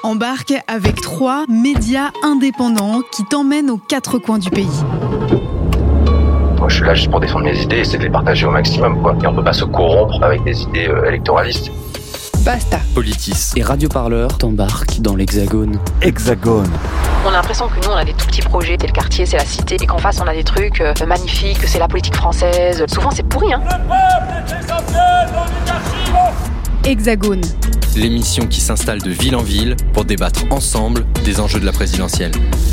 Embarque avec 3 médias indépendants qui t'emmènent aux 4 coins du pays. Moi, je suis là juste pour défendre mes idées et essayer de les partager au maximum, quoi. Et on peut pas se corrompre avec des idées électoralistes. Basta. Politis et Radio Parleur t'embarquent dans l'Hexagone. Hexagone. On a l'impression que nous, on a des tout petits projets, c'est le quartier, c'est la cité, et qu'en face, on a des trucs magnifiques, que c'est la politique française. Souvent, c'est pourri, hein. Le peuple est essentiel dans l'éducation. Hexagone. L'émission qui s'installe de ville en ville pour débattre ensemble des enjeux de la présidentielle.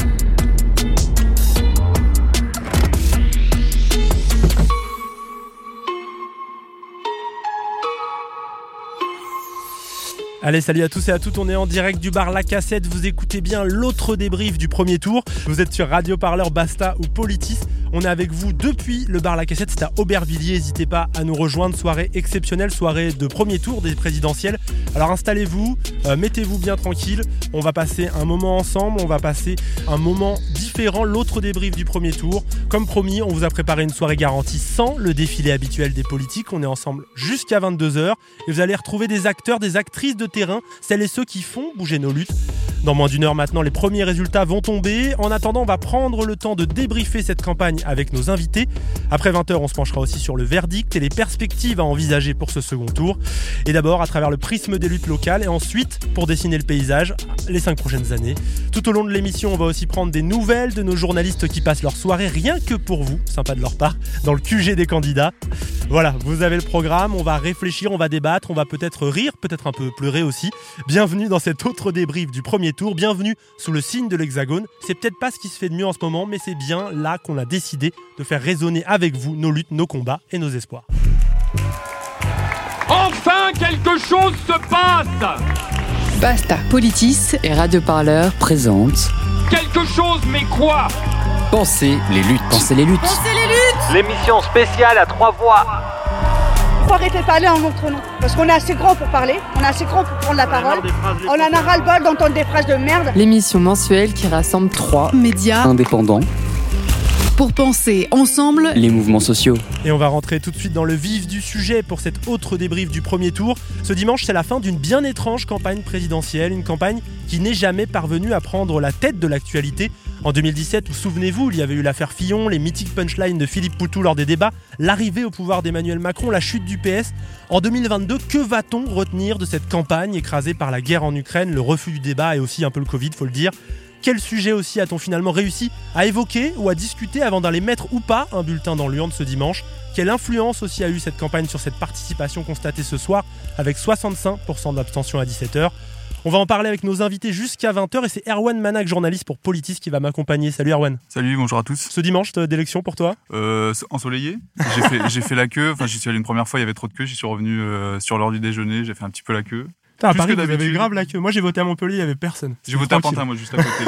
Allez, salut à tous et à toutes, on est en direct du bar La Cassette, vous écoutez bien l'autre débrief du premier tour. Vous êtes sur Radio Parleur, Basta ou Politis. On est avec vous depuis le bar La Cassette, c'est à Aubervilliers, n'hésitez pas à nous rejoindre, soirée exceptionnelle, soirée de premier tour des présidentielles. Alors installez-vous, mettez-vous bien tranquille, on va passer un moment ensemble, on va passer un moment différent, l'autre débrief du premier tour. Comme promis, on vous a préparé une soirée garantie sans le défilé habituel des politiques, on est ensemble jusqu'à 22h et vous allez retrouver des acteurs, des actrices de terrain, celles et ceux qui font bouger nos luttes. Dans moins d'une heure maintenant, les premiers résultats vont tomber. En attendant, on va prendre le temps de débriefer cette campagne avec nos invités. Après 20h, on se penchera aussi sur le verdict et les perspectives à envisager pour ce second tour. Et d'abord, à travers le prisme des luttes locales et ensuite, pour dessiner le paysage, les 5 prochaines années. Tout au long de l'émission, on va aussi prendre des nouvelles de nos journalistes qui passent leur soirée rien que pour vous, sympa de leur part, dans le QG des candidats. Voilà, vous avez le programme, on va réfléchir, on va débattre, on va peut-être rire, peut-être un peu pleurer aussi. Bienvenue dans cet autre débrief du premier tour, bienvenue sous le signe de l'Hexagone. C'est peut-être pas ce qui se fait de mieux en ce moment, mais c'est bien là qu'on a décidé de faire résonner avec vous nos luttes, nos combats et nos espoirs. Enfin, quelque chose se passe. Basta. Politis Et Radio Parleur présente Quelque chose, mais quoi? Pensez les luttes. Pensez les luttes. L'émission spéciale à 3 voix. Faut arrêter de parler en notre nom. Parce qu'on est assez grand pour parler, on est assez grand pour prendre la parole. On en a ras-le-bol d'entendre des phrases de merde. L'émission mensuelle qui rassemble 3 médias Indépendants. pour penser ensemble Les mouvements sociaux. Et on va rentrer tout de suite dans le vif du sujet pour cet autre débrief du premier tour. Ce dimanche, c'est la fin d'une bien étrange campagne présidentielle, une campagne qui n'est jamais parvenue à prendre la tête de l'actualité. En 2017, vous souvenez-vous, il y avait eu l'affaire Fillon, les mythiques punchlines de Philippe Poutou lors des débats, l'arrivée au pouvoir d'Emmanuel Macron, la chute du PS. En 2022, que va-t-on retenir de cette campagne écrasée par la guerre en Ukraine, le refus du débat et aussi un peu le Covid, faut le dire? Quel sujet aussi a-t-on finalement réussi à évoquer ou à discuter avant d'aller mettre ou pas un bulletin dans l'urne ce dimanche? Quelle influence aussi a eu cette campagne sur cette participation constatée ce soir avec 65% d'abstention à 17h? On va en parler avec nos invités jusqu'à 20h et c'est Erwan Manac, journaliste pour Politis, qui va m'accompagner. Salut Erwan. Salut, bonjour à tous. Ce dimanche d'élection pour toi? Ensoleillé. J'ai fait la queue, j'y suis allé une première fois, il y avait trop de queue, j'y suis revenu sur l'heure du déjeuner, j'ai fait un petit peu la queue. À Paris, vous avez eu grave la queue. Moi, j'ai voté à Montpellier, il n'y avait personne. J'ai voté à Pantin, moi, juste à côté.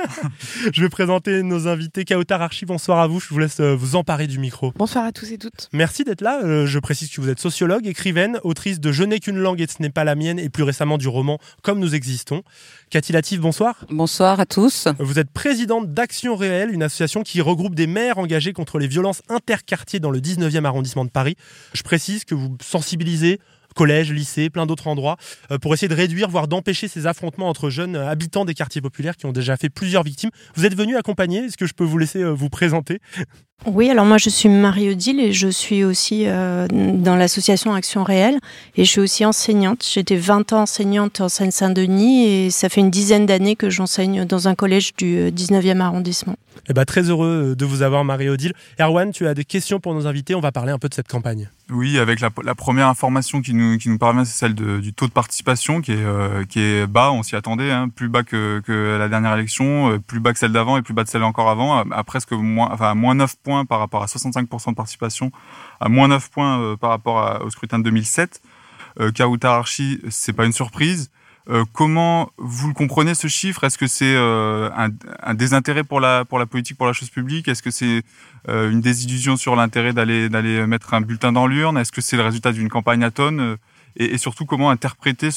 Je vais présenter nos invités. Kautar Archi, bonsoir à vous. Je vous laisse vous emparer du micro. Bonsoir à tous et toutes. Merci d'être là. Je précise que vous êtes sociologue, écrivaine, autrice de Je n'ai qu'une langue et ce n'est pas la mienne, et plus récemment du roman Comme nous existons. Cathy Latif, bonsoir. Bonsoir à tous. Vous êtes présidente d'Action Réelle, une association qui regroupe des maires engagés contre les violences interquartiers dans le 19e arrondissement de Paris. Je précise que vous sensibilisez collège, lycée, plein d'autres endroits, pour essayer de réduire, voire d'empêcher ces affrontements entre jeunes habitants des quartiers populaires qui ont déjà fait plusieurs victimes. Vous êtes venu accompagner, est-ce que je peux vous laisser vous présenter ? Oui, alors moi je suis Marie-Odile et je suis aussi dans l'association Action Réelle et je suis aussi enseignante. J'étais 20 ans enseignante en Seine-Saint-Denis et ça fait une dizaine d'années que j'enseigne dans un collège du 19e arrondissement. Eh ben, très heureux de vous avoir Marie-Odile. Erwan, tu as des questions pour nos invités, on va parler un peu de cette campagne. Oui, avec la première information qui nous parvient, c'est celle du taux de participation qui est bas, on s'y attendait, hein, plus bas que la dernière élection, plus bas que celle d'avant et plus bas que celle encore avant, à presque moins 9 points par rapport à 65% de participation, à moins 9 points par rapport au scrutin de 2007. Kautar Archi, c'est pas une surprise. Comment vous le comprenez ce chiffre? Est-ce que c'est un désintérêt pour la politique, pour la chose publique? Est-ce que c'est une désillusion sur l'intérêt d'aller mettre un bulletin dans l'urne? Est-ce que c'est le résultat d'une campagne à tonnes? Et surtout, comment interpréter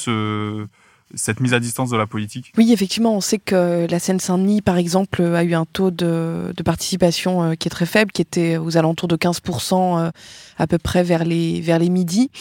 cette mise à distance de la politique? Oui, effectivement, on sait que la Seine-Saint-Denis, par exemple, a eu un taux de participation qui est très faible, qui était aux alentours de 15% à peu près vers les midis.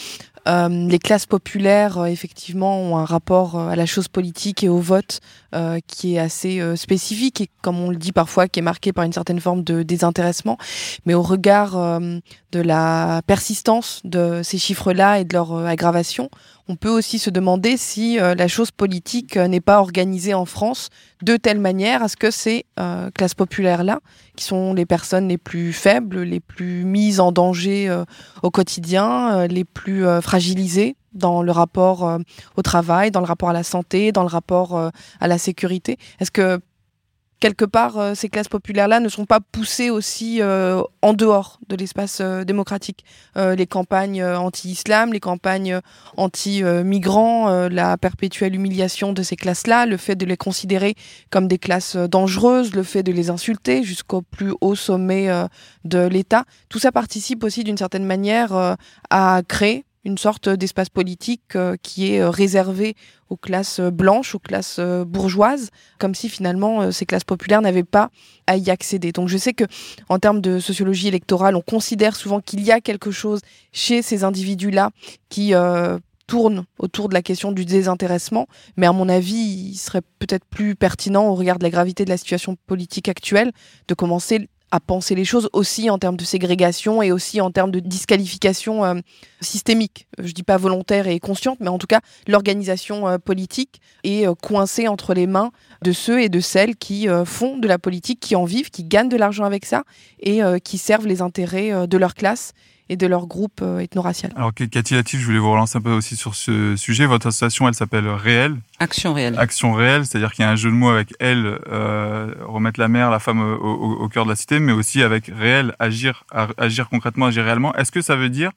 Les classes populaires, effectivement, ont un rapport à la chose politique et au vote qui est assez spécifique et, comme on le dit parfois, qui est marqué par une certaine forme de désintéressement. Mais au regard de la persistance de ces chiffres-là et de leur aggravation, on peut aussi se demander si la chose politique n'est pas organisée en France de telle manière à ce que ces classes populaires-là, qui sont les personnes les plus faibles, les plus mises en danger au quotidien, les plus fragilisées dans le rapport au travail, dans le rapport à la santé, dans le rapport à la sécurité, est-ce que quelque part, ces classes populaires-là ne sont pas poussées aussi en dehors de l'espace démocratique. Les campagnes anti-islam, les campagnes anti-migrants, la perpétuelle humiliation de ces classes-là, le fait de les considérer comme des classes dangereuses, le fait de les insulter jusqu'au plus haut sommet de l'État, tout ça participe aussi d'une certaine manière à créer une sorte d'espace politique qui est réservé aux classes blanches, aux classes bourgeoises, comme si finalement ces classes populaires n'avaient pas à y accéder. Donc je sais que en termes de sociologie électorale, on considère souvent qu'il y a quelque chose chez ces individus-là qui tourne autour de la question du désintéressement, mais à mon avis, il serait peut-être plus pertinent au regard de la gravité de la situation politique actuelle de commencer à penser les choses aussi en termes de ségrégation et aussi en termes de disqualification systémique. Je dis pas volontaire et consciente, mais en tout cas, l'organisation politique est coincée entre les mains de ceux et de celles qui font de la politique, qui en vivent, qui gagnent de l'argent avec ça et qui servent les intérêts de leur classe et de leur groupe ethno-racial. Alors Cathy Latif, je voulais vous relancer un peu aussi sur ce sujet. Votre association, elle s'appelle Réel. Action Réelle. Action Réelle, c'est-à-dire qu'il y a un jeu de mots avec elle, remettre la mère, la femme au cœur de la cité, mais aussi avec réel, agir concrètement, agir réellement. Est-ce que ça veut dire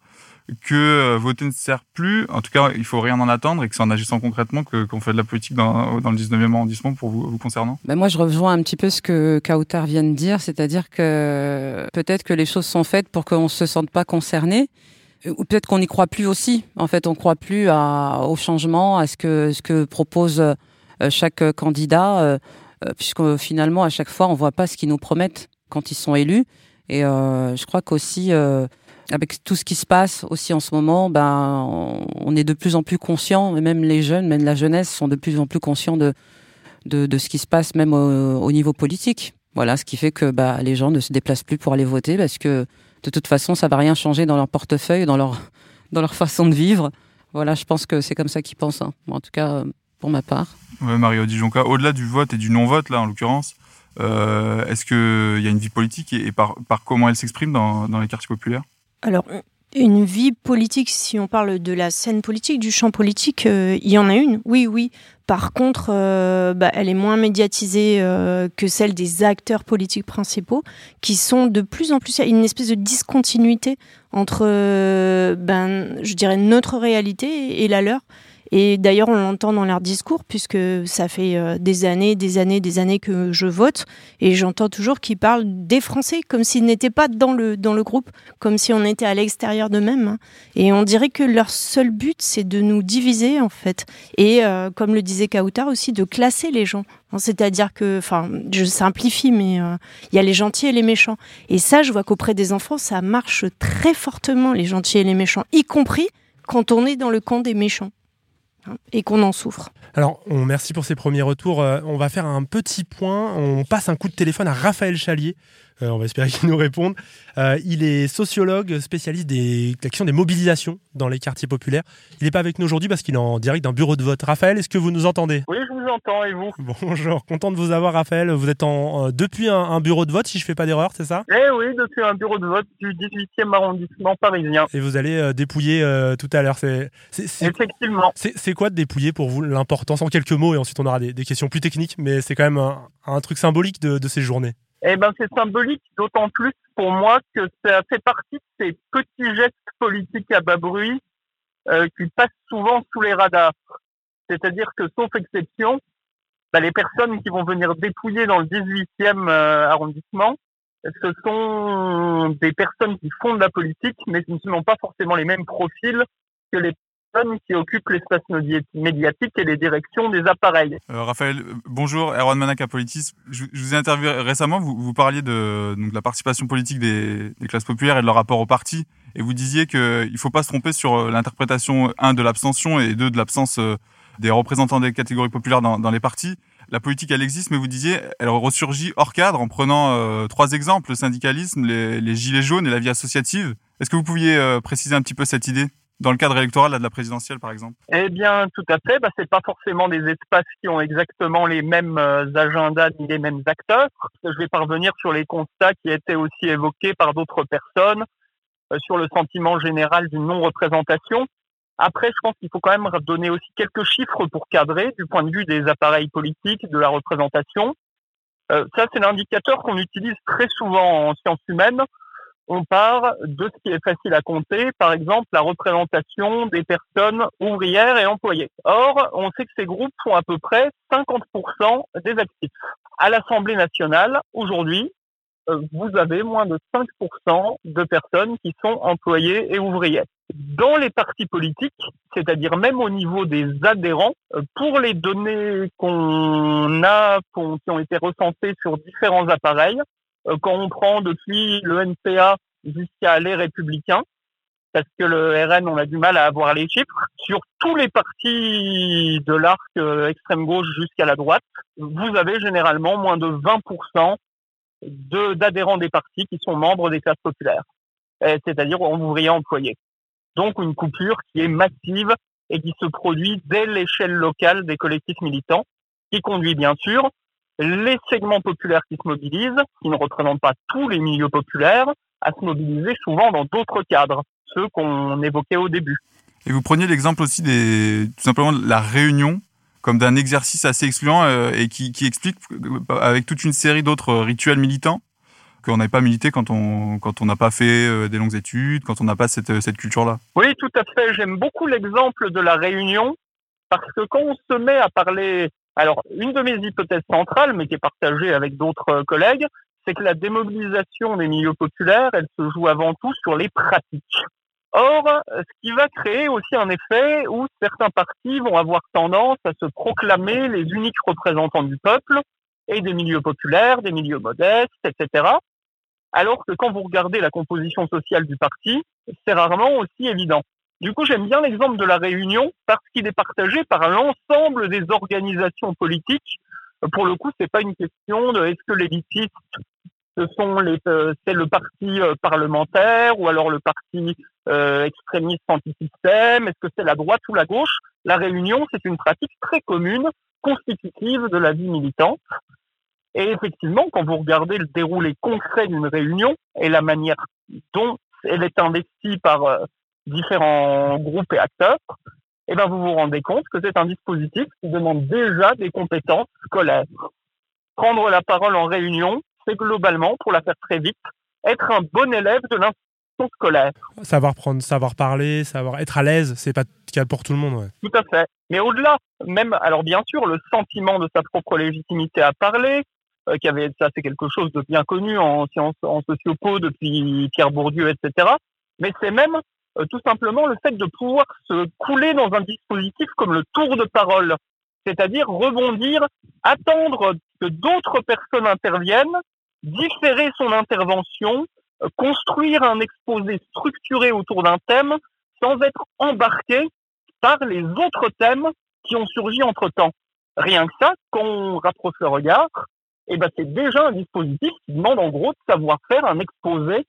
que voter ne sert plus, en tout cas il faut rien en attendre et que c'est en agissant concrètement qu'on fait de la politique dans le 19e arrondissement pour vous concernant? Moi je rejoins un petit peu ce que Kautar vient de dire, c'est-à-dire que peut-être que les choses sont faites pour qu'on ne se sente pas concerné, ou peut-être qu'on n'y croit plus aussi. En fait, on ne croit plus au changement, à ce que propose chaque candidat, puisque finalement à chaque fois on ne voit pas ce qu'ils nous promettent quand ils sont élus. Et je crois qu'aussi avec tout ce qui se passe aussi en ce moment, on est de plus en plus conscients, et même les jeunes, même la jeunesse, sont de plus en plus conscients de ce qui se passe même au niveau politique. Voilà, ce qui fait que les gens ne se déplacent plus pour aller voter parce que de toute façon, ça va rien changer dans leur portefeuille, dans leur façon de vivre. Voilà, je pense que c'est comme ça qu'ils pensent. Hein. En tout cas, pour ma part. Ouais, Mario Dijonca, au-delà du vote et du non-vote, là, en l'occurrence, est-ce qu'il y a une vie politique et par comment elle s'exprime dans les quartiers populaires? Alors, une vie politique, si on parle de la scène politique, du champ politique, il y en a une, oui. Par contre, elle est moins médiatisée que celle des acteurs politiques principaux, qui sont de plus en plus... Il y a une espèce de discontinuité entre, je dirais, notre réalité et la leur. Et d'ailleurs, on l'entend dans leurs discours, puisque ça fait des années que je vote, et j'entends toujours qu'ils parlent des Français, comme s'ils n'étaient pas dans le groupe, comme si on était à l'extérieur d'eux-mêmes. Hein. Et on dirait que leur seul but, c'est de nous diviser, en fait. Et comme le disait Kautar aussi, de classer les gens. Hein, c'est-à-dire que, je simplifie, mais il y a les gentils et les méchants. Et ça, je vois qu'auprès des enfants, ça marche très fortement, les gentils et les méchants, y compris quand on est dans le camp des méchants. Et qu'on en souffre. Alors, merci pour ces premiers retours. On va faire un petit point. On passe un coup de téléphone à Raphaël Chalier. On va espérer qu'il nous réponde. Il est sociologue, spécialiste de la question des mobilisations dans les quartiers populaires. Il n'est pas avec nous aujourd'hui parce qu'il est en direct d'un bureau de vote. Raphaël, est-ce que vous nous entendez? Oui, je vous entends, et vous? Bonjour, content de vous avoir, Raphaël. Vous êtes depuis un bureau de vote, si je ne fais pas d'erreur, c'est ça? Oui, depuis un bureau de vote du 18e arrondissement parisien. Et vous allez dépouiller tout à l'heure. Effectivement. C'est quoi de dépouiller pour vous, l'importance, en quelques mots, et ensuite on aura des questions plus techniques, mais c'est quand même un truc symbolique de ces journées. C'est symbolique, d'autant plus pour moi que ça fait partie de ces petits gestes politiques à bas bruit qui passent souvent sous les radars. C'est-à-dire que, sauf exception, les personnes qui vont venir dépouiller dans le 18e arrondissement, ce sont des personnes qui font de la politique, mais qui n'ont pas forcément les mêmes profils que les personnes qui occupent l'espace médiatique et les directions des appareils. Raphaël, bonjour, Erwan Manak à Politis. Je vous ai interviewé récemment, vous parliez de la participation politique des classes populaires et de leur rapport au parti. Et vous disiez qu'il ne faut pas se tromper sur l'interprétation, 1, de l'abstention et 2, de l'absence des représentants des catégories populaires dans les partis. La politique, elle existe, mais vous disiez, elle ressurgit hors cadre en prenant 3 exemples, le syndicalisme, les gilets jaunes et la vie associative. Est-ce que vous pouviez préciser un petit peu cette idée dans le cadre électoral de la présidentielle, par exemple? Eh bien, tout à fait. C'est pas forcément des espaces qui ont exactement les mêmes agendas ni les mêmes acteurs. Je vais parvenir sur les constats qui étaient aussi évoqués par d'autres personnes sur le sentiment général d'une non-représentation. Après, je pense qu'il faut quand même donner aussi quelques chiffres pour cadrer du point de vue des appareils politiques, de la représentation. Ça, c'est l'indicateur qu'on utilise très souvent en sciences humaines. On part de ce qui est facile à compter, par exemple la représentation des personnes ouvrières et employées. Or, on sait que ces groupes font à peu près 50% des actifs. À l'Assemblée nationale, aujourd'hui, vous avez moins de 5% de personnes qui sont employées et ouvrières. Dans les partis politiques, c'est-à-dire même au niveau des adhérents, pour les données qu'on a, qui ont été recensées sur différents appareils, quand on prend depuis le NPA jusqu'à les Républicains, parce que le RN, on a du mal à avoir les chiffres, sur tous les partis de l'arc extrême gauche jusqu'à la droite, vous avez généralement moins de 20% d'adhérents des partis qui sont membres des classes populaires, c'est-à-dire ouvriers employés. Donc une coupure qui est massive et qui se produit dès l'échelle locale des collectifs militants, qui conduit bien sûr les segments populaires qui se mobilisent, qui ne représentent pas tous les milieux populaires, à se mobiliser souvent dans d'autres cadres, ceux qu'on évoquait au début. Et vous preniez l'exemple aussi tout simplement de la réunion comme d'un exercice assez excluant et qui explique avec toute une série d'autres rituels militants qu'on n'avait pas milité quand on n'a pas fait des longues études, quand on n'a pas cette culture-là. Oui, tout à fait. J'aime beaucoup l'exemple de la réunion parce que quand on se met à parler... Alors, une de mes hypothèses centrales, mais qui est partagée avec d'autres collègues, c'est que la démobilisation des milieux populaires, elle se joue avant tout sur les pratiques. Or, ce qui va créer aussi un effet où certains partis vont avoir tendance à se proclamer les uniques représentants du peuple et des milieux populaires, des milieux modestes, etc. Alors que quand vous regardez la composition sociale du parti, c'est rarement aussi évident. Du coup, j'aime bien l'exemple de la Réunion parce qu'il est partagé par l'ensemble des organisations politiques. Pour le coup, c'est pas une question de est-ce que l'élitistes c'est le parti parlementaire ou alors le parti extrémiste anti-système, est-ce que c'est la droite ou la gauche? La Réunion, c'est une pratique très commune, constitutive de la vie militante. Et effectivement, quand vous regardez le déroulé concret d'une réunion et la manière dont elle est investie par différents groupes et acteurs, eh ben vous vous rendez compte que c'est un dispositif qui demande déjà des compétences scolaires. Prendre la parole en réunion, c'est globalement, pour la faire très vite, être un bon élève de l'institution scolaire. Savoir prendre, savoir parler, savoir être à l'aise, c'est pas le cas pour tout le monde. Ouais. Tout à fait. Mais au-delà, même, alors bien sûr, le sentiment de sa propre légitimité à parler, ça c'est quelque chose de bien connu en sociopo depuis Pierre Bourdieu, etc. Mais c'est même tout simplement le fait de pouvoir se couler dans un dispositif comme le tour de parole, c'est-à-dire rebondir, attendre que d'autres personnes interviennent, différer son intervention, construire un exposé structuré autour d'un thème sans être embarqué par les autres thèmes qui ont surgi entre-temps. Rien que ça, quand on rapproche le regard, c'est déjà un dispositif qui demande en gros de savoir faire un exposé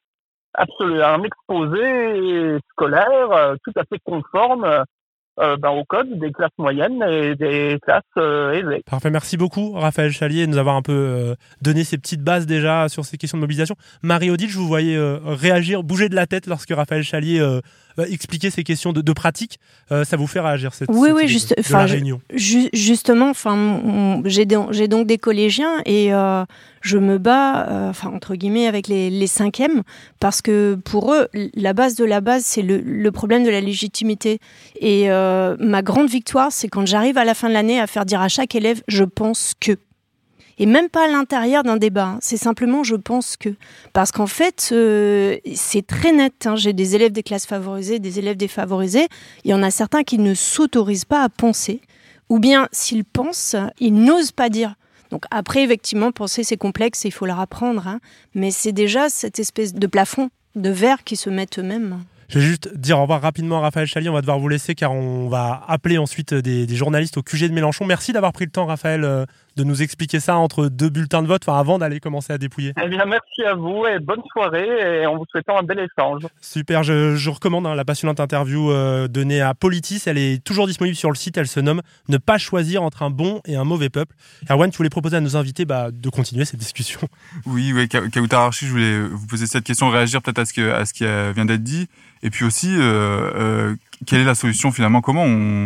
scolaire tout à fait conforme au code des classes moyennes et des classes aisées. Parfait, merci beaucoup Raphaël Chalier de nous avoir un peu donné ces petites bases déjà sur ces questions de mobilisation. Marie-Odile, je vous voyais réagir, bouger de la tête lorsque Raphaël Chalier expliquait ces questions de pratique. Ça vous fait réagir cette réunion? Justement, j'ai donc des collégiens et je me bats, entre guillemets, avec les cinquièmes parce que pour eux, la base de la base, c'est le problème de la légitimité. Et ma grande victoire, c'est quand j'arrive à la fin de l'année à faire dire à chaque élève « je pense que ». Et même pas à l'intérieur d'un débat, c'est simplement « je pense que ». Parce qu'en fait, c'est très net. J'ai des élèves des classes favorisées, des élèves défavorisés. Il y en a certains qui ne s'autorisent pas à penser. Ou bien, s'ils pensent, ils n'osent pas dire. Donc après, effectivement, penser, c'est complexe et il faut leur apprendre. Mais c'est déjà cette espèce de plafond de verre qui se mettent eux-mêmes. Je vais juste dire au revoir rapidement à Raphaël Chalier, on va devoir vous laisser car on va appeler ensuite des journalistes au QG de Mélenchon. Merci d'avoir pris le temps, Raphaël, de nous expliquer ça entre 2 bulletins de vote, avant d'aller commencer à dépouiller. Eh bien, merci à vous et bonne soirée et en vous souhaitant un bel échange. Super, je recommande la passionnante interview donnée à Politis. Elle est toujours disponible sur le site, elle se nomme « Ne pas choisir entre un bon et un mauvais peuple ». Erwan, tu voulais proposer à nos invités de continuer cette discussion. Oui, Kautar Archi, je voulais vous poser cette question, réagir peut-être à ce qui vient d'être dit. Et puis aussi, quelle est la solution finalement ? Comment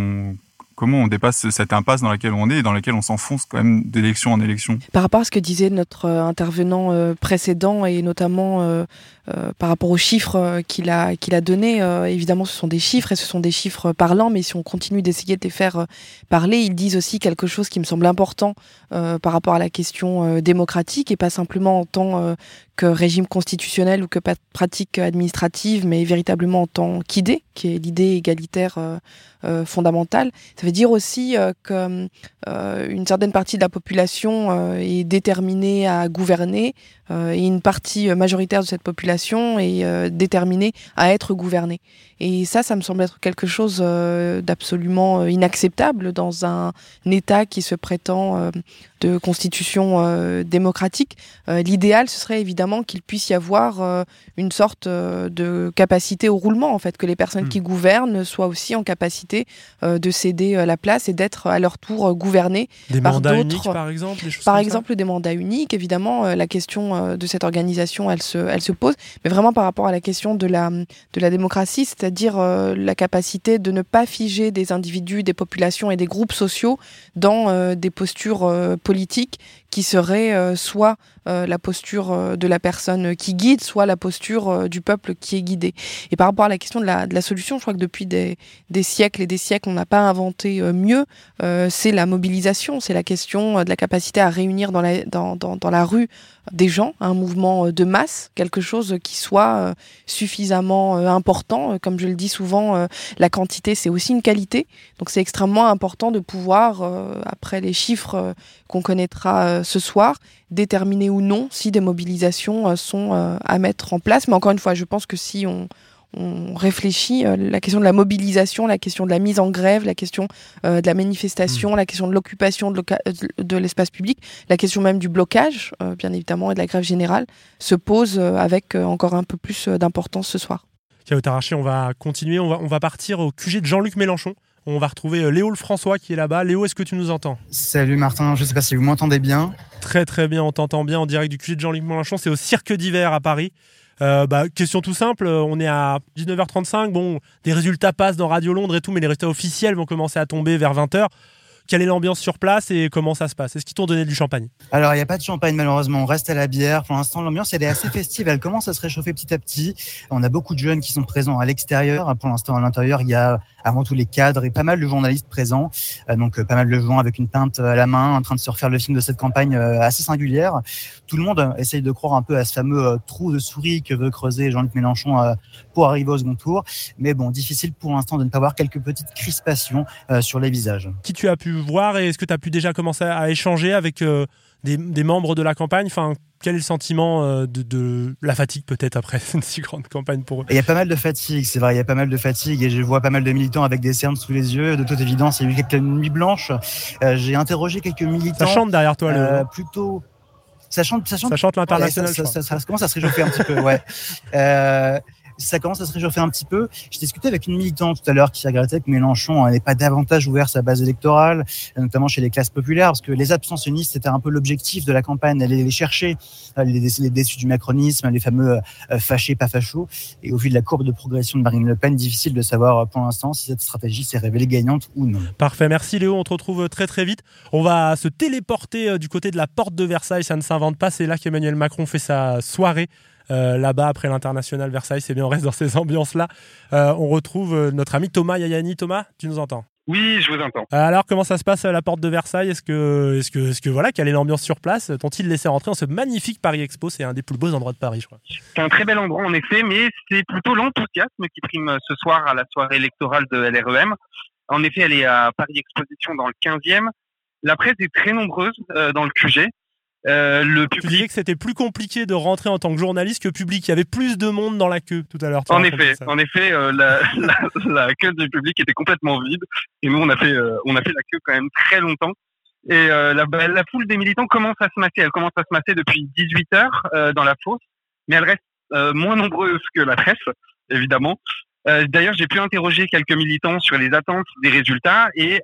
on dépasse cette impasse dans laquelle on est et dans laquelle on s'enfonce quand même d'élection en élection ? Par rapport à ce que disait notre intervenant précédent et notamment par rapport aux chiffres qu'il a donnés, évidemment ce sont des chiffres et ce sont des chiffres parlants, mais si on continue d'essayer de les faire parler, ils disent aussi quelque chose qui me semble important par rapport à la question démocratique et pas simplement en tant que régime constitutionnel ou que pratique administrative, mais véritablement en tant qu'idée, qui est l'idée égalitaire fondamentale. Ça veut dire aussi qu'une certaine partie de la population est déterminée à gouverner et une partie majoritaire de cette population est déterminée à être gouvernée. Et ça me semble être quelque chose d'absolument inacceptable dans un État qui se prétend de constitution démocratique. L'idéal, ce serait évidemment qu'il puisse y avoir une sorte de capacité au roulement, en fait, que les personnes qui gouvernent soient aussi en capacité de céder la place et d'être à leur tour gouvernées par d'autres. Des mandats uniques, par exemple, des choses par exemple, des mandats uniques. Évidemment, la question de cette organisation, elle se pose, mais vraiment par rapport à la question de la démocratie, c'est-à-dire la capacité de ne pas figer des individus, des populations et des groupes sociaux dans des postures politiques qui seraient soit la posture de la personne qui guide, soit la posture du peuple qui est guidé. Et par rapport à la question de la solution, je crois que depuis des siècles et des siècles, on n'a pas inventé mieux. C'est la mobilisation, c'est la question de la capacité à réunir dans la rue des gens, un mouvement de masse, quelque chose qui soit suffisamment important. Comme je le dis souvent, la quantité, c'est aussi une qualité. Donc c'est extrêmement important de pouvoir, après les chiffres qu'on connaîtra ce soir, déterminer ou non si des mobilisations sont à mettre en place. Mais encore une fois, je pense que si on réfléchit, la question de la mobilisation, la question de la mise en grève, la question de la manifestation, la question de l'occupation de l'espace public, la question même du blocage, bien évidemment, et de la grève générale, se pose avec encore un peu plus d'importance ce soir. Kautar Archi, on va continuer, on va partir au QG de Jean-Luc Mélenchon. On va retrouver Léo Lefrançois qui est là-bas. Léo, est-ce que tu nous entends ? Salut Martin, je ne sais pas si vous m'entendez bien. Très très bien, on t'entend bien en direct du QG de Jean-Luc Mélenchon. C'est au Cirque d'hiver à Paris. Question tout simple, on est à 19h35, des résultats passent dans Radio Londres et tout, mais les résultats officiels vont commencer à tomber vers 20h. Quelle est l'ambiance sur place et comment ça se passe ? Est-ce qu'ils t'ont donné du champagne ? Alors, il n'y a pas de champagne malheureusement, on reste à la bière. Pour l'instant, l'ambiance elle est assez festive, elle commence à se réchauffer petit à petit. On a beaucoup de jeunes qui sont présents à l'extérieur. Pour l'instant, à l'intérieur, il y a avant tout les cadres et pas mal de journalistes présents. Donc, pas mal de gens avec une pinte à la main, en train de se refaire le film de cette campagne assez singulière. Tout le monde essaye de croire un peu à ce fameux trou de souris que veut creuser Jean-Luc Mélenchon pour arriver au second tour. Mais difficile pour l'instant de ne pas voir quelques petites crispations sur les visages. Qui tu as pu voir et est-ce que tu as pu déjà commencer à échanger avec des membres de la campagne ? Quel est le sentiment de la fatigue peut-être après une si grande campagne pour eux ? Il y a pas mal de fatigue, c'est vrai, il y a pas mal de fatigue et je vois pas mal de militants avec des cernes sous les yeux. De toute évidence, il y a eu quelques nuits blanches. J'ai interrogé quelques militants. Ça chante derrière toi, plutôt. Ça chante l'international. Ça commence à se réchauffer un petit peu, ouais. Ça commence à se réchauffer un petit peu. J'ai discuté avec une militante tout à l'heure qui regrettait que Mélenchon n'ait pas davantage ouvert sa base électorale, notamment chez les classes populaires, parce que les abstentionnistes, c'était un peu l'objectif de la campagne, aller les chercher, les déçus du macronisme, les fameux fâchés, pas fachos. Et au vu de la courbe de progression de Marine Le Pen, difficile de savoir pour l'instant si cette stratégie s'est révélée gagnante ou non. Parfait, merci Léo, on te retrouve très très vite. On va se téléporter du côté de la porte de Versailles, ça ne s'invente pas, c'est là qu'Emmanuel Macron fait sa soirée. Là-bas après l'international Versailles, c'est bien, on reste dans ces ambiances-là. On retrouve notre ami Thomas Yayani. Thomas, tu nous entends ? Oui, je vous entends. Alors, comment ça se passe à la porte de Versailles ? Est-ce que voilà, quelle est l'ambiance sur place ? T'ont-ils laissé rentrer dans ce magnifique Paris Expo ? C'est un des plus beaux endroits de Paris, je crois. C'est un très bel endroit en effet, mais c'est plutôt l'enthousiasme qui prime ce soir à la soirée électorale de LREM. En effet, elle est à Paris Exposition dans le 15e. La presse est très nombreuse dans le QG. Le public... Tu disais que c'était plus compliqué de rentrer en tant que journaliste que public. Il y avait plus de monde dans la queue tout à l'heure. En effet, la queue du public était complètement vide. Et nous, on a fait la queue quand même très longtemps. Et la foule des militants commence à se masser. Elle commence à se masser depuis 18 heures dans la fosse. Mais elle reste moins nombreuse que la presse, évidemment. D'ailleurs, j'ai pu interroger quelques militants sur les attentes des résultats. Et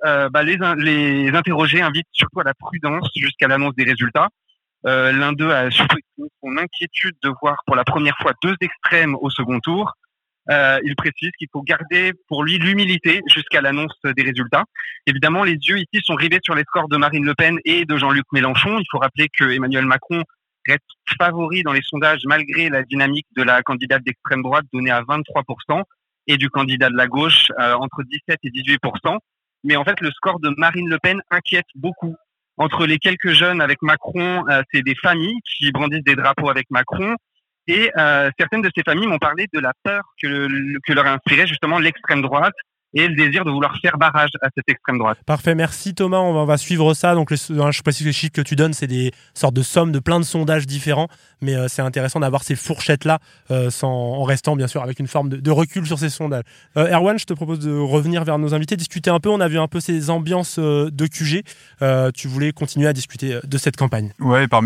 les interrogés invitent surtout à la prudence jusqu'à l'annonce des résultats. L'un d'eux a surtout exprimé son inquiétude de voir pour la première fois 2 extrêmes au second tour. Il précise qu'il faut garder pour lui l'humilité jusqu'à l'annonce des résultats. Évidemment, les yeux ici sont rivés sur les scores de Marine Le Pen et de Jean-Luc Mélenchon. Il faut rappeler que Emmanuel Macron reste favori dans les sondages malgré la dynamique de la candidate d'extrême droite donnée à 23% et du candidat de la gauche entre 17 et 18%. Mais en fait, le score de Marine Le Pen inquiète beaucoup. Entre les quelques jeunes avec Macron, c'est des familles qui brandissent des drapeaux avec Macron. Et certaines de ces familles m'ont parlé de la peur que leur inspirait justement l'extrême droite et le désir de vouloir faire barrage à cette extrême droite. Parfait, merci Thomas, on va suivre ça. Donc je sais pas si les chiffres que tu donnes, c'est des sortes de sommes de plein de sondages différents, mais c'est intéressant d'avoir ces fourchettes-là en restant bien sûr avec une forme de recul sur ces sondages. Erwan, je te propose de revenir vers nos invités, discuter un peu. On a vu un peu ces ambiances de QG. Tu voulais continuer à discuter de cette campagne. Ouais, parmi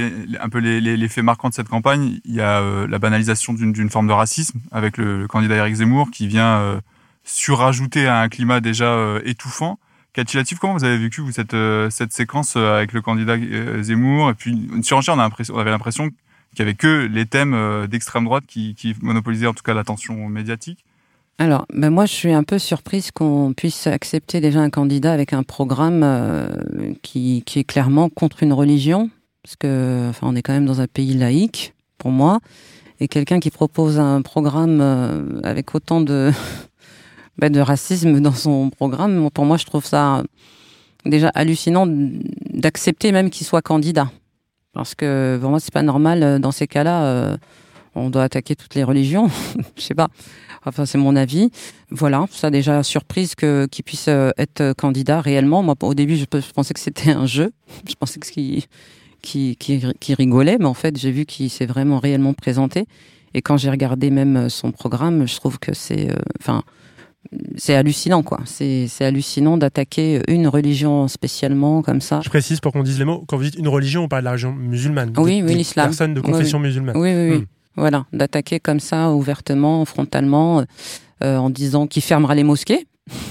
les faits marquants de cette campagne, il y a la banalisation d'une forme de racisme avec le candidat Éric Zemmour qui vient surajouter à un climat déjà étouffant. Cathy Latif, comment vous avez vécu cette séquence avec le candidat Zemmour et puis une surenchère, on avait l'impression qu'il n'y avait que les thèmes d'extrême droite qui monopolisaient en tout cas l'attention médiatique. Alors, moi je suis un peu surprise qu'on puisse accepter déjà un candidat avec un programme qui est clairement contre une religion, parce que on est quand même dans un pays laïque, pour moi, et quelqu'un qui propose un programme avec autant de racisme dans son programme, pour moi je trouve ça déjà hallucinant d'accepter même qu'il soit candidat, parce que pour moi c'est pas normal dans ces cas-là. On doit attaquer toutes les religions. Je sais pas, enfin c'est mon avis. Voilà, ça déjà surprise qu'il puisse être candidat réellement. Moi au début je pensais que c'était un jeu, je pensais qu'il rigolait, mais en fait j'ai vu qu'il s'est vraiment réellement présenté, et quand j'ai regardé même son programme, je trouve que c'est hallucinant, quoi. C'est hallucinant d'attaquer une religion spécialement comme ça. Je précise pour qu'on dise les mots. Quand vous dites une religion, on parle de la religion musulmane. Oui, l'islam. Personnes de confession musulmane. Oui. Voilà, d'attaquer comme ça, ouvertement, frontalement, en disant qu'il fermera les mosquées.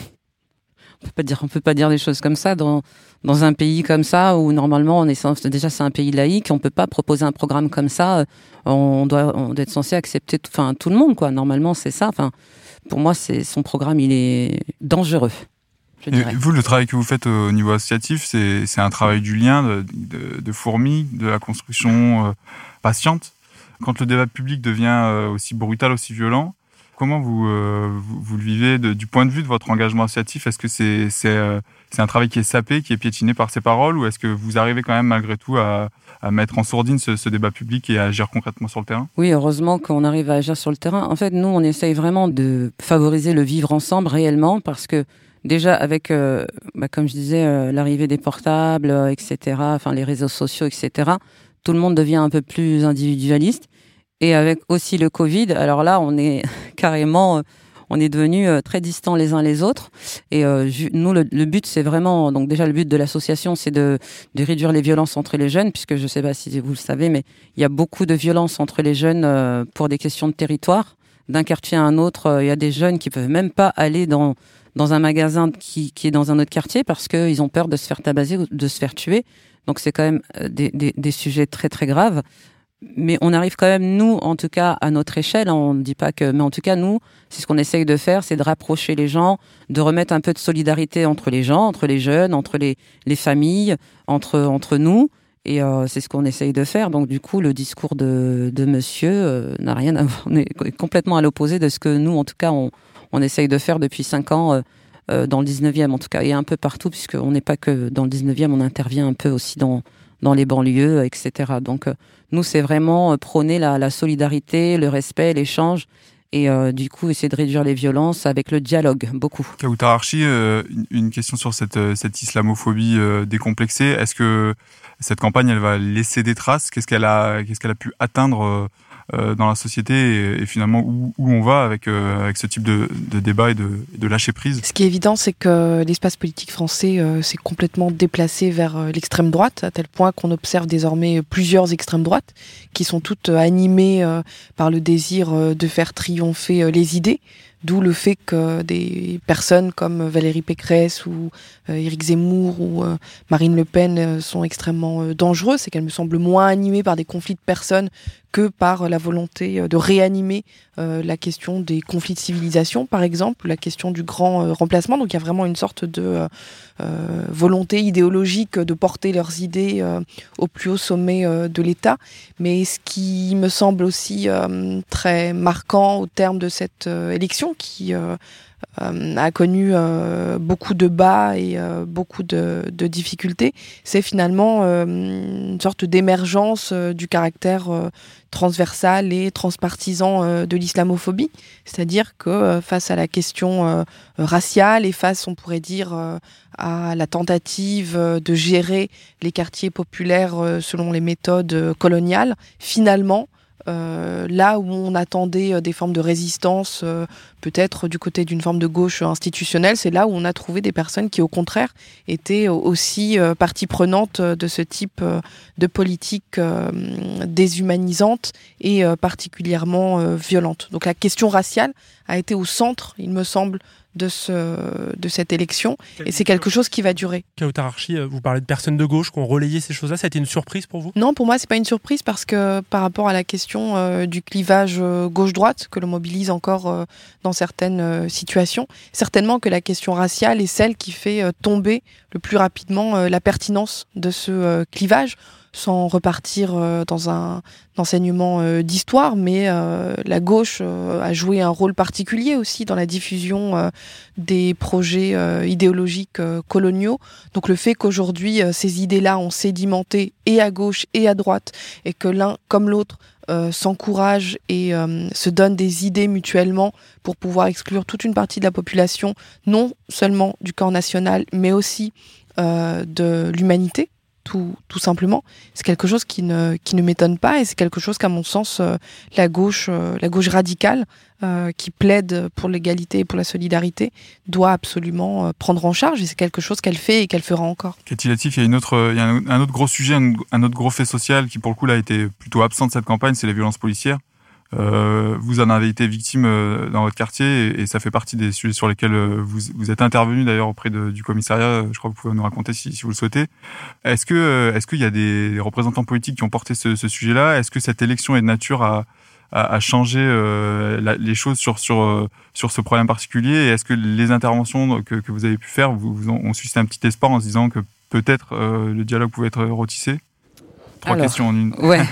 On peut pas dire des choses comme ça dans un pays comme ça où normalement déjà c'est un pays laïque. On peut pas proposer un programme comme ça. On doit être censé accepter tout le monde, quoi. Normalement c'est ça. Pour moi, son programme, il est dangereux. Et vous, le travail que vous faites au niveau associatif, c'est un travail du lien, de fourmi, de la construction patiente. Quand le débat public devient aussi brutal, aussi violent, comment vous le vivez du point de vue de votre engagement associatif? Est-ce que c'est un travail qui est sapé, qui est piétiné par ces paroles, ou est-ce que vous arrivez quand même malgré tout à mettre en sourdine ce débat public et à agir concrètement sur le terrain? Oui, heureusement qu'on arrive à agir sur le terrain. En fait, nous, on essaye vraiment de favoriser le vivre ensemble réellement, parce que déjà avec, comme je disais, l'arrivée des portables, etc., les réseaux sociaux, etc., tout le monde devient un peu plus individualiste. Et avec aussi le Covid, alors là, on est carrément... on est devenus très distants les uns les autres. Et nous, le but, c'est vraiment... Donc déjà, le but de l'association, c'est de réduire les violences entre les jeunes, puisque je ne sais pas si vous le savez, mais il y a beaucoup de violences entre les jeunes pour des questions de territoire. D'un quartier à un autre, il y a des jeunes qui ne peuvent même pas aller dans un magasin qui est dans un autre quartier parce qu'ils ont peur de se faire tabasser ou de se faire tuer. Donc c'est quand même des sujets très très graves. Mais on arrive quand même, nous, en tout cas, à notre échelle, on ne dit pas que... Mais en tout cas, nous, c'est ce qu'on essaye de faire, c'est de rapprocher les gens, de remettre un peu de solidarité entre les gens, entre les jeunes, entre les familles, entre nous. Et c'est ce qu'on essaye de faire. Donc, du coup, le discours de monsieur n'a rien à voir. On est complètement à l'opposé de ce que nous, en tout cas, on essaye de faire depuis 5 ans dans le 19e, en tout cas, et un peu partout, puisqu'on n'est pas que dans le 19e, on intervient un peu aussi dans les banlieues, etc. Donc, nous, c'est vraiment prôner la solidarité, le respect, l'échange, et du coup essayer de réduire les violences avec le dialogue, beaucoup. Kautar Archi, une question sur cette islamophobie décomplexée. Est-ce que cette campagne, elle va laisser des traces ? Qu'est-ce qu'elle a pu atteindre dans la société et finalement où on va avec ce type de débat et de lâcher prise? Ce qui est évident, c'est que l'espace politique français s'est complètement déplacé vers l'extrême droite, à tel point qu'on observe désormais plusieurs extrêmes droites qui sont toutes animées par le désir de faire triompher les idées. D'où le fait que des personnes comme Valérie Pécresse ou Éric Zemmour ou Marine Le Pen sont extrêmement dangereuses. C'est qu'elles me semblent moins animées par des conflits de personnes que par la volonté de réanimer la question des conflits de civilisation, par exemple, la question du grand remplacement. Donc il y a vraiment une sorte de volonté idéologique de porter leurs idées au plus haut sommet de l'État. Mais ce qui me semble aussi très marquant au terme de cette élection, qui a connu beaucoup de bas et beaucoup de difficultés, c'est finalement une sorte d'émergence du caractère transversal et transpartisan de l'islamophobie. C'est-à-dire que face à la question raciale et face, on pourrait dire, à la tentative de gérer les quartiers populaires selon les méthodes coloniales, finalement, là où on attendait des formes de résistance, peut-être du côté d'une forme de gauche institutionnelle, c'est là où on a trouvé des personnes qui, au contraire, étaient aussi partie prenante de ce type de politique déshumanisante et particulièrement violente. Donc la question raciale a été au centre, il me semble, de cette élection, et c'est quelque chose qui va durer. Kautar Archi, vous parlez de personnes de gauche qui ont relayé ces choses-là, ça a été une surprise pour vous ? Non, pour moi c'est pas une surprise, parce que par rapport à la question du clivage gauche-droite que l'on mobilise encore dans certaines situations, certainement que la question raciale est celle qui fait tomber le plus rapidement la pertinence de ce clivage, sans repartir dans un enseignement d'histoire, mais la gauche a joué un rôle particulier aussi dans la diffusion des projets idéologiques coloniaux. Donc le fait qu'aujourd'hui ces idées-là ont sédimenté et à gauche et à droite, et que l'un comme l'autre s'encouragent et se donnent des idées mutuellement pour pouvoir exclure toute une partie de la population, non seulement du camp national, mais aussi de l'humanité, tout simplement. C'est quelque chose qui ne m'étonne pas, et c'est quelque chose qu'à mon sens la gauche radicale qui plaide pour l'égalité et pour la solidarité doit absolument prendre en charge, et c'est quelque chose qu'elle fait et qu'elle fera encore. Cathy Latif, il y a un autre gros sujet, un autre gros fait social qui pour le coup là a été plutôt absent de cette campagne, c'est les violences policières. Vous en avez été victime dans votre quartier, et ça fait partie des sujets sur lesquels vous êtes intervenu d'ailleurs auprès du commissariat. Je crois que vous pouvez nous raconter si vous le souhaitez. Est-ce qu'il y a des représentants politiques qui ont porté ce sujet-là ? Est-ce que cette élection est de nature à changer les choses sur ce problème particulier ? Et est-ce que les interventions que vous avez pu faire vous ont suscité un petit espoir en se disant que peut-être le dialogue pouvait être retissé ? Trois questions en une. Ouais.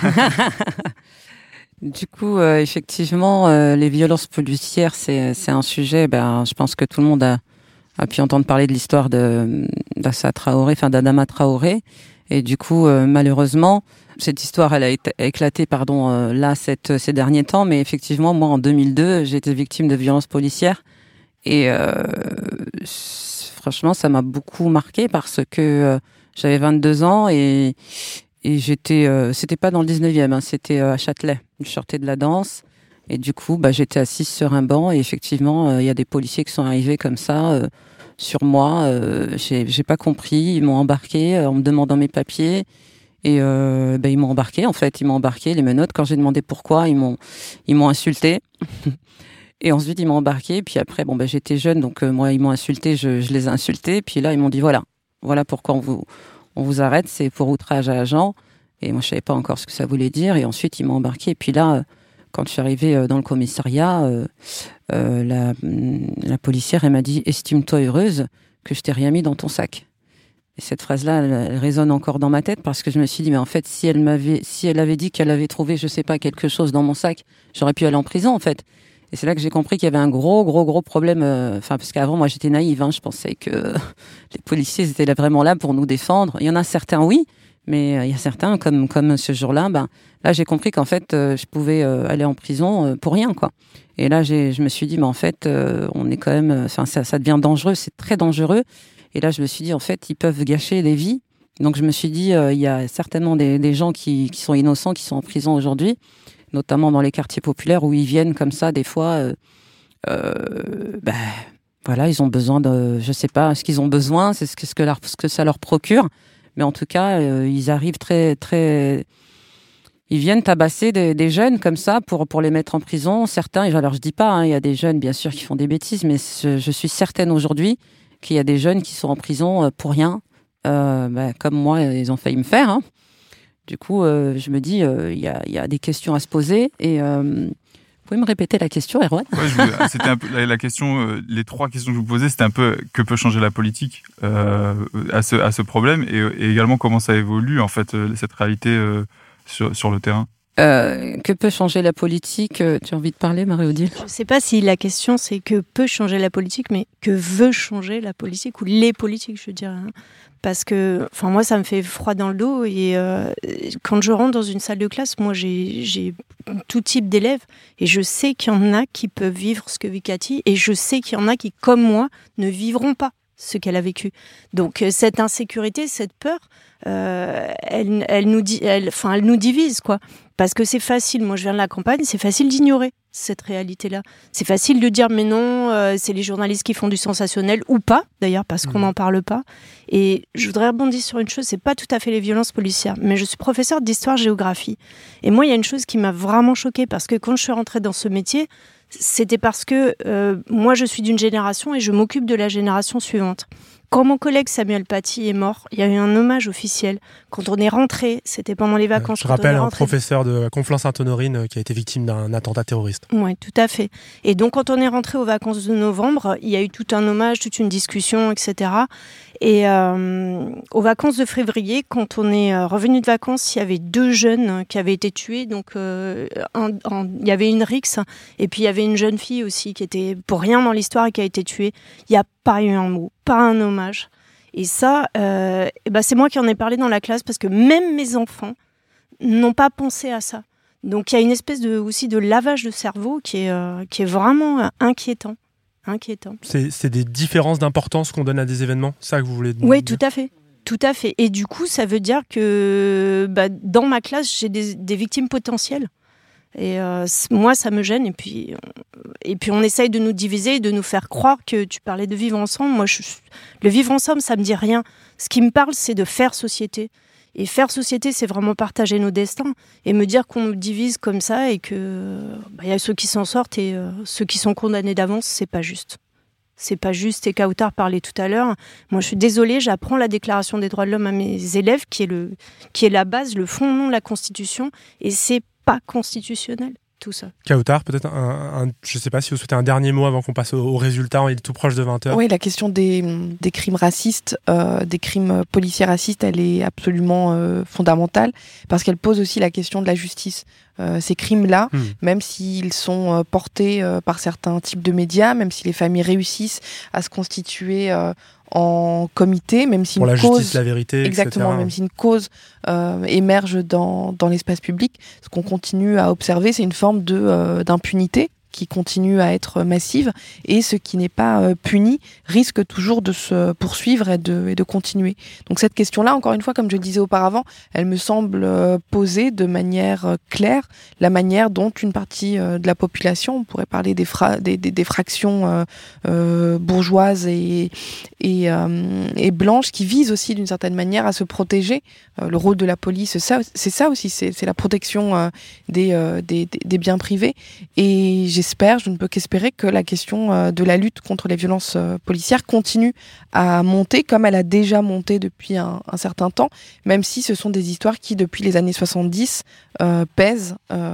Du coup, effectivement, les violences policières, c'est un sujet. Je pense que tout le monde a pu entendre parler de l'histoire d'Adama Traoré. Et du coup, malheureusement, cette histoire, elle a été éclatée, ces derniers temps. Mais effectivement, moi, en 2002, j'ai été victime de violences policières. Et franchement, ça m'a beaucoup marqué parce que j'avais 22 ans et c'était pas dans le 19e, c'était à Châtelet. Je sortais de la danse et du coup, j'étais assise sur un banc, et effectivement, il y a des policiers qui sont arrivés comme ça sur moi. J'ai pas compris, ils m'ont embarqué en me demandant mes papiers, et ils m'ont embarqué en fait, les menottes. Quand j'ai demandé pourquoi, ils m'ont insulté. Et ensuite ils m'ont embarqué, puis après j'étais jeune, donc moi ils m'ont insulté, je les ai insultés, puis là ils m'ont dit voilà pourquoi on vous arrête, c'est pour outrage à agent. Et moi, je savais pas encore ce que ça voulait dire. Et ensuite, ils m'ont embarqué. Et puis là, quand je suis arrivée dans le commissariat, la policière, elle m'a dit « Estime-toi heureuse que je t'ai rien mis dans ton sac ». Et cette phrase-là, elle résonne encore dans ma tête, parce que je me suis dit « Mais en fait, si elle avait dit qu'elle avait trouvé, je sais pas, quelque chose dans mon sac, j'aurais pu aller en prison, en fait ». Et c'est là que j'ai compris qu'il y avait un gros problème. Parce qu'avant, moi, j'étais naïve. Je pensais que les policiers étaient là vraiment là pour nous défendre. Il y en a certains, oui, Mais il y a certains, comme ce jour-là, là j'ai compris qu'en fait je pouvais aller en prison pour rien, quoi. Et là je me suis dit, mais en fait on est quand même, ça devient dangereux, c'est très dangereux. Et là je me suis dit, en fait ils peuvent gâcher des vies. Donc je me suis dit, il y a certainement des gens qui sont innocents, qui sont en prison aujourd'hui, notamment dans les quartiers populaires où ils viennent comme ça des fois. Voilà, ils ont besoin de, je sais pas ce qu'ils ont besoin, c'est ce que ça leur procure. Mais en tout cas, ils arrivent ils viennent tabasser des jeunes comme ça pour les mettre en prison. Certains, alors je dis pas, il y a des jeunes bien sûr qui font des bêtises, mais je suis certaine aujourd'hui qu'il y a des jeunes qui sont en prison pour rien, comme moi, ils ont failli me faire. Hein. Du coup, je me dis, il y a des questions à se poser. Et vous pouvez me répéter la question, Erwan ? C'était un peu la question, les 3 questions que je vous posais, c'était un peu que peut changer la politique à ce problème, et également comment ça évolue en fait cette réalité sur le terrain. Que peut changer la politique ? Tu as envie de parler, Marie-Odile ? Je ne sais pas si la question c'est que peut changer la politique, mais que veut changer la politique ou les politiques, je dirais. Parce que, moi, ça me fait froid dans le dos. Et quand je rentre dans une salle de classe, moi, j'ai tout type d'élèves. Et je sais qu'il y en a qui peuvent vivre ce que vit Cathy. Et je sais qu'il y en a qui, comme moi, ne vivront pas ce qu'elle a vécu. Donc, cette insécurité, cette peur, elle nous divise, quoi. Parce que c'est facile, moi je viens de la campagne, c'est facile d'ignorer cette réalité-là. C'est facile de dire mais non, c'est les journalistes qui font du sensationnel, ou pas d'ailleurs, parce qu'on n'en parle pas. Et je voudrais rebondir sur une chose, c'est pas tout à fait les violences policières, mais je suis professeure d'histoire-géographie. Et moi il y a une chose qui m'a vraiment choquée, parce que quand je suis rentrée dans ce métier, c'était parce que moi je suis d'une génération et je m'occupe de la génération suivante. Quand mon collègue Samuel Paty est mort, il y a eu un hommage officiel. Quand on est rentré, c'était pendant les vacances. Je rappelle un professeur de Conflans-Sainte-Honorine qui a été victime d'un attentat terroriste. Oui, tout à fait. Et donc quand on est rentré aux vacances de novembre, il y a eu tout un hommage, toute une discussion, etc. Et aux vacances de février, quand on est revenu de vacances, il y avait 2 jeunes qui avaient été tués. Donc il y avait une rixe et puis il y avait une jeune fille aussi qui était pour rien dans l'histoire et qui a été tuée. Il n'y a pas eu un mot, pas un hommage. Et ça, c'est moi qui en ai parlé dans la classe, parce que même mes enfants n'ont pas pensé à ça. Donc il y a une espèce aussi de lavage de cerveau qui est vraiment inquiétant. C'est des différences d'importance qu'on donne à des événements, ça que vous voulez dire ? Oui, tout à fait. Et du coup, ça veut dire que dans ma classe, j'ai des victimes potentielles. Et moi, ça me gêne. Et puis, on essaye de nous diviser et de nous faire croire que tu parlais de vivre ensemble. Moi, le vivre ensemble, ça me dit rien. Ce qui me parle, c'est de faire société. Et faire société, c'est vraiment partager nos destins. Et me dire qu'on nous divise comme ça et que y a ceux qui s'en sortent et ceux qui sont condamnés d'avance, c'est pas juste. C'est pas juste. Et Kautar parlait tout à l'heure. Moi, je suis désolée, j'apprends la Déclaration des droits de l'homme à mes élèves, qui est la base, le fondement de la Constitution. Et c'est pas constitutionnel, tout ça. Kautar, peut-être je ne sais pas si vous souhaitez un dernier mot avant qu'on passe au résultat, il est tout proche de 20h. Oui, la question des crimes racistes, des crimes policiers racistes, elle est absolument fondamentale, parce qu'elle pose aussi la question de la justice. Ces crimes-là, même s'ils sont portés par certains types de médias, même si les familles réussissent à se constituer en comité, même si pour une la cause, justice, la vérité, exactement, etc. Même si une cause émerge dans l'espace public, ce qu'on continue à observer, c'est une forme d'impunité qui continue à être massive, et ce qui n'est pas puni risque toujours de se poursuivre et de continuer. Donc cette question-là, encore une fois, comme je le disais auparavant, elle me semble poser de manière claire la manière dont une partie de la population, on pourrait parler des fractions bourgeoises et blanches, qui visent aussi d'une certaine manière à se protéger. Le rôle de la police, c'est ça aussi, c'est la protection des biens privés. Et j'espère, je ne peux qu'espérer que la question de la lutte contre les violences policières continue à monter, comme elle a déjà monté depuis un certain temps, même si ce sont des histoires qui, depuis les années 70, pèsent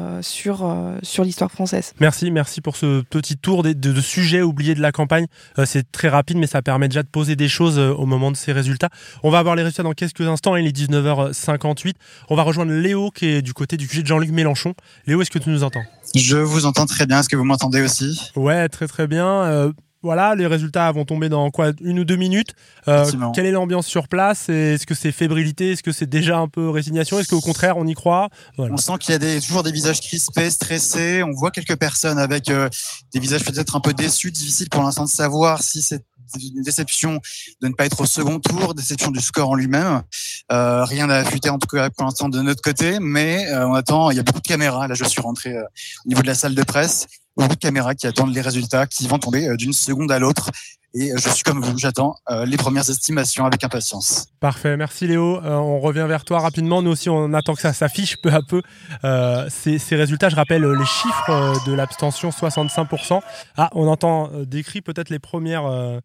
sur l'histoire française. Merci pour ce petit tour de sujets oubliés de la campagne. C'est très rapide, mais ça permet déjà de poser des choses au moment de ces résultats. On va avoir les résultats dans quelques instants, il est 19h58. On va rejoindre Léo, qui est du côté du QG de Jean-Luc Mélenchon. Léo, est-ce que tu nous entends ? Je vous entends très bien. Est-ce que vous m'entendez aussi ? Ouais, très très bien. voilà, les résultats vont tomber dans quoi, 1 ou 2 minutes. Quelle est l'ambiance sur place? Est-ce que c'est fébrilité? Est-ce que c'est déjà un peu résignation? Est-ce qu'au contraire, on y croit? Voilà. On sent qu'il y a toujours des visages crispés, stressés. On voit quelques personnes avec des visages peut-être un peu déçus. Difficile pour l'instant de savoir si c'est une déception de ne pas être au second tour, déception du score en lui-même. Rien n'a fuité en tout cas pour l'instant de notre côté, mais on attend. Il y a beaucoup de caméras. Là, je suis rentré au niveau de la salle de presse. Beaucoup de caméras qui attendent les résultats, qui vont tomber d'une seconde à l'autre. Et je suis comme vous, j'attends les premières estimations avec impatience. Parfait, merci Léo. On revient vers toi rapidement. Nous aussi, on attend que ça s'affiche peu à peu. Ces résultats, je rappelle les chiffres de l'abstention, 65%. Ah, on entend des cris, peut-être les premiers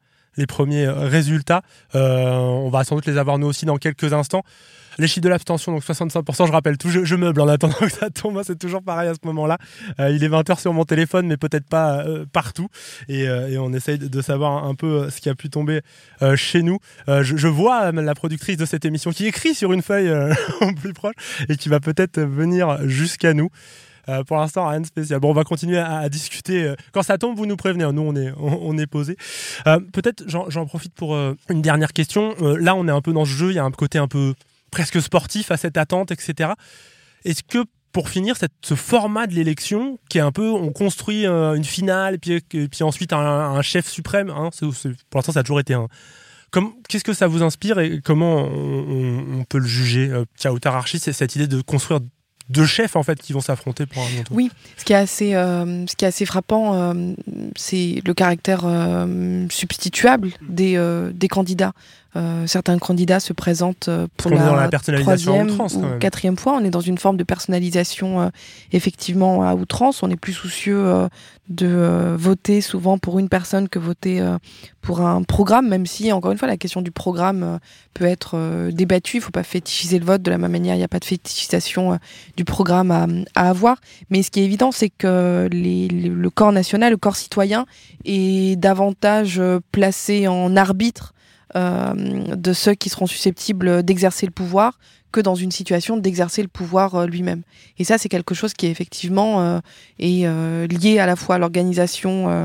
résultats. On va sans doute les avoir nous aussi dans quelques instants. Les chiffres de l'abstention, donc 65%, je rappelle tout, je meuble en attendant que ça tombe, moi c'est toujours pareil à ce moment-là. Il est 20h sur mon téléphone, mais peut-être pas partout. Et on essaye de savoir un peu ce qui a pu tomber chez nous. Je vois la productrice de cette émission qui écrit sur une feuille plus proche et qui va peut-être venir jusqu'à nous. Pour l'instant, rien de spécial. Bon, on va continuer à discuter. Quand ça tombe, vous nous prévenez. Nous, on est posé. Peut-être, j'en profite pour une dernière question. Là, on est un peu dans ce jeu. Il y a un côté un peu presque sportif à cette attente, etc. Est-ce que, pour finir, ce format de l'élection, qui est un peu, on construit une finale, et puis ensuite un chef suprême, hein, pour l'instant, ça a toujours été un... Qu'est-ce que ça vous inspire et comment on peut le juger, Kautar Archi, c'est cette idée de construire 2 chefs en fait qui vont s'affronter pour un autre. Oui, ce qui est assez frappant, c'est le caractère substituable des candidats. Certains candidats se présentent pour la 3e ou 4e fois. On est dans une forme de personnalisation effectivement à outrance. On est plus soucieux de voter souvent pour une personne que voter pour un programme, même si, encore une fois, la question du programme peut être débattue. Il ne faut pas fétichiser le vote. De la même manière, il n'y a pas de fétichisation du programme à avoir. Mais ce qui est évident, c'est que le corps national, le corps citoyen est davantage placé en arbitre de ceux qui seront susceptibles d'exercer le pouvoir que dans une situation d'exercer le pouvoir lui-même. Et ça, c'est quelque chose qui est effectivement lié à la fois à l'organisation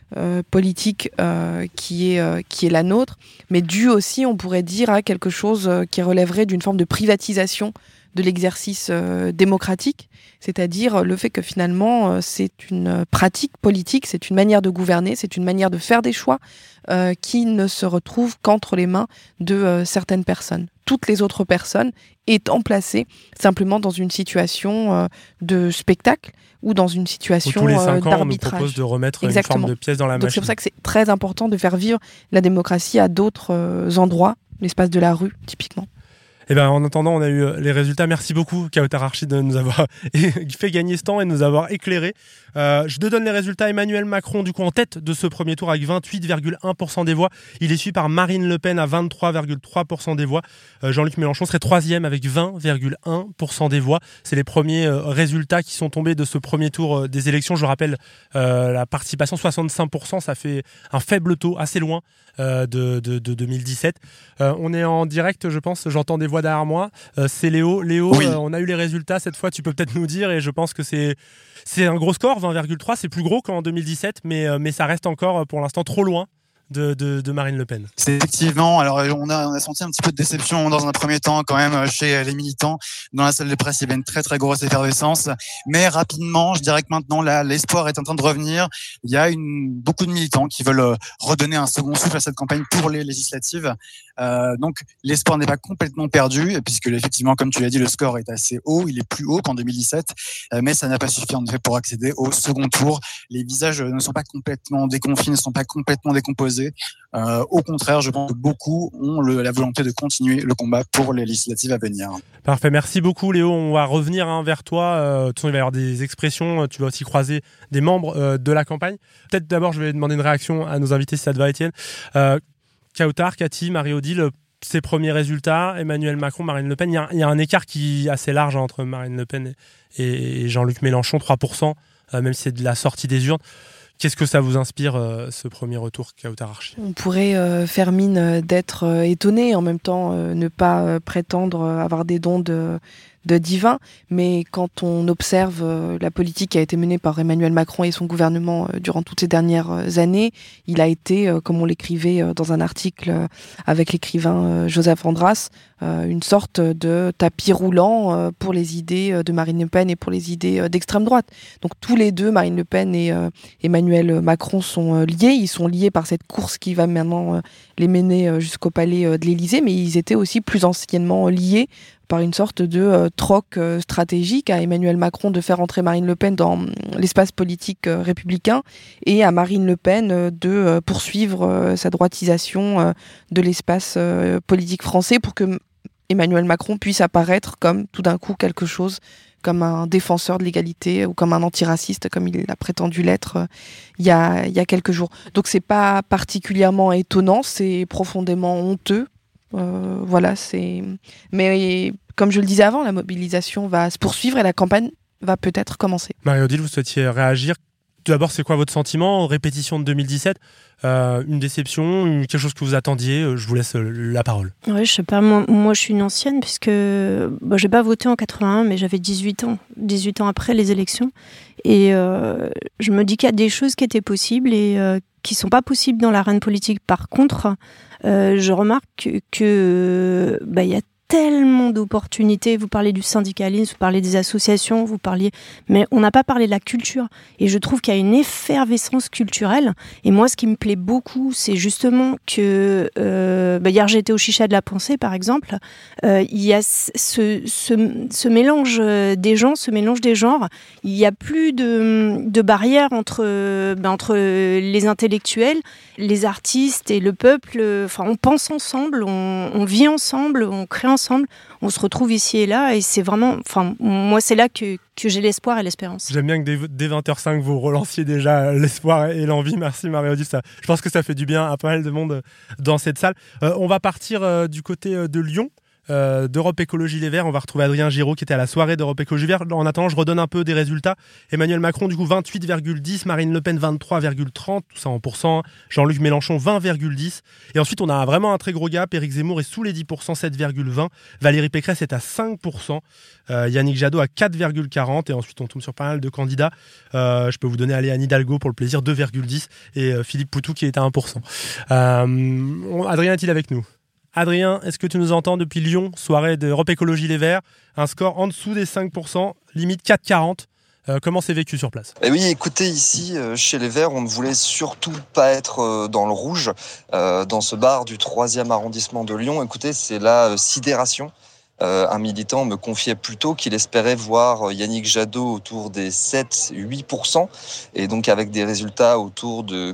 politique qui est la nôtre, mais dû aussi, on pourrait dire, à quelque chose qui relèverait d'une forme de privatisation de l'exercice démocratique, c'est-à-dire le fait que finalement c'est une pratique politique, c'est une manière de gouverner, c'est une manière de faire des choix qui ne se retrouve qu'entre les mains de certaines personnes. Toutes les autres personnes étant placées simplement dans une situation de spectacle ou dans une situation d'arbitrage. Tous les 5 ans, on nous propose de remettre Exactement. Une forme de pièce dans la machine. Donc c'est pour ça que c'est très important de faire vivre la démocratie à d'autres endroits, l'espace de la rue typiquement. Eh ben, en attendant, on a eu les résultats. Merci beaucoup, Kautar Archi, de nous avoir fait gagner ce temps et de nous avoir éclairé. Je te donne les résultats. Emmanuel Macron, du coup, en tête de ce premier tour avec 28,1% des voix. Il est suivi par Marine Le Pen à 23,3% des voix. Jean-Luc Mélenchon serait 3e avec 20,1% des voix. C'est les premiers résultats qui sont tombés de ce premier tour des élections. Je rappelle la participation, 65%. Ça fait un faible taux, assez loin de 2017. On est en direct, je pense. J'entends des voix derrière moi. C'est Léo. Léo, oui. On a eu les résultats cette fois. Tu peux peut-être nous dire, et je pense que c'est un gros score, 20,3, c'est plus gros qu'en 2017, mais ça reste encore pour l'instant trop loin de Marine Le Pen. C'est effectivement, alors on a senti un petit peu de déception dans un premier temps quand même chez les militants. Dans la salle de presse, il y avait une très très grosse effervescence, mais rapidement, je dirais que maintenant là, l'espoir est en train de revenir. Il y a beaucoup de militants qui veulent redonner un second souffle à cette campagne pour les législatives. Donc l'espoir n'est pas complètement perdu, puisque effectivement, comme tu l'as dit, le score est assez haut, il est plus haut qu'en 2017, mais ça n'a pas suffi en effet pour accéder au second tour. Les visages ne sont pas complètement déconfinés, ne sont pas complètement décomposés. Au contraire, je pense que beaucoup ont la volonté de continuer le combat pour les législatives à venir. Parfait, merci beaucoup Léo. On va revenir vers toi. De toute façon, il va y avoir des expressions. Tu vas aussi croiser des membres de la campagne. Peut-être d'abord, je vais demander une réaction à nos invités si ça te va, Étienne. Kautar, Cathy, Marie-Odile, ces premiers résultats, Emmanuel Macron, Marine Le Pen, il y a un écart qui est assez large entre Marine Le Pen et Jean-Luc Mélenchon, 3%, même si c'est de la sortie des urnes. Qu'est-ce que ça vous inspire, ce premier retour, Kautar Archi ? On pourrait faire mine d'être étonné, en même temps ne pas prétendre avoir des dons divin, mais quand on observe la politique qui a été menée par Emmanuel Macron et son gouvernement durant toutes ces dernières années, il a été, comme on l'écrivait dans un article avec l'écrivain Joseph Andras, une sorte de tapis roulant pour les idées de Marine Le Pen et pour les idées d'extrême droite. Donc tous les deux, Marine Le Pen et Emmanuel Macron, sont liés. Ils sont liés par cette course qui va maintenant les mener jusqu'au palais de l'Élysée, mais ils étaient aussi plus anciennement liés par une sorte de troc stratégique à Emmanuel Macron de faire entrer Marine Le Pen dans l'espace politique républicain et à Marine Le Pen de poursuivre sa droitisation de l'espace politique français pour que Emmanuel Macron puisse apparaître comme tout d'un coup quelque chose, comme un défenseur de l'égalité ou comme un antiraciste, comme il a prétendu l'être il y a quelques jours. Donc c'est pas particulièrement étonnant, c'est profondément honteux. Mais comme je le disais avant, la mobilisation va se poursuivre et la campagne va peut-être commencer. Marie-Odile, vous souhaitiez réagir. Tout d'abord, c'est quoi votre sentiment? Répétition de 2017, une déception, quelque chose que vous attendiez? Je vous laisse la parole. Oui, je sais pas, moi je suis une ancienne puisque j'ai pas voté en 81, mais j'avais 18 ans après les élections. Et je me dis qu'il y a des choses qui étaient possibles et qui sont pas possibles dans l'arène politique. Par contre, je remarque que il y a tellement d'opportunités. Vous parlez du syndicalisme, vous parlez des associations, mais on n'a pas parlé de la culture. Et je trouve qu'il y a une effervescence culturelle. Et moi, ce qui me plaît beaucoup, c'est justement que hier j'étais au Chicha de la Pensée, par exemple. Il y a ce mélange des gens, ce mélange des genres. Il n'y a plus de barrière entre les intellectuels, les artistes et le peuple. Enfin, on pense ensemble, on vit ensemble, on crée ensemble. On se retrouve ici et là et c'est vraiment, moi c'est là que j'ai l'espoir et l'espérance. J'aime bien que dès 20h05 vous relanciez déjà l'espoir et l'envie. Merci Marie-Odile, je pense que ça fait du bien à pas mal de monde dans cette salle. On va partir du côté de Lyon. D'Europe Écologie Les Verts, on va retrouver Adrien Giraud qui était à la soirée d'Europe Écologie Les Verts. En attendant, je redonne un peu des résultats. Emmanuel Macron, du coup, 28,10, Marine Le Pen, 23,30, tout ça en pourcent. Jean-Luc Mélenchon, 20,10. Et ensuite, on a vraiment un très gros gap. Éric Zemmour est sous les 10%, 7,20. Valérie Pécresse est à 5%. Yannick Jadot à 4,40. Et ensuite, on tombe sur pas mal de candidats. Je peux vous donner Anne Hidalgo pour le plaisir, 2,10. Et Philippe Poutou qui est à 1%. Adrien est-il avec nous? Adrien, est-ce que tu nous entends depuis Lyon, soirée d'Europe Écologie Les Verts, un score en dessous des 5%, limite 4,40. Comment c'est vécu sur place? Oui, écoutez, ici, chez Les Verts, on ne voulait surtout pas être dans le rouge. Dans ce bar du 3e arrondissement de Lyon, écoutez, c'est la sidération. Un militant me confiait plutôt qu'il espérait voir Yannick Jadot autour des 7-8%, et donc avec des résultats autour de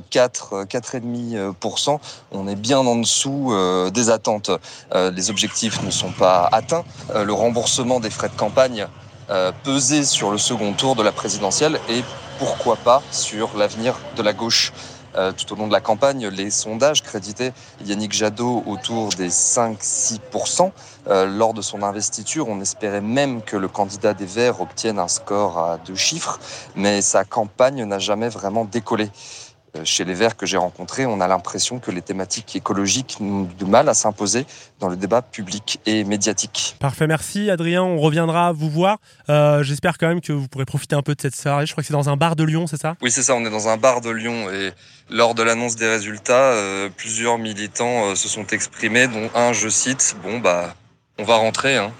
4,5%, on est bien en dessous des attentes. Les objectifs ne sont pas atteints. Le remboursement des frais de campagne pesait sur le second tour de la présidentielle et pourquoi pas sur l'avenir de la gauche. Tout au long de la campagne, les sondages créditaient Yannick Jadot autour des 5-6%. Lors de son investiture, on espérait même que le candidat des Verts obtienne un score à 2 chiffres, mais sa campagne n'a jamais vraiment décollé. Chez les Verts que j'ai rencontrés, on a l'impression que les thématiques écologiques ont du mal à s'imposer dans le débat public et médiatique. Parfait, merci Adrien, on reviendra vous voir. J'espère quand même que vous pourrez profiter un peu de cette soirée. Je crois que c'est dans un bar de Lyon, c'est ça? Oui, c'est ça, on est dans un bar de Lyon et lors de l'annonce des résultats, plusieurs militants se sont exprimés, dont un, je cite, on va rentrer. Hein.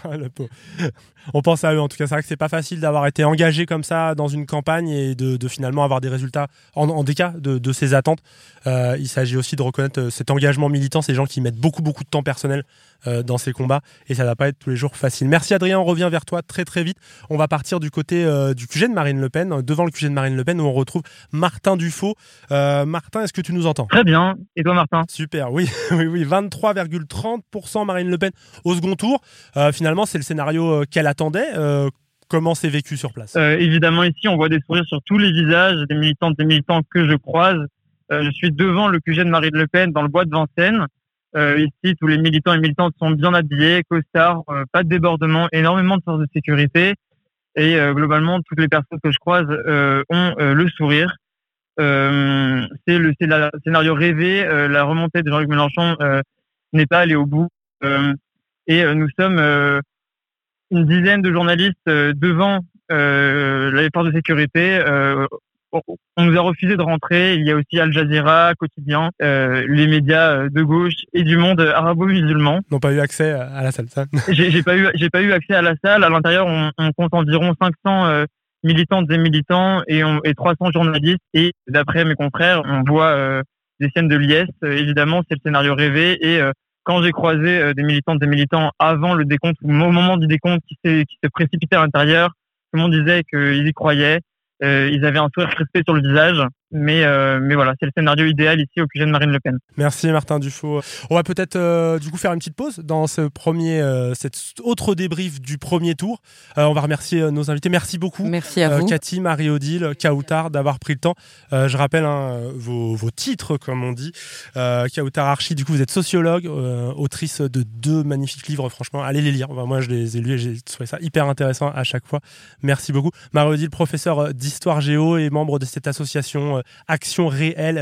On pense à eux, en tout cas. C'est vrai que c'est pas facile d'avoir été engagé comme ça dans une campagne et de finalement avoir des résultats en décalage de ses attentes. Il s'agit aussi de reconnaître cet engagement militant, ces gens qui mettent beaucoup de temps personnel dans ces combats et ça va pas être tous les jours facile. Merci Adrien, on revient vers toi très très vite. On va partir du côté du QG de Marine Le Pen, devant le QG de Marine Le Pen où on retrouve Martin Dufaux. Martin, est-ce que tu nous entends? Très bien, et toi Martin? Super, oui, 23,30% Marine Le Pen au second tour. Finalement, c'est le scénario qu'elle attendait. Comment c'est vécu sur place? Évidemment, ici, on voit des sourires sur tous les visages des militantes et militants que je croise. Je suis devant le QG de Marine Le Pen, dans le bois de Vincennes. Ici, tous les militants et militantes sont bien habillés, costards, pas de débordement, énormément de forces de sécurité. Et globalement, toutes les personnes que je croise ont le sourire. C'est le scénario rêvé. La remontée de Jean-Luc Mélenchon n'est pas allée au bout. Et nous sommes une dizaine de journalistes devant les forces de sécurité. On nous a refusé de rentrer. Il y a aussi Al Jazeera, Quotidien, les médias de gauche et du monde arabo-musulman. N'ont pas eu accès à la salle. J'ai pas eu accès à la salle. À l'intérieur, on compte environ 500 militantes et militants et 300 journalistes. Et d'après mes confrères, on voit des scènes de liesse. Évidemment, c'est le scénario rêvé. Et quand j'ai croisé des militantes et militants avant le décompte, ou au moment du décompte qui se précipitait à l'intérieur, tout le monde disait qu'ils y croyaient. Ils avaient un sourire crispé sur le visage, mais voilà, c'est le scénario idéal ici au QG de Marine Le Pen. Merci Martin Dufaux. On va peut-être du coup faire une petite pause dans cet autre débrief du premier tour. On va remercier nos invités. Merci beaucoup. Merci à vous. Cathy, Marie-Odile, Kautar d'avoir pris le temps. Je rappelle vos titres, comme on dit. Kautar Archi, du coup vous êtes sociologue, autrice de 2 magnifiques livres. Franchement, allez les lire. Moi je les ai lus et j'ai trouvé ça hyper intéressant à chaque fois. Merci beaucoup. Marie-Odile, professeure d'histoire géo et membre de cette association Action Réelle,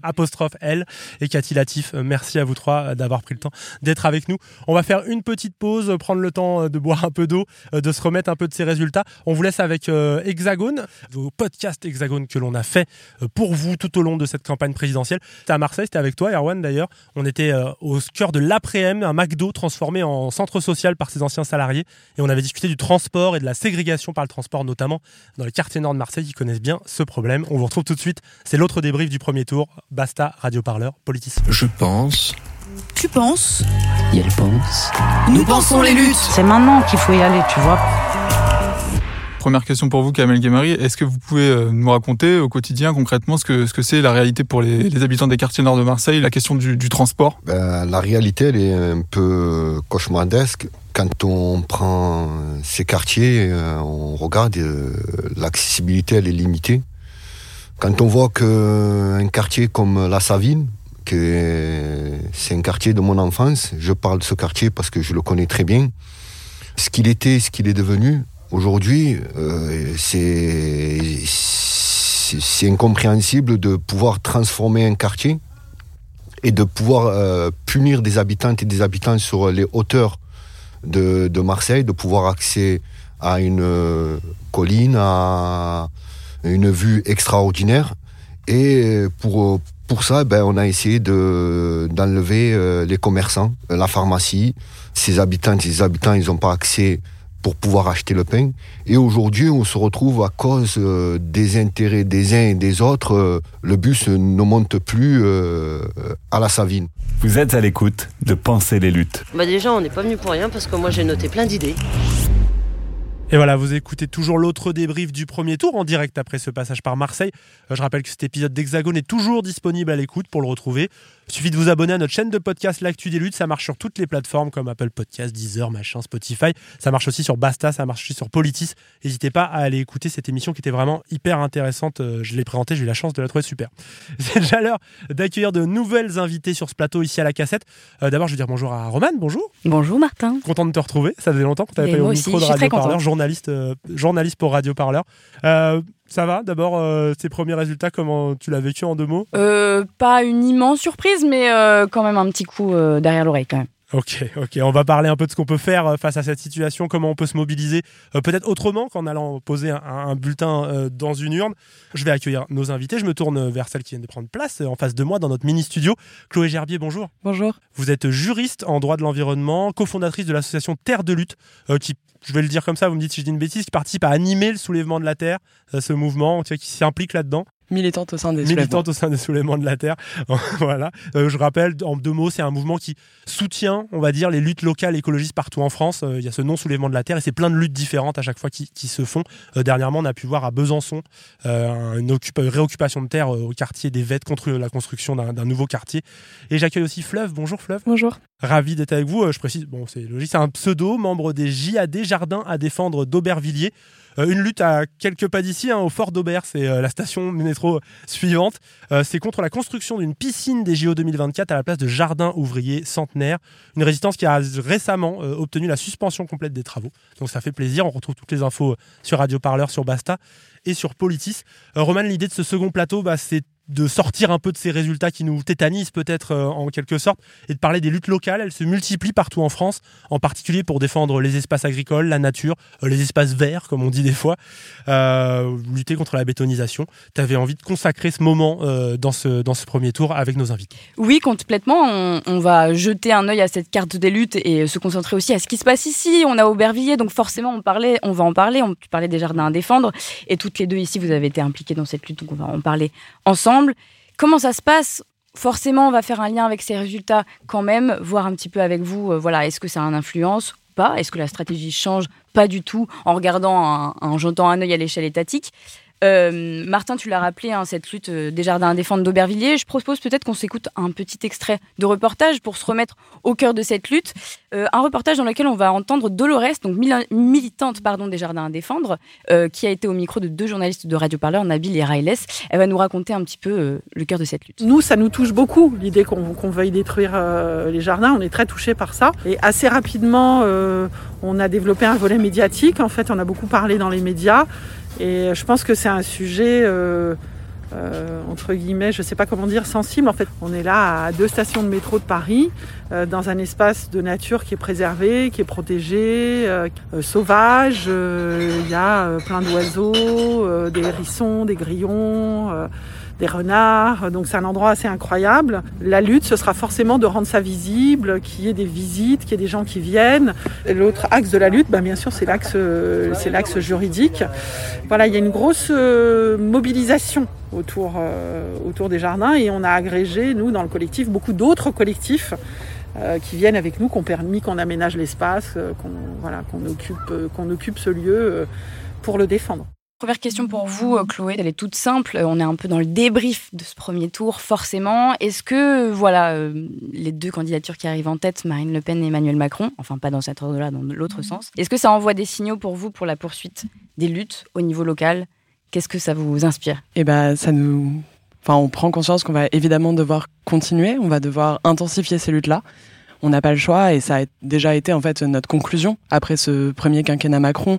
L. Et Cathy Latif, merci à vous 3 d'avoir pris le temps d'être avec nous. On va faire une petite pause, prendre le temps de boire un peu d'eau, de se remettre un peu de ces résultats. On vous laisse avec Hexagone, vos podcasts Hexagone que l'on a fait pour vous tout au long de cette campagne présidentielle. C'était à Marseille, c'était avec toi Erwan d'ailleurs. On était au cœur de l'après-midi, un McDo transformé en centre social par ses anciens salariés. Et on avait discuté du transport et de la ségrégation par le transport, notamment dans les quartiers nord de Marseille qui connaissent bien ce problème. On vous retrouve tout de suite. C'est l'autre débrief du premier tour. Basta, Radio Parleur, Politis. Je pense. Tu penses. Et elle pense. Nous pensons les luttes. C'est maintenant qu'il faut y aller, tu vois. Première question pour vous, Kamel Ghemari. Est-ce que vous pouvez nous raconter au quotidien, concrètement, ce que c'est la réalité pour les habitants des quartiers nord de Marseille, la question du transport ? La réalité, elle est un peu cauchemardesque. Quand on prend ces quartiers, on regarde, l'accessibilité, elle est limitée. Quand on voit qu'un quartier comme La Savine, c'est un quartier de mon enfance, je parle de ce quartier parce que je le connais très bien, ce qu'il était, ce qu'il est devenu, aujourd'hui, c'est incompréhensible de pouvoir transformer un quartier et de pouvoir punir des habitantes et des habitants sur les hauteurs de Marseille, de pouvoir accéder à une colline, à une vue extraordinaire. Et pour ça, on a essayé d'enlever les commerçants, la pharmacie. Ces habitants, ils n'ont pas accès pour pouvoir acheter le pain. Et aujourd'hui, on se retrouve à cause des intérêts des uns et des autres. Le bus ne monte plus à La Savine. Vous êtes à l'écoute de Penser les luttes. Déjà, on n'est pas venu pour rien parce que moi, j'ai noté plein d'idées. Et voilà, vous écoutez toujours l'autre débrief du premier tour en direct après ce passage par Marseille. Je rappelle que cet épisode d'Hexagone est toujours disponible à l'écoute pour le retrouver. Il suffit de vous abonner à notre chaîne de podcast L'Actu des Luttes. Ça marche sur toutes les plateformes comme Apple Podcasts, Deezer, Spotify. Ça marche aussi sur Basta, ça marche aussi sur Politis. N'hésitez pas à aller écouter cette émission qui était vraiment hyper intéressante. Je l'ai présentée, j'ai eu la chance de la trouver super. C'est déjà l'heure d'accueillir de nouvelles invités sur ce plateau ici à la cassette. D'abord, je vais dire bonjour à Romane, bonjour. Bonjour Martin. Content de te retrouver, ça faisait longtemps qu'on t'avait pas eu au micro de Radio Parleur, journaliste pour Radio Parleur. Ça va, d'abord, tes premiers résultats, comment tu l'as vécu en 2 mots ? Pas une immense surprise, mais quand même un petit coup derrière l'oreille quand même. Ok, on va parler un peu de ce qu'on peut faire face à cette situation, comment on peut se mobiliser, peut-être autrement qu'en allant poser un bulletin dans une urne. Je vais accueillir nos invités, je me tourne vers celle qui vient de prendre place en face de moi dans notre mini-studio. Chloé Gerbier, bonjour. Bonjour. Vous êtes juriste en droit de l'environnement, cofondatrice de l'association Terre de lutte, qui, je vais le dire comme ça, vous me dites si je dis une bêtise, qui participe à animer le soulèvement de la Terre, ce mouvement, qui s'implique là-dedans. Militante au sein des soulèvements de la Terre. Voilà. Je rappelle, en 2 mots, c'est un mouvement qui soutient, on va dire, les luttes locales écologistes partout en France. Il y a ce non-soulèvement de la Terre et c'est plein de luttes différentes à chaque fois qui se font. Dernièrement, on a pu voir à Besançon une réoccupation de terre au quartier des Vêtes contre la construction d'un nouveau quartier. Et j'accueille aussi Fleuve. Bonjour Fleuve. Bonjour. Ravi d'être avec vous. Je précise, c'est logique, c'est un pseudo, membre des JAD, Jardins à défendre d'Aubervilliers. Une lutte à quelques pas d'ici, au Fort d'Aubert, c'est la station métro suivante. C'est contre la construction d'une piscine des JO 2024 à la place de jardins ouvriers centenaires. Une résistance qui a récemment obtenu la suspension complète des travaux. Donc ça fait plaisir, on retrouve toutes les infos sur Radio Parleur, sur Basta et sur Politis. Romane, l'idée de ce second plateau, c'est de sortir un peu de ces résultats qui nous tétanisent peut-être en quelque sorte et de parler des luttes locales. Elles se multiplient partout en France, en particulier pour défendre les espaces agricoles, la nature, les espaces verts comme on dit des fois, lutter contre la bétonisation. Tu avais envie de consacrer ce moment dans ce premier tour avec nos invités. Oui, complètement. On va jeter un œil à cette carte des luttes et se concentrer aussi à ce qui se passe ici. On a Aubervilliers, donc forcément on va en parler. Tu parlais des jardins à défendre et toutes les deux ici vous avez été impliquées dans cette lutte, donc on va en parler ensemble. Comment ça se passe ? Forcément, on va faire un lien avec ces résultats quand même, voir un petit peu avec vous, est-ce que ça a une influence ou pas ? Est-ce que la stratégie change ? Pas du tout, en jetant un œil à l'échelle étatique. Martin, tu l'as rappelé, cette lutte des jardins à défendre d'Aubervilliers. Je propose peut-être qu'on s'écoute un petit extrait de reportage pour se remettre au cœur de cette lutte. Un reportage dans lequel on va entendre Dolores, donc militante des jardins à défendre, qui a été au micro de 2 journalistes de Radio Parleur, Nabil et Railes. Elle va nous raconter un petit peu le cœur de cette lutte. Nous, ça nous touche beaucoup, l'idée qu'on veuille détruire les jardins. On est très touchés par ça. Et assez rapidement, on a développé un volet médiatique. En fait, on a beaucoup parlé dans les médias. Et je pense que c'est un sujet, entre guillemets, je ne sais pas comment dire, sensible. En fait, on est là à 2 stations de métro de Paris, dans un espace de nature qui est préservé, qui est protégé, sauvage. Il y a plein d'oiseaux, des hérissons, des grillons, des renards. Donc c'est un endroit assez incroyable. La lutte, ce sera forcément de rendre ça visible, qu'il y ait des visites, qu'il y ait des gens qui viennent. Et l'autre axe de la lutte, bien sûr, c'est l'axe juridique. Voilà, il y a une grosse mobilisation autour des jardins et on a agrégé, nous, dans le collectif, beaucoup d'autres collectifs qui viennent avec nous, qui ont permis qu'on aménage l'espace, qu'on occupe ce lieu pour le défendre. Première question pour vous, Chloé, elle est toute simple. On est un peu dans le débrief de ce premier tour, forcément. Est-ce que, les 2 candidatures qui arrivent en tête, Marine Le Pen et Emmanuel Macron, enfin pas dans cet ordre-là, dans l'autre sens, est-ce que ça envoie des signaux pour vous pour la poursuite des luttes au niveau local ? Qu'est-ce que ça vous inspire ? On prend conscience qu'on va évidemment devoir continuer, on va devoir intensifier ces luttes-là. On n'a pas le choix et ça a déjà été en fait notre conclusion après ce premier quinquennat Macron.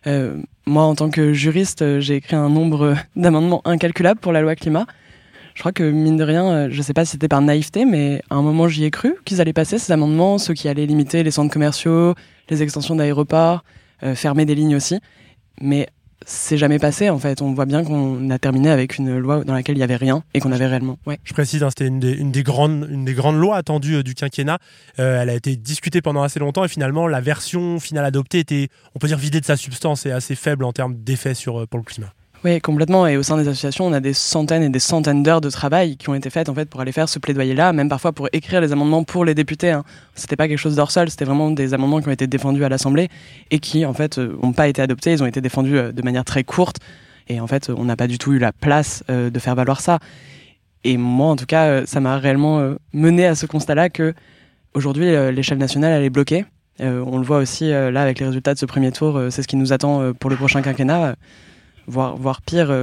Moi, en tant que juriste, j'ai écrit un nombre d'amendements incalculables pour la loi climat. Je crois que, mine de rien, je ne sais pas si c'était par naïveté, mais à un moment, j'y ai cru qu'ils allaient passer, ces amendements, ceux qui allaient limiter les centres commerciaux, les extensions d'aéroports, fermer des lignes aussi. Mais c'est jamais passé, en fait. On voit bien qu'on a terminé avec une loi dans laquelle il n'y avait rien et qu'on avait réellement... Ouais. Je précise, c'était une des grandes lois attendues du quinquennat. Elle a été discutée pendant assez longtemps et finalement, la version finale adoptée était, on peut dire, vidée de sa substance et assez faible en termes d'effets pour le climat. Oui, complètement. Et au sein des associations, on a des centaines et des centaines d'heures de travail qui ont été faites en fait pour aller faire ce plaidoyer-là, même parfois pour écrire les amendements pour les députés. C'était pas quelque chose d'hors sol, c'était vraiment des amendements qui ont été défendus à l'Assemblée et qui en fait n'ont pas été adoptés. Ils ont été défendus de manière très courte et en fait on n'a pas du tout eu la place de faire valoir ça. Et moi, en tout cas, ça m'a réellement mené à ce constat-là que aujourd'hui l'échelle nationale elle est bloquée. On le voit aussi là avec les résultats de ce premier tour. C'est ce qui nous attend pour le prochain quinquennat. Voire pire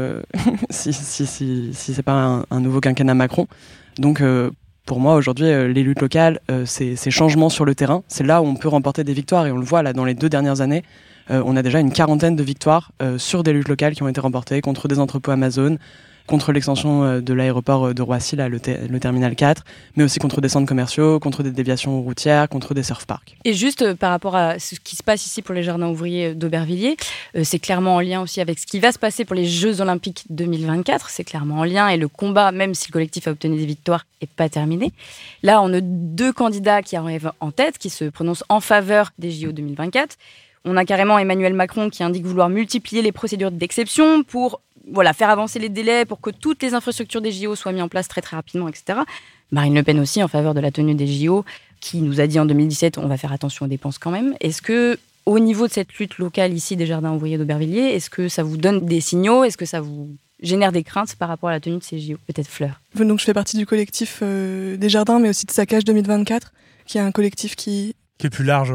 si c'est pas un nouveau quinquennat Macron. Donc pour moi aujourd'hui les luttes locales, ces changements sur le terrain, c'est là où on peut remporter des victoires et on le voit là dans les 2 dernières années. On a déjà une 40aine de victoires sur des luttes locales qui ont été remportées contre des entrepôts Amazon, contre l'extension de l'aéroport de Roissy, là, le terminal 4, mais aussi contre des centres commerciaux, contre des déviations routières, contre des surf parks. Et juste par rapport à ce qui se passe ici pour les jardins ouvriers d'Aubervilliers, c'est clairement en lien aussi avec ce qui va se passer pour les Jeux Olympiques 2024. C'est clairement en lien et le combat, même si le collectif a obtenu des victoires, n'est pas terminé. Là, on a 2 candidats qui arrivent en tête, qui se prononcent en faveur des JO 2024. On a carrément Emmanuel Macron qui indique vouloir multiplier les procédures d'exception pour faire avancer les délais, pour que toutes les infrastructures des JO soient mises en place très très rapidement, etc. Marine Le Pen aussi en faveur de la tenue des JO, qui nous a dit en 2017 on va faire attention aux dépenses quand même. Est-ce que, au niveau de cette lutte locale ici des jardins ouvriers d'Aubervilliers, est-ce que ça vous donne des signaux ? Est-ce que ça vous génère des craintes par rapport à la tenue de ces JO ? Peut-être Fleur. Donc je fais partie du collectif des jardins, mais aussi de Saccage 2024, qui est un collectif qui est plus large,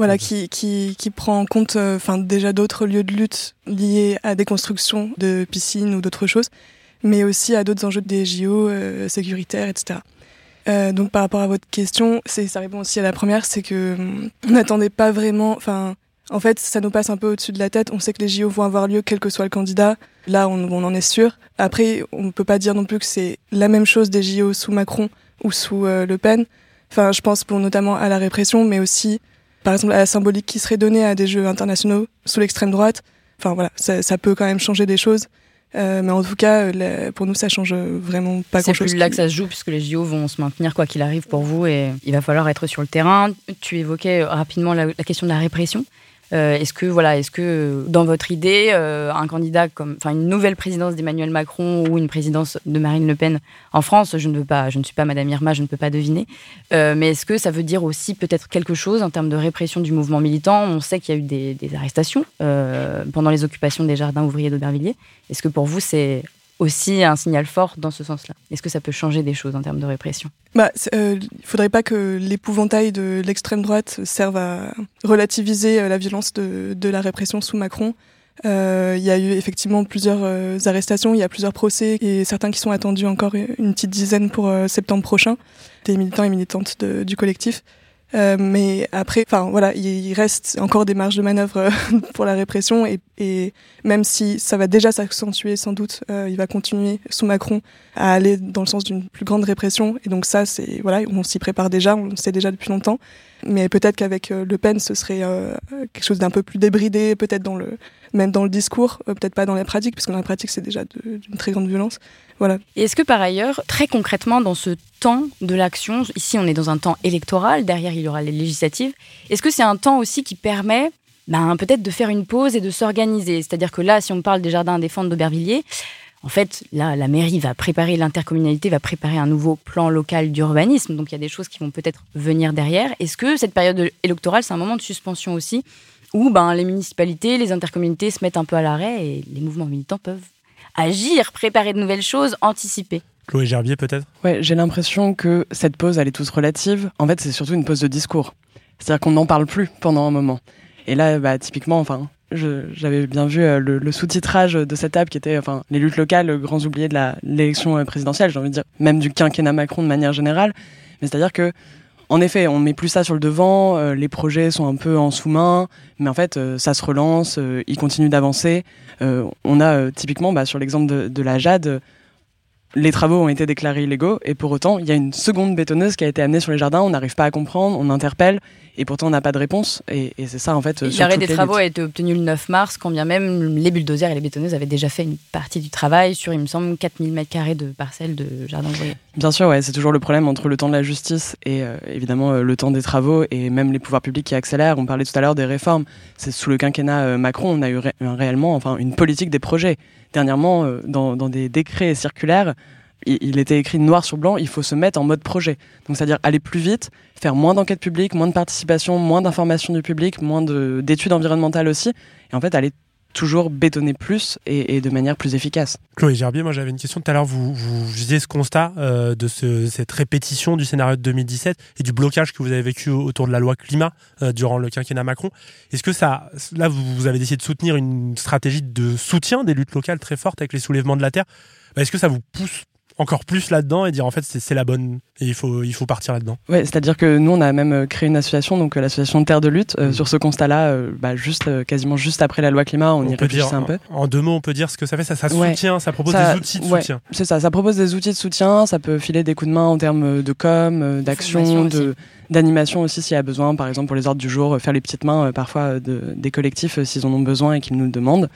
qui prend en compte déjà d'autres lieux de lutte liés à des constructions de piscines ou d'autres choses, mais aussi à d'autres enjeux des JO sécuritaires, etc. Donc par rapport à votre question, ça répond aussi à la première, c'est que on n'attendait pas vraiment, En fait, ça nous passe un peu au-dessus de la tête. On sait que les JO vont avoir lieu quel que soit le candidat. Là, on en est sûr. Après, on ne peut pas dire non plus que c'est la même chose des JO sous Macron ou sous Le Pen. Enfin, je pense notamment à la répression, mais aussi, par exemple, à la symbolique qui serait donnée à des Jeux internationaux sous l'extrême droite. Enfin voilà, ça peut quand même changer des choses. Mais en tout cas, pour nous, ça change vraiment pas grand-chose. C'est plus là que ça se joue, puisque les JO vont se maintenir quoi qu'il arrive pour vous, et il va falloir être sur le terrain. Tu évoquais rapidement la question de la répression. Est-ce que dans votre idée, un candidat une nouvelle présidence d'Emmanuel Macron ou une présidence de Marine Le Pen en France, je ne suis pas Madame Irma, je ne peux pas deviner, mais est-ce que ça veut dire aussi peut-être quelque chose en termes de répression du mouvement militant? On sait qu'il y a eu des arrestations pendant les occupations des jardins ouvriers d'Aubervilliers. Est-ce que pour vous c'est aussi un signal fort dans ce sens-là? Est-ce que ça peut changer des choses en termes de répression? Il faudrait pas que l'épouvantail de l'extrême droite serve à relativiser la violence de la répression sous Macron. Il y a eu effectivement plusieurs arrestations, il y a plusieurs procès et certains qui sont attendus encore une petite dizaine pour septembre prochain, des militants et militantes du collectif. Mais après, il reste encore des marges de manœuvre pour la répression et même si ça va déjà s'accentuer sans doute, il va continuer sous Macron à aller dans le sens d'une plus grande répression. Et donc ça, on s'y prépare déjà, on le sait déjà depuis longtemps. Mais peut-être qu'avec Le Pen, ce serait quelque chose d'un peu plus débridé, peut-être même dans le discours, peut-être pas dans la pratique, parce que dans la pratique, c'est déjà d'une très grande violence. Voilà. Et est-ce que par ailleurs, très concrètement, dans ce temps de l'action, ici on est dans un temps électoral, derrière il y aura les législatives, est-ce que c'est un temps aussi qui permet peut-être de faire une pause et de s'organiser? C'est-à-dire que là, si on parle des jardins à défendre d'Aubervilliers, en fait, là, la mairie va préparer, l'intercommunalité va préparer un nouveau plan local d'urbanisme, donc il y a des choses qui vont peut-être venir derrière. Est-ce que cette période électorale, c'est un moment de suspension aussi, où les municipalités, les intercommunalités se mettent un peu à l'arrêt et les mouvements militants peuvent agir, préparer de nouvelles choses, anticiper? Chloé Gerbier, peut-être? Ouais, j'ai l'impression que cette pause, elle est toute relative. En fait, c'est surtout une pause de discours. C'est-à-dire qu'on n'en parle plus pendant un moment. Et là, typiquement, j'avais bien vu le sous-titrage de cette table qui était les luttes locales, grands oubliés de l'élection présidentielle, j'ai envie de dire, même du quinquennat Macron de manière générale. Mais c'est-à-dire que, en effet, on met plus ça sur le devant, les projets sont un peu en sous-main, mais en fait, ça se relance, ils continuent d'avancer. On a typiquement, sur l'exemple de la Jade, les travaux ont été déclarés illégaux et pour autant, il y a une seconde bétonneuse qui a été amenée sur les jardins, on n'arrive pas à comprendre, on interpelle et pourtant on n'a pas de réponse et c'est ça en fait. L'arrêt des travaux a été obtenu le 9 mars, quand bien même les bulldozers et les bétonneuses avaient déjà fait une partie du travail sur, il me semble, 4000 m² de parcelles de jardins ouvriers. Bien sûr, ouais, c'est toujours le problème entre le temps de la justice et évidemment le temps des travaux et même les pouvoirs publics qui accélèrent. On parlait tout à l'heure des réformes. C'est sous le quinquennat Macron, on a eu réellement une politique des projets. Dernièrement, dans des décrets circulaires, il était écrit noir sur blanc, il faut se mettre en mode projet. Donc c'est-à-dire aller plus vite, faire moins d'enquêtes publiques, moins de participation, moins d'informations du public, moins d'études environnementales aussi, et en fait aller toujours bétonner plus et de manière plus efficace. Chloé Gerbier, moi j'avais une question tout à l'heure, vous faisiez ce constat de cette répétition du scénario de 2017 et du blocage que vous avez vécu autour de la loi climat durant le quinquennat Macron. Est-ce que là vous avez décidé de soutenir une stratégie de soutien des luttes locales très forte avec les soulèvements de la terre? Est-ce que ça vous pousse encore plus là-dedans et dire en fait c'est la bonne et il faut partir là-dedans? Ouais, c'est-à-dire que nous on a même créé une association, donc l'association Terre de lutte, sur ce constat-là, quasiment juste après la loi climat, on y réfléchissait un peu. En deux mots, on peut dire ce que ça fait, ça soutient, ça propose des outils de soutien. C'est ça propose des outils de soutien, ça peut filer des coups de main en termes de com, d'action, d'animation aussi s'il y a besoin, par exemple pour les ordres du jour, faire les petites mains parfois des collectifs s'ils en ont besoin et qu'ils nous le demandent.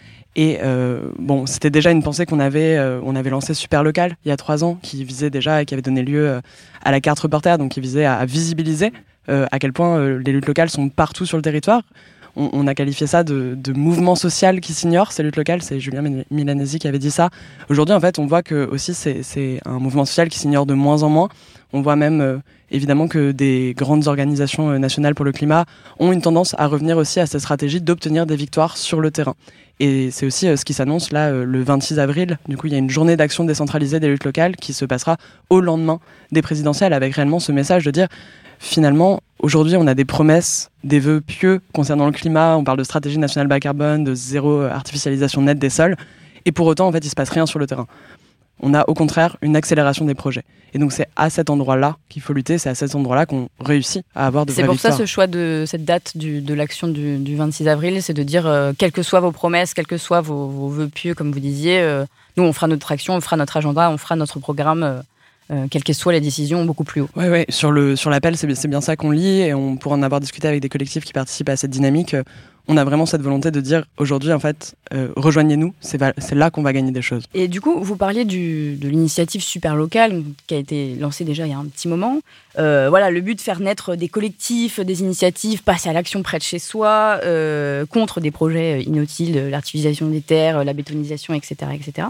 Et c'était déjà une pensée qu'on avait lancée Super Local il y a 3 ans, qui visait déjà, qui avait donné lieu à la carte reporter, donc qui visait à visibiliser à quel point les luttes locales sont partout sur le territoire. On a qualifié ça de mouvement social qui s'ignore, ces luttes locales, c'est Julien Milanesi qui avait dit ça. Aujourd'hui, en fait, on voit que aussi c'est un mouvement social qui s'ignore de moins en moins. On voit même évidemment que des grandes organisations nationales pour le climat ont une tendance à revenir aussi à cette stratégie d'obtenir des victoires sur le terrain. Et c'est aussi ce qui s'annonce là le 26 avril. Du coup, il y a une journée d'action décentralisée des luttes locales qui se passera au lendemain des présidentielles, avec réellement ce message de dire finalement, aujourd'hui, on a des promesses, des vœux pieux concernant le climat. On parle de stratégie nationale bas carbone, de zéro artificialisation nette des sols. Et pour autant, en fait, il se passe rien sur le terrain. on a au contraire une accélération des projets. Et donc c'est à cet endroit-là qu'il faut lutter, c'est à cet endroit-là qu'on réussit à avoir de vraies victoires. C'est pour ça ce choix de cette date de l'action du 26 avril, c'est de dire, quelles que soient vos promesses, quels que soient vos vœux pieux, comme vous disiez, nous on fera notre action, on fera notre agenda, on fera notre programme, quelles que soient les décisions, beaucoup plus haut. Ouais, sur l'appel, c'est bien ça qu'on lit, et on pourra en avoir discuté avec des collectifs qui participent à cette dynamique. On a vraiment cette volonté de dire, aujourd'hui, en fait, rejoignez-nous, c'est là qu'on va gagner des choses. Et du coup, vous parliez de l'initiative super locale qui a été lancée déjà il y a un petit moment. Voilà, le but de faire naître des collectifs, des initiatives, passer à l'action près de chez soi, contre des projets inutiles, l'artificialisation des terres, la bétonisation, etc., etc.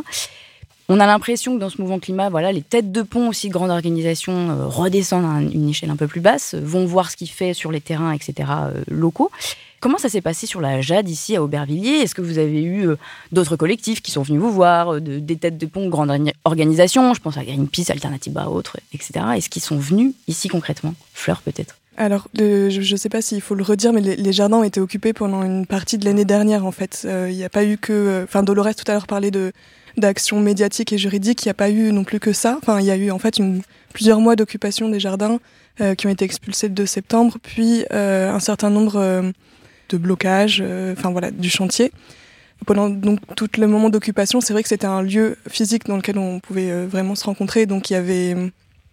On a l'impression que dans ce mouvement climat, voilà, les têtes de pont aussi grandes organisations redescendent à une échelle un peu plus basse, vont voir ce qu'il fait sur les terrains, etc., locaux. Comment ça s'est passé sur la Jade ici à Aubervilliers ? Est-ce que vous avez eu d'autres collectifs qui sont venus vous voir, des têtes de pont grandes organisations, je pense à Greenpeace, Alternativa, autres, etc. Est-ce qu'ils sont venus ici concrètement ? Fleur peut-être ? Alors, je ne sais pas s'il faut le redire, mais les jardins ont été occupés pendant une partie de l'année dernière en fait. Il n'y a pas eu que... Enfin, Dolores tout à l'heure parlait d'actions médiatiques et juridiques, il n'y a pas eu non plus que ça. Enfin, il y a eu en fait plusieurs mois d'occupation des jardins qui ont été expulsés le 2 septembre, puis un certain nombre de blocages, du chantier. Pendant donc tout le moment d'occupation, c'est vrai que c'était un lieu physique dans lequel on pouvait vraiment se rencontrer. Donc il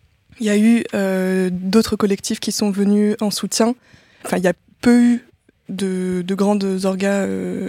y a eu d'autres collectifs qui sont venus en soutien. Enfin, il y a peu eu de grandes orgas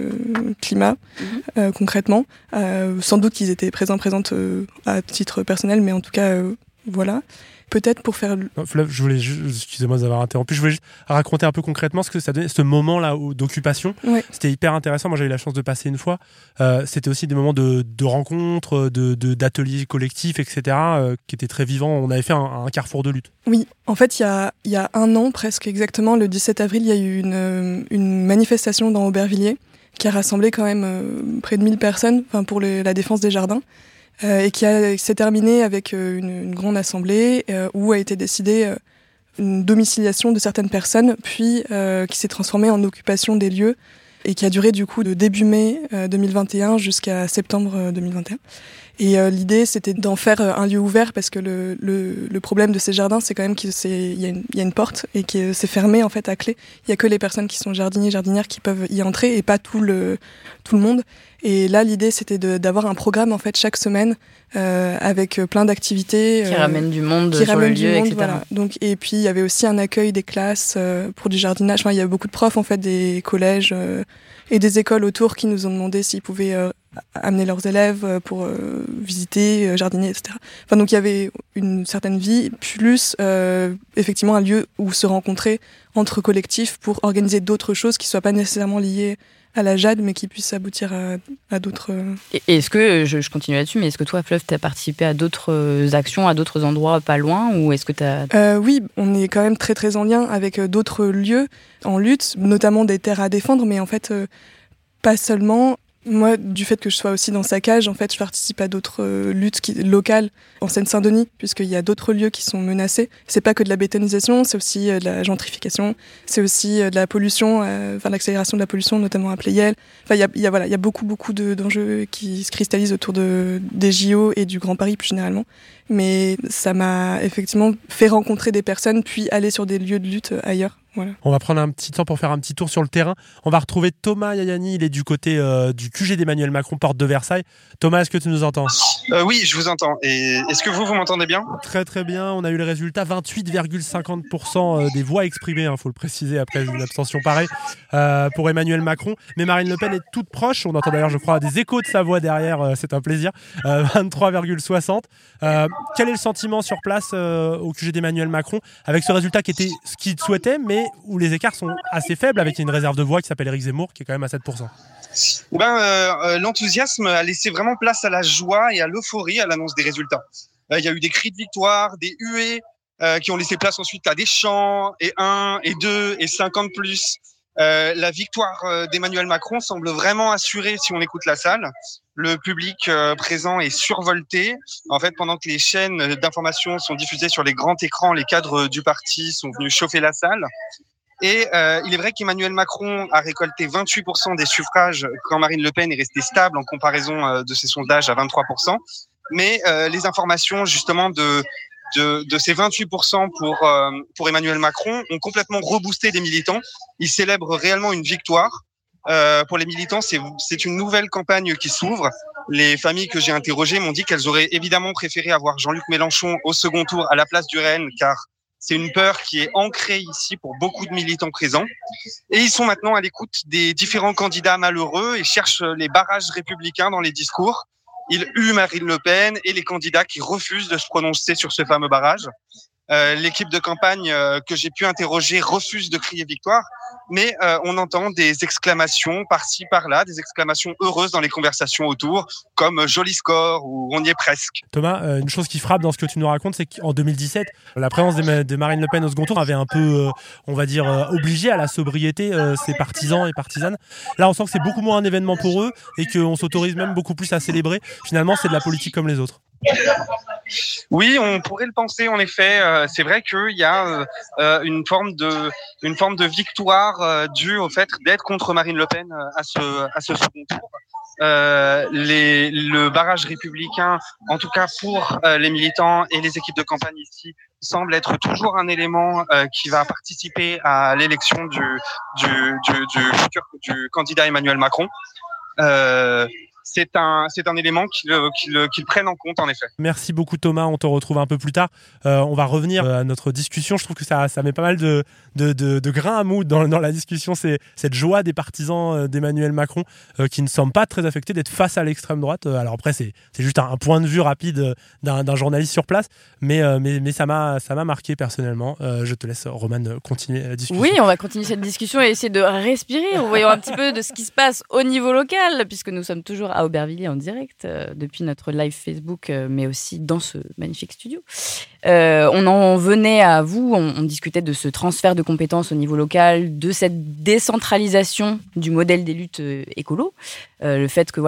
climat, concrètement. Sans doute qu'ils étaient présentes à titre personnel, mais en tout cas, voilà. Peut-être pour faire... Non, Fleuve, je voulais juste, excusez-moi d'avoir interrompu, je voulais juste raconter un peu concrètement ce que ça donnait, ce moment-là d'occupation. Ouais. C'était hyper intéressant, moi j'ai eu la chance de passer une fois. C'était aussi des moments de rencontres, d'ateliers collectifs, etc., qui étaient très vivants. On avait fait un carrefour de lutte. Oui, en fait, il y a un an presque exactement, le 17 avril, il y a eu une manifestation dans Aubervilliers qui a rassemblé quand même près de 1000 personnes pour la défense des jardins. Et qui s'est terminé avec une grande assemblée où a été décidée une domiciliation de certaines personnes, puis qui s'est transformée en occupation des lieux et qui a duré du coup de début mai 2021 jusqu'à septembre 2021. Et l'idée, c'était d'en faire un lieu ouvert parce que le problème de ces jardins, c'est quand même qu'il y a une porte et que c'est fermé en fait à clé. Il y a que les personnes qui sont jardiniers, jardinières qui peuvent y entrer et pas tout le monde. Et là, l'idée, c'était d'avoir un programme en fait chaque semaine avec plein d'activités qui ramènent du monde sur le lieu, etc. Voilà. Donc, et puis il y avait aussi un accueil des classes pour du jardinage. Enfin, il y a beaucoup de profs en fait des collèges et des écoles autour qui nous ont demandé s'ils pouvaient amener leurs élèves pour visiter, jardiner, etc. Enfin, donc il y avait une certaine vie, plus effectivement un lieu où se rencontrer entre collectifs pour organiser d'autres choses qui ne soient pas nécessairement liées à la Jade, mais qui puissent aboutir à d'autres... Et est-ce que, je continue là-dessus, mais est-ce que toi, Fleuve, tu as participé à d'autres actions, à d'autres endroits pas loin, ou est-ce que tu as... Oui, on est quand même très très en lien avec d'autres lieux en lutte, notamment des terres à défendre, mais en fait, pas seulement... Moi, du fait que je sois aussi dans Saccage, en fait, je participe à d'autres luttes locales en Seine-Saint-Denis, puisqu'il y a d'autres lieux qui sont menacés. C'est pas que de la bétonisation, c'est aussi de la gentrification, c'est aussi de la pollution, l'accélération de la pollution, notamment à Pleyel. Enfin, il y a beaucoup d'enjeux qui se cristallisent autour des JO et du Grand Paris plus généralement. Mais ça m'a effectivement fait rencontrer des personnes, puis aller sur des lieux de lutte ailleurs. Voilà. On va prendre un petit temps pour faire un petit tour sur le terrain. On va retrouver Thomas Yayani, il est du côté du QG d'Emmanuel Macron, porte de Versailles. Thomas, est-ce que tu nous entends ? Oui, je vous entends. Et est-ce que vous m'entendez bien ? Très très bien, on a eu le résultat, 28,50% des voix exprimées, faut le préciser après une abstention pareille, pour Emmanuel Macron. Mais Marine Le Pen est toute proche, on entend d'ailleurs je crois des échos de sa voix derrière, c'est un plaisir, 23,60%. Quel est le sentiment sur place au QG d'Emmanuel Macron avec ce résultat qui était ce qu'il souhaitait, mais où les écarts sont assez faibles avec une réserve de voix qui s'appelle Éric Zemmour qui est quand même à 7%. L'enthousiasme a laissé vraiment place à la joie et à l'euphorie à l'annonce des résultats. Il y a eu des cris de victoire, des huées qui ont laissé place ensuite à des chants, et 1, et 2, et 50 plus. La victoire d'Emmanuel Macron semble vraiment assurée si on écoute la salle. Le public présent est survolté. En fait, pendant que les chaînes d'information sont diffusées sur les grands écrans, les cadres du parti sont venus chauffer la salle. Et il est vrai qu'Emmanuel Macron a récolté 28% des suffrages quand Marine Le Pen est restée stable en comparaison de ses sondages à 23%. mais les informations justement de ces 28% pour Emmanuel Macron ont complètement reboosté les militants. Ils célèbrent réellement une victoire. Pour les militants, c'est une nouvelle campagne qui s'ouvre. Les familles que j'ai interrogées m'ont dit qu'elles auraient évidemment préféré avoir Jean-Luc Mélenchon au second tour à la place du RN, car c'est une peur qui est ancrée ici pour beaucoup de militants présents. Et ils sont maintenant à l'écoute des différents candidats malheureux et cherchent les barrages républicains dans les discours. Ils huent Marine Le Pen et les candidats qui refusent de se prononcer sur ce fameux barrage. L'équipe de campagne que j'ai pu interroger refuse de crier victoire, mais on entend des exclamations par-ci, par-là, des exclamations heureuses dans les conversations autour, comme joli score ou on y est presque. Thomas, une chose qui frappe dans ce que tu nous racontes, c'est qu'en 2017, la présence de Marine Le Pen au second tour avait un peu, on va dire, obligé à la sobriété ses partisans et partisanes. Là, on sent que c'est beaucoup moins un événement pour eux et qu'on s'autorise même beaucoup plus à célébrer. Finalement, c'est de la politique comme les autres. Oui, on pourrait le penser en effet. C'est vrai qu'il y a une forme de victoire due au fait d'être contre Marine Le Pen à ce second tour. Le barrage républicain, en tout cas pour les militants et les équipes de campagne ici, semble être toujours un élément qui va participer à l'élection du candidat Emmanuel Macron. C'est un élément qu'ils prennent en compte, en effet. Merci beaucoup Thomas, on te retrouve un peu plus tard. On va revenir à notre discussion. Je trouve que ça met pas mal de grains à moudre dans la discussion. C'est cette joie des partisans d'Emmanuel Macron qui ne semblent pas très affectés d'être face à l'extrême droite. Alors après, c'est juste un point de vue rapide d'un journaliste sur place, mais ça m'a marqué personnellement. Je te laisse, Romane, continuer la discussion. Oui, on va continuer cette discussion et essayer de respirer en voyant un petit peu de ce qui se passe au niveau local, puisque nous sommes toujours à Aubervilliers en direct depuis notre live Facebook, mais aussi dans ce magnifique studio. On en venait à vous, on discutait de ce transfert de compétences au niveau local, de cette décentralisation du modèle des luttes écolo, le fait que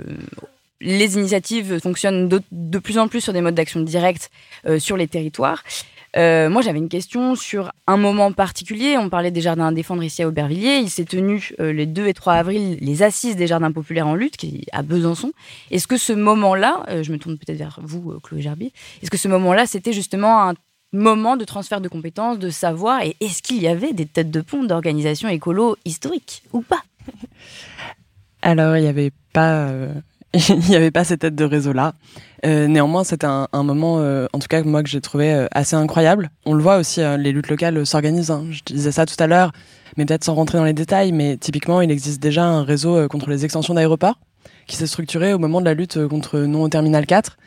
les initiatives fonctionnent de plus en plus sur des modes d'action directs sur les territoires. Moi, j'avais une question sur un moment particulier. On parlait des jardins à défendre ici à Aubervilliers. Il s'est tenu les 2 et 3 avril les assises des jardins populaires en lutte à Besançon. Est-ce que ce moment-là, je me tourne peut-être vers vous, Chloé Gerbier, est-ce que ce moment-là, c'était justement un moment de transfert de compétences, de savoir, et est-ce qu'il y avait des têtes de pont d'organisations écolo historiques ou pas ? Alors, il n'y avait pas... il n'y avait pas ces têtes de réseau-là. Néanmoins, c'était un moment, en tout cas, moi, que j'ai trouvé assez incroyable. On le voit aussi, les luttes locales s'organisent. Je disais ça tout à l'heure, mais peut-être sans rentrer dans les détails. Mais typiquement, il existe déjà un réseau contre les extensions d'aéroports qui s'est structuré au moment de la lutte contre non au Terminal 4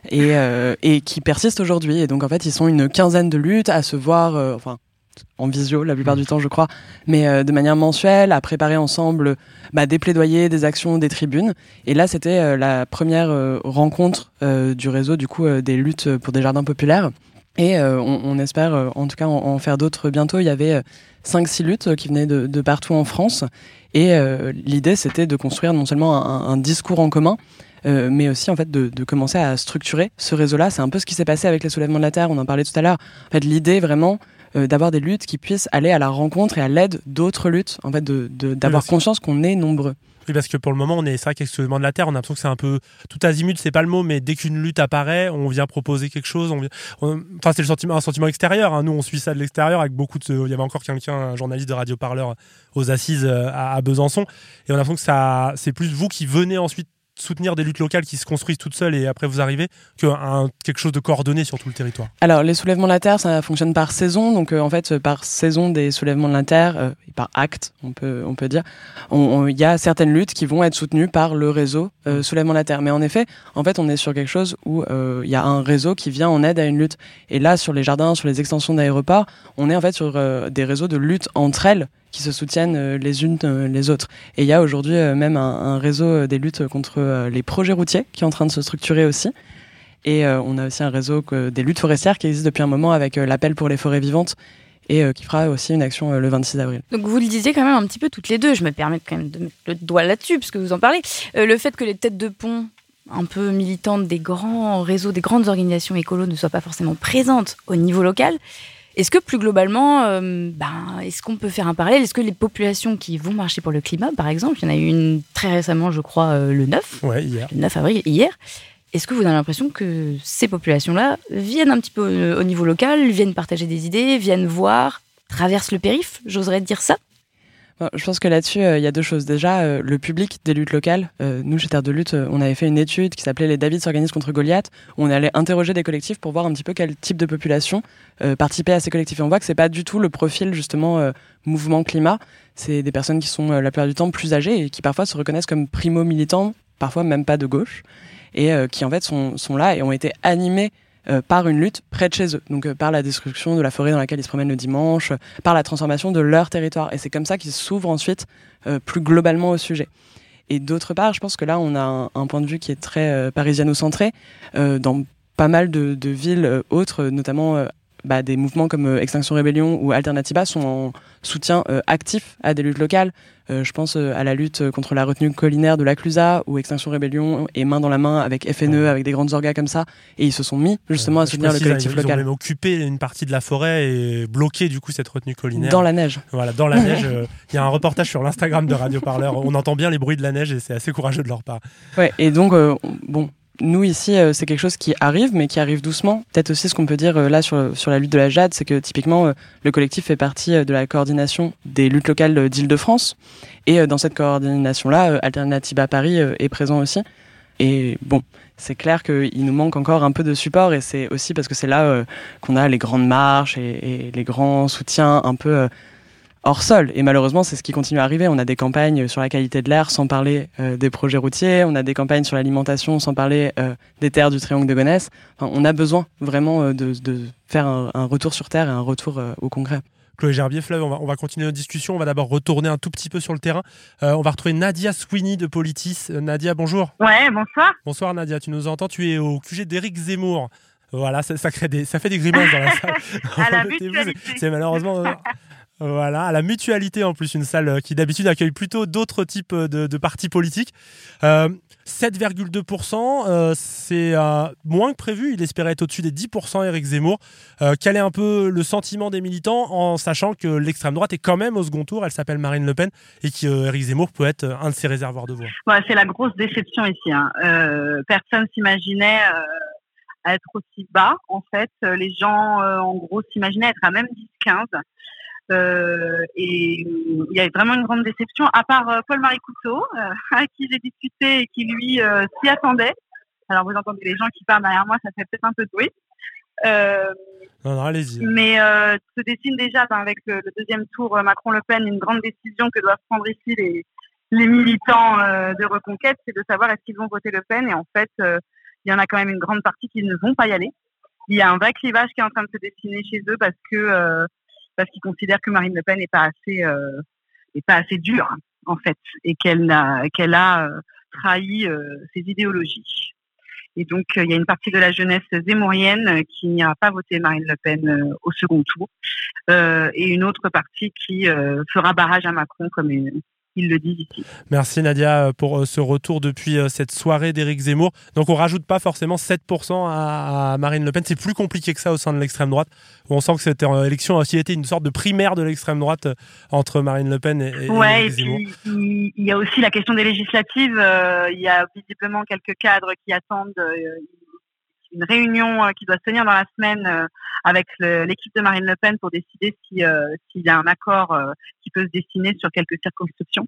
et qui persiste aujourd'hui. Et donc, en fait, ils sont une quinzaine de luttes à se voir... en visio la plupart du temps, je crois, mais de manière mensuelle, à préparer ensemble des plaidoyers, des actions, des tribunes. Et là, c'était la première rencontre du réseau, du coup, des luttes pour des jardins populaires. Et on espère, en tout cas, en faire d'autres bientôt. Il y avait 5-6 luttes qui venaient de partout en France. Et l'idée, c'était de construire non seulement un discours en commun, mais aussi en fait de commencer à structurer ce réseau-là. C'est un peu ce qui s'est passé avec les soulèvements de la Terre, on en parlait tout à l'heure. En fait, l'idée vraiment d'avoir des luttes qui puissent aller à la rencontre et à l'aide d'autres luttes, en fait, d'avoir conscience qu'on est nombreux. Oui, parce que pour le moment, c'est vrai qu'avec le soulèvement de la Terre, on a l'impression que c'est un peu tout azimut, c'est pas le mot, mais dès qu'une lutte apparaît, on vient proposer quelque chose. C'est un sentiment extérieur. Hein. Nous, on suit ça de l'extérieur avec beaucoup de. Il y avait encore un journaliste de Radio Parleur aux assises à Besançon, et on a l'impression que c'est plus vous qui venez ensuite soutenir des luttes locales qui se construisent toutes seules et après vous arrivez, que quelque chose de coordonné sur tout le territoire. Alors les soulèvements de la Terre, ça fonctionne par saison, donc en fait par saison des soulèvements de la Terre, et par acte on peut dire, il y a certaines luttes qui vont être soutenues par le réseau soulèvement de la Terre, mais en effet on est sur quelque chose où il y a un réseau qui vient en aide à une lutte, et là sur les jardins, sur les extensions d'aéroports, on est en fait sur des réseaux de lutte entre elles qui se soutiennent les unes les autres. Et il y a aujourd'hui même un réseau des luttes contre les projets routiers qui est en train de se structurer aussi. Et on a aussi un réseau des luttes forestières qui existe depuis un moment avec l'appel pour les forêts vivantes et qui fera aussi une action le 26 avril. Donc vous le disiez quand même un petit peu toutes les deux, je me permets quand même de mettre le doigt là-dessus puisque vous en parlez. Le fait que les têtes de pont un peu militantes des grands réseaux, des grandes organisations écolos ne soient pas forcément présentes au niveau local, est-ce que plus globalement, est-ce qu'on peut faire un parallèle ? Est-ce que les populations qui vont marcher pour le climat, par exemple, il y en a eu une très récemment, je crois, le 9 avril, hier. Est-ce que vous avez l'impression que ces populations-là viennent un petit peu au niveau local, viennent partager des idées, viennent voir, traversent le périph', j'oserais dire ça? Je pense que là-dessus, il y a deux choses. Déjà, le public des luttes locales. Nous, chez Terre de Lutte, on avait fait une étude qui s'appelait « Les David s'organisent contre Goliath », où on allait interroger des collectifs pour voir un petit peu quel type de population participait à ces collectifs. Et on voit que c'est pas du tout le profil, justement, mouvement climat. C'est des personnes qui sont, la plupart du temps, plus âgées et qui parfois se reconnaissent comme primo-militants, parfois même pas de gauche, et qui, en fait, sont là et ont été animés par une lutte près de chez eux, donc par la destruction de la forêt dans laquelle ils se promènent le dimanche, par la transformation de leur territoire. Et c'est comme ça qu'ils s'ouvrent ensuite plus globalement au sujet. Et d'autre part, je pense que là, on a un point de vue qui est très parisiano-centré. Dans pas mal de villes autres, notamment des mouvements comme Extinction Rébellion ou Alternativa sont en soutien actif à des luttes locales. Je pense à la lutte contre la retenue collinaire de la Clusaz, où Extinction Rébellion est main dans la main avec FNE, avec des grandes orgas comme ça, et ils se sont mis justement à soutenir le collectif local. Ils ont même occupé une partie de la forêt et bloqué du coup cette retenue collinaire. Dans la neige. Voilà, dans la neige. Il y a un reportage sur l'Instagram de Radio Parleur. On entend bien les bruits de la neige et c'est assez courageux de leur part. Ouais, et donc nous ici, c'est quelque chose qui arrive, mais qui arrive doucement. Peut-être aussi ce qu'on peut dire là sur la lutte de la Jade, c'est que typiquement le collectif fait partie de la coordination des luttes locales d'Île-de-France. Et dans cette coordination-là, Alternativa Paris est présent aussi. Et bon, c'est clair qu'il nous manque encore un peu de support, et c'est aussi parce que c'est là qu'on a les grandes marches et les grands soutiens un peu hors sol. Et malheureusement, c'est ce qui continue à arriver. On a des campagnes sur la qualité de l'air sans parler des projets routiers. On a des campagnes sur l'alimentation sans parler des terres du triangle de Gonesse. Enfin, on a besoin vraiment de faire un retour sur terre et un retour au concret. Chloé Gerbier-Fleuve, on va continuer notre discussion. On va d'abord retourner un tout petit peu sur le terrain. On va retrouver Nadia Sweeney de Politis. Nadia, bonjour. Ouais, bonsoir. Bonsoir Nadia, tu nous entends, tu es au QG d'Éric Zemmour. Voilà, ça fait des grimaces dans la salle. À la mutualité. C'est malheureusement... Voilà, à la Mutualité en plus, une salle qui d'habitude accueille plutôt d'autres types de partis politiques. 7,2%, c'est moins que prévu. Il espérait être au-dessus des 10%, Éric Zemmour. Quel est un peu le sentiment des militants en sachant que l'extrême droite est quand même au second tour? Elle s'appelle Marine Le Pen et qu'Éric Zemmour peut être un de ses réservoirs de voix. Ouais, c'est la grosse déception ici. Personne s'imaginait être aussi bas. En fait, les gens, en gros, s'imaginaient être à même 10-15. Et il y a vraiment une grande déception, à part Paul-Marie Couteau, avec qui j'ai discuté et qui lui s'y attendait. Alors vous entendez les gens qui parlent derrière moi, ça fait peut-être un peu de bruit. Non, allez-y. Mais se dessine déjà avec le deuxième tour Macron-Le Pen une grande décision que doivent prendre ici les militants de Reconquête, c'est de savoir est-ce qu'ils vont voter Le Pen. Et en fait, il y en a quand même une grande partie qui ne vont pas y aller. Il y a un vrai clivage qui est en train de se dessiner chez eux parce qu'ils considèrent que Marine Le Pen n'est pas assez dure, en fait, et qu'elle a trahi ses idéologies. Et donc, il y a une partie de la jeunesse zémourienne qui n'ira pas voter Marine Le Pen au second tour, et une autre partie qui fera barrage à Macron, comme ils le disent ici. Merci Nadia pour ce retour depuis cette soirée d'Éric Zemmour. Donc on rajoute pas forcément 7% à Marine Le Pen. C'est plus compliqué que ça au sein de l'extrême droite. On sent que cette élection a aussi été une sorte de primaire de l'extrême droite entre Marine Le Pen et Éric Zemmour. Puis, il y a aussi la question des législatives. Il y a visiblement quelques cadres qui attendent une réunion qui doit se tenir dans la semaine avec l'équipe de Marine Le Pen pour décider s'il y a un accord qui peut se dessiner sur quelques circonscriptions.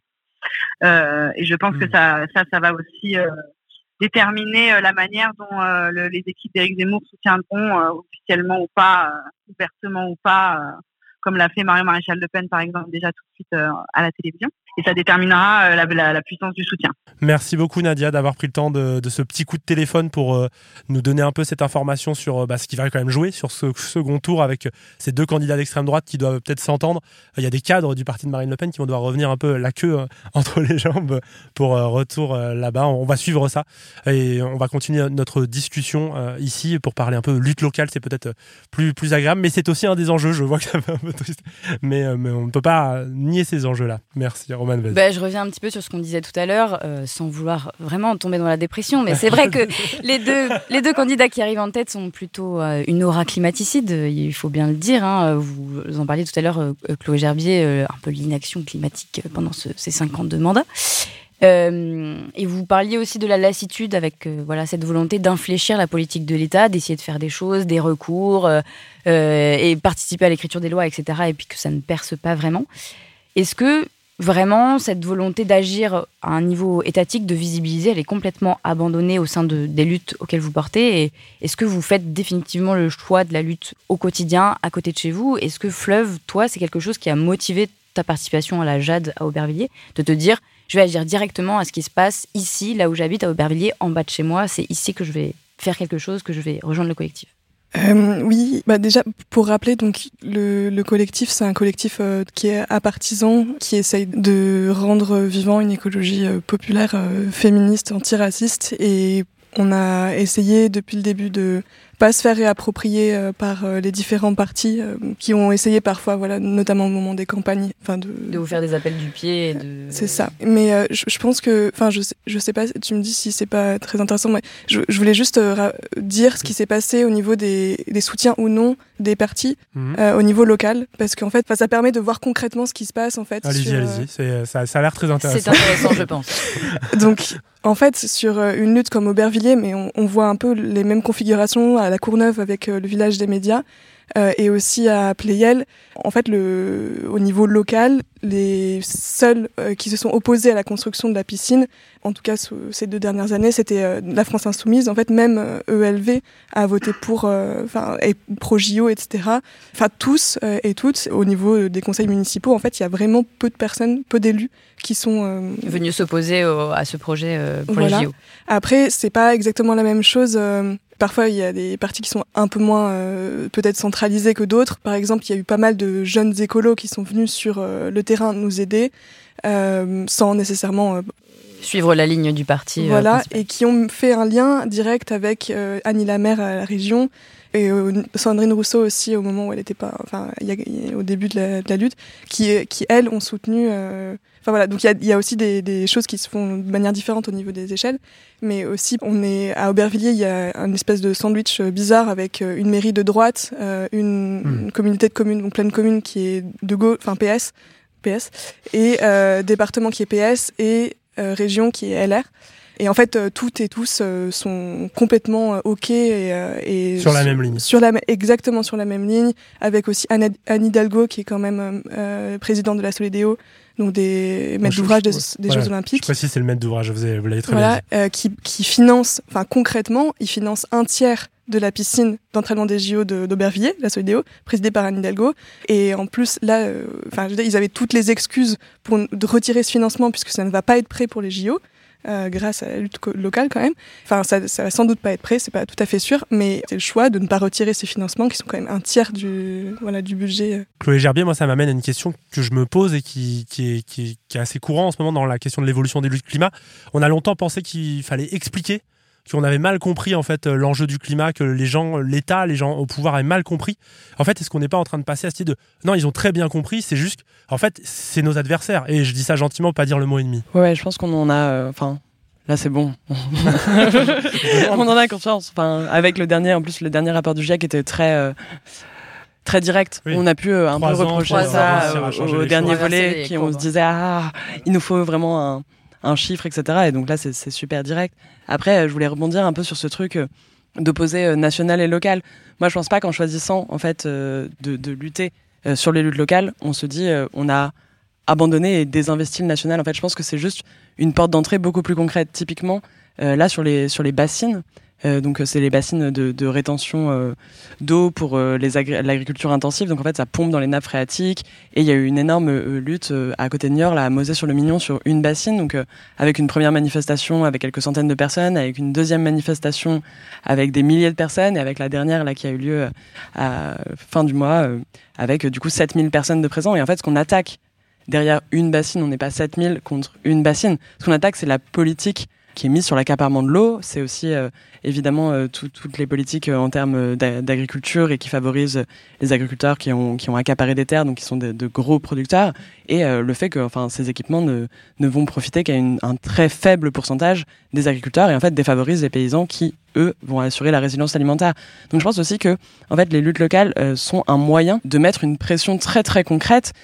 Et je pense que ça va aussi déterminer la manière dont les équipes d'Éric Zemmour soutiendront officiellement ou pas, ouvertement ou pas, comme l'a fait Marion Maréchal Le Pen par exemple déjà tout de suite à la télévision. Et ça déterminera la puissance du soutien. Merci beaucoup Nadia d'avoir pris le temps de ce petit coup de téléphone pour nous donner un peu cette information sur ce qui va quand même jouer sur ce second tour avec ces deux candidats d'extrême droite qui doivent peut-être s'entendre. Il y a des cadres du parti de Marine Le Pen qui vont devoir revenir un peu la queue entre les jambes pour retour là-bas. On va suivre ça et on va continuer notre discussion ici pour parler un peu lutte locale. C'est peut-être plus agréable, mais c'est aussi un des enjeux. Je vois que ça fait un peu triste, mais on ne peut pas nier ces enjeux-là. Merci. Romane, vas-y. Je reviens un petit peu sur ce qu'on disait tout à l'heure, sans vouloir vraiment tomber dans la dépression, mais c'est vrai que les deux candidats qui arrivent en tête sont plutôt une aura climaticide, il faut bien le dire. Vous en parliez tout à l'heure, Chloé Gerbier, un peu l'inaction climatique pendant ces 5 ans de mandat. Et vous parliez aussi de la lassitude avec cette volonté d'infléchir la politique de l'État, d'essayer de faire des choses, des recours, et participer à l'écriture des lois, etc. Et puis que ça ne perce pas vraiment. Est-ce que vraiment cette volonté d'agir à un niveau étatique, de visibiliser, elle est complètement abandonnée au sein des luttes auxquelles vous portez? Et est-ce que vous faites définitivement le choix de la lutte au quotidien, à côté de chez vous? Est-ce que Fleuve, toi, c'est quelque chose qui a motivé ta participation à la JAD à Aubervilliers, de te dire je vais agir directement à ce qui se passe ici, là où j'habite, à Aubervilliers, en bas de chez moi, c'est ici que je vais faire quelque chose, que je vais rejoindre le collectif? Oui, déjà pour rappeler, donc le collectif, c'est un collectif qui est apartisan, qui essaye de rendre vivant une écologie populaire, féministe, antiraciste, et on a essayé depuis le début de pas se faire réapproprier par les différents partis qui ont essayé parfois, notamment au moment des campagnes, de vous faire des appels du pied. C'est ça. Mais je pense que, je sais pas, tu me dis si c'est pas très intéressant, mais je voulais juste dire ce qui s'est passé au niveau des soutiens ou non des partis au niveau local, parce qu'en fait, ça permet de voir concrètement ce qui se passe en fait. Allez-y. Ça a l'air très intéressant. C'est intéressant, je pense. Donc, en fait, sur une lutte comme Aubervilliers, mais on voit un peu les mêmes configurations à la Courneuve avec le village des médias et aussi à Pleyel. En fait, au niveau local, les seuls qui se sont opposés à la construction de la piscine, en tout cas ces 2 dernières années, c'était la France Insoumise. En fait, même ELV a voté pour, et pro-JO, etc. Enfin, tous et toutes, au niveau des conseils municipaux, en fait, il y a vraiment peu de personnes, peu d'élus qui sont venus s'opposer à ce projet pour les JO. Après, c'est pas exactement la même chose. Parfois, il y a des partis qui sont un peu moins peut-être centralisés que d'autres. Par exemple, il y a eu pas mal de jeunes écolos qui sont venus sur le terrain nous aider, sans nécessairement suivre la ligne du parti. Et qui ont fait un lien direct avec Annie Lamère à la région et Sandrine Rousseau aussi au moment où elle était pas, au début de la lutte, qui elles ont soutenu. Donc il y a aussi des choses qui se font de manière différente au niveau des échelles, mais aussi on est à Aubervilliers, il y a une espèce de sandwich bizarre avec une mairie de droite, une communauté de communes, donc pleine commune qui est de gauche, PS, et département qui est PS et région qui est LR. Et en fait, toutes et tous sont complètement OK et sur la même ligne. Exactement sur la même ligne, avec aussi Anne Hidalgo qui est quand même présidente de la Solidéo, donc des maîtres d'ouvrage des Jeux Olympiques. Je sais pas si c'est le maître d'ouvrage, vous l'avez très bien dit. Qui finance, concrètement, il finance un tiers de la piscine d'entraînement des JO d'Aubervilliers, la Solidéo, présidée par Anne Hidalgo. Et en plus, là, ils avaient toutes les excuses pour retirer ce financement puisque ça ne va pas être prêt pour les JO. Grâce à la lutte locale quand même. Ça va sans doute pas être prêt, c'est pas tout à fait sûr, mais c'est le choix de ne pas retirer ces financements qui sont quand même un tiers du budget. Chloé Gerbier, moi ça m'amène à une question que je me pose et qui est assez courant en ce moment dans la question de l'évolution des luttes climat. On a longtemps pensé qu'il fallait expliquer, qu'on avait mal compris en fait l'enjeu du climat, que l'État, les gens au pouvoir avaient mal compris. En fait, est-ce qu'on n'est pas en train de passer à cette idée de non, ils ont très bien compris, c'est juste en fait c'est nos adversaires, et je dis ça gentiment, pas dire le mot ennemi. Ouais, je pense qu'on en a là c'est bon. On en a conscience. Avec le dernier rapport du GIEC était très direct. Oui. On a pu un peu reprocher ça au dernier volet, on se disait il nous faut vraiment un chiffre, etc. Et donc là, c'est super direct. Après, je voulais rebondir un peu sur ce truc d'opposer national et local. Moi, je pense pas qu'en choisissant en fait de lutter sur les luttes locales, on se dit on a abandonné et désinvesti le national. En fait, je pense que c'est juste une porte d'entrée beaucoup plus concrète. Typiquement, là sur les bassines. Donc c'est les bassines de rétention d'eau pour l'agriculture intensive. Donc en fait ça pompe dans les nappes phréatiques, et il y a eu une énorme lutte à côté de Niort, là, à Mosée-sur-le-Mignon, sur une bassine. Donc avec une première manifestation avec quelques centaines de personnes, avec une deuxième manifestation avec des milliers de personnes, et avec la dernière là qui a eu lieu à fin du mois avec du coup 7000 personnes de présents. Et en fait ce qu'on attaque derrière une bassine, on n'est pas 7000 contre une bassine. Ce qu'on attaque, c'est la politique qui est mise sur l'accaparement de l'eau. C'est aussi évidemment toutes les politiques en termes d'agriculture, et qui favorisent les agriculteurs qui ont accaparé des terres, donc qui sont de gros producteurs, et le fait que ces équipements ne vont profiter qu'à un très faible pourcentage des agriculteurs, et en fait défavorisent les paysans qui, eux, vont assurer la résilience alimentaire. Donc je pense aussi que en fait les luttes locales sont un moyen de mettre une pression très très concrète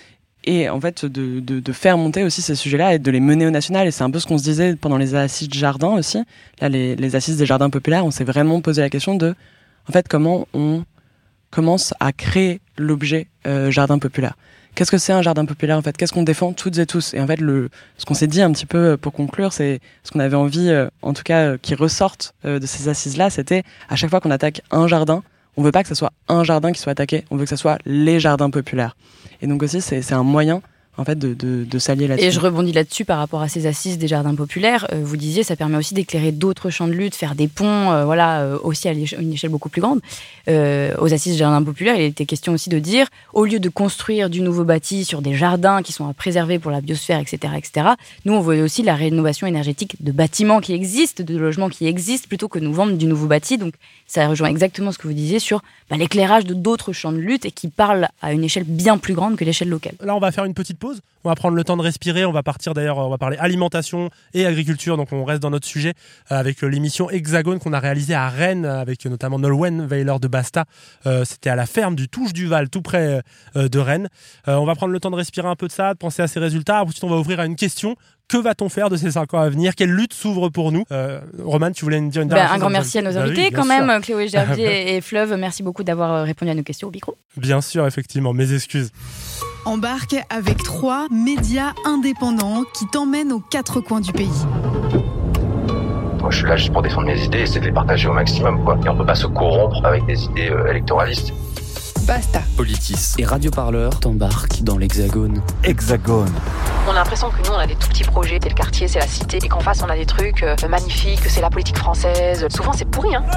et en fait de faire monter aussi ces sujets-là et de les mener au national. Et c'est un peu ce qu'on se disait pendant les assises de jardin aussi. Là, les assises des jardins populaires, on s'est vraiment posé la question de, en fait, comment on commence à créer l'objet jardin populaire. Qu'est-ce que c'est un jardin populaire en fait ? Qu'est-ce qu'on défend toutes et tous ? Et en fait, ce qu'on s'est dit un petit peu pour conclure, c'est ce qu'on avait envie, en tout cas, qui ressorte de ces assises-là, c'était à chaque fois qu'on attaque un jardin, on veut pas que ce soit un jardin qui soit attaqué, on veut que ce soit les jardins populaires. Et donc aussi, c'est un moyen en fait de s'allier là-dessus. Et je rebondis là-dessus par rapport à ces assises des jardins populaires. Vous disiez, ça permet aussi d'éclairer d'autres champs de lutte, faire des ponts, aussi à une échelle beaucoup plus grande. Aux assises des jardins populaires, il était question aussi de dire, au lieu de construire du nouveau bâti sur des jardins qui sont à préserver pour la biosphère, etc., nous on voulait aussi la rénovation énergétique de bâtiments qui existent, de logements qui existent, plutôt que de nous vendre du nouveau bâti. Donc ça rejoint exactement ce que vous disiez sur l'éclairage de d'autres champs de lutte et qui parlent à une échelle bien plus grande que l'échelle locale. Là, on va faire une petite pause. On va prendre le temps de respirer. On va partir d'ailleurs, on va parler alimentation et agriculture. Donc on reste dans notre sujet avec l'émission Hexagone qu'on a réalisée à Rennes avec notamment Nolwenn Weiler de Basta. C'était à la ferme du Touche du Val, tout près de Rennes. On va prendre le temps de respirer un peu de ça, de penser à ces résultats. Ensuite, on va ouvrir à une question. Que va-t-on faire de ces 5 ans à venir ? Quelle lutte s'ouvre pour nous ? Romane, tu voulais dire une dernière chose ? Un grand merci à nos invités quand même, Chloé Gerbier et Fleuve. Merci beaucoup d'avoir répondu à nos questions au micro. Bien sûr, effectivement, mes excuses. Embarque avec 3 médias indépendants qui t'emmènent aux 4 coins du pays. Moi, je suis là juste pour défendre mes idées et essayer de les partager au maximum, quoi. Et on peut pas se corrompre avec des idées électoralistes. Basta. Politis et Radio Parleur t'embarquent dans l'Hexagone. Hexagone. On a l'impression que nous, on a des tout petits projets, c'est le quartier, c'est la cité, et qu'en face, on a des trucs magnifiques, c'est la politique française. Souvent, c'est pourri, hein.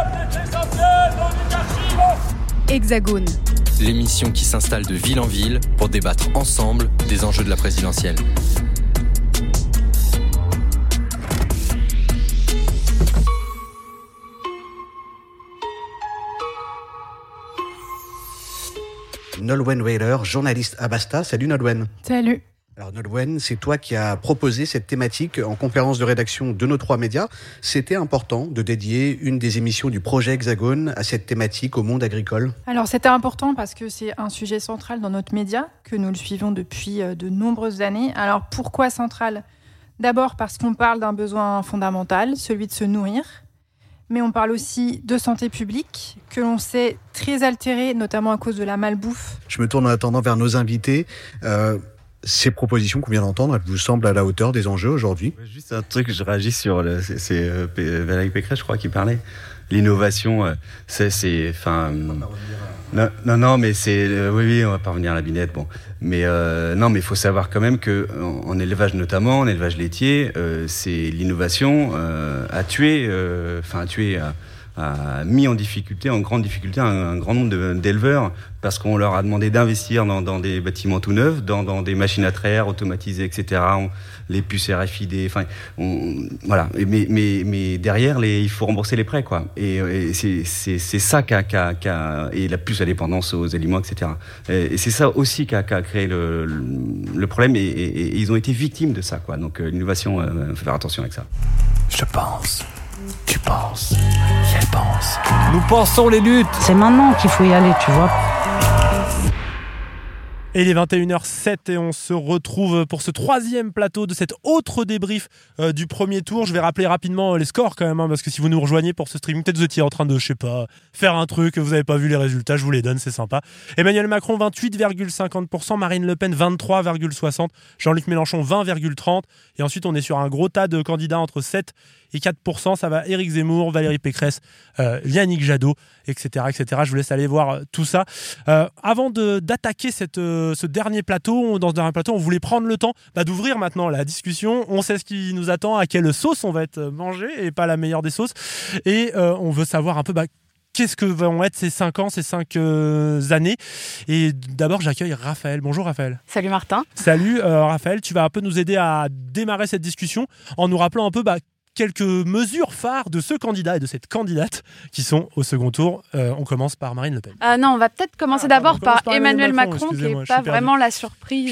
Hexagone. L'émission qui s'installe de ville en ville pour débattre ensemble des enjeux de la présidentielle. Nolwenn Weiler, journaliste à Basta. Salut Nolwenn. Salut. Alors Nolwenn, c'est toi qui as proposé cette thématique en conférence de rédaction de nos 3 médias. C'était important de dédier une des émissions du projet Hexagone à cette thématique au monde agricole. Alors c'était important parce que c'est un sujet central dans notre média, que nous le suivons depuis de nombreuses années. Alors pourquoi central ? D'abord parce qu'on parle d'un besoin fondamental, celui de se nourrir. Mais on parle aussi de santé publique, que l'on sait très altérée, notamment à cause de la malbouffe. Je me tourne en attendant vers nos invités. Ces propositions qu'on vient d'entendre, elles vous semblent à la hauteur des enjeux aujourd'hui ? Juste un truc, je réagis sur c'est Valérie Pécresse, je crois, qui parlait. L'innovation, non, mais c'est oui, on va pas revenir à la binette, bon. Mais non, mais il faut savoir quand même que en élevage notamment, en élevage laitier, c'est l'innovation a mis en difficulté, en grande difficulté, un grand nombre d'éleveurs parce qu'on leur a demandé d'investir dans des bâtiments tout neufs, dans des machines à traire automatisées, etc. Les puces RFID, voilà. Mais derrière, il faut rembourser les prêts, quoi. Et c'est ça et la plus la dépendance aux aliments, etc. Et c'est ça aussi qui a créé le problème. Et ils ont été victimes de ça, quoi. Donc l'innovation, faut faire attention avec ça. Je pense. Tu penses. Elle pense. Nous pensons les luttes. C'est maintenant qu'il faut y aller, tu vois. Et il est 21h07 et on se retrouve pour ce 3e plateau de cet autre débrief du premier tour. Je vais rappeler rapidement les scores quand même, parce que si vous nous rejoignez pour ce streaming, peut-être vous étiez en train de, faire un truc, vous n'avez pas vu les résultats, je vous les donne, c'est sympa. Emmanuel Macron, 28,50%, Marine Le Pen, 23,60%, Jean-Luc Mélenchon, 20,30%. Et ensuite, on est sur un gros tas de candidats entre 7 et 4%. Ça va Éric Zemmour, Valérie Pécresse, Yannick Jadot, etc., etc. Je vous laisse aller voir tout ça. Avant d'attaquer ce dernier plateau, dans ce dernier plateau, on voulait prendre le temps d'ouvrir maintenant la discussion. On sait ce qui nous attend, à quelle sauce on va être mangé, et pas la meilleure des sauces. Et on veut savoir un peu qu'est-ce que vont être ces 5 ans, ces 5 années. Et d'abord, j'accueille Raphaël. Bonjour Raphaël. Salut Martin. Salut Raphaël, tu vas un peu nous aider à démarrer cette discussion en nous rappelant un peu quelques mesures phares de ce candidat et de cette candidate qui sont au second tour. On commence par Marine Le Pen. Non, on va peut-être commencer d'abord par Emmanuel Macron, qui n'est pas vraiment la surprise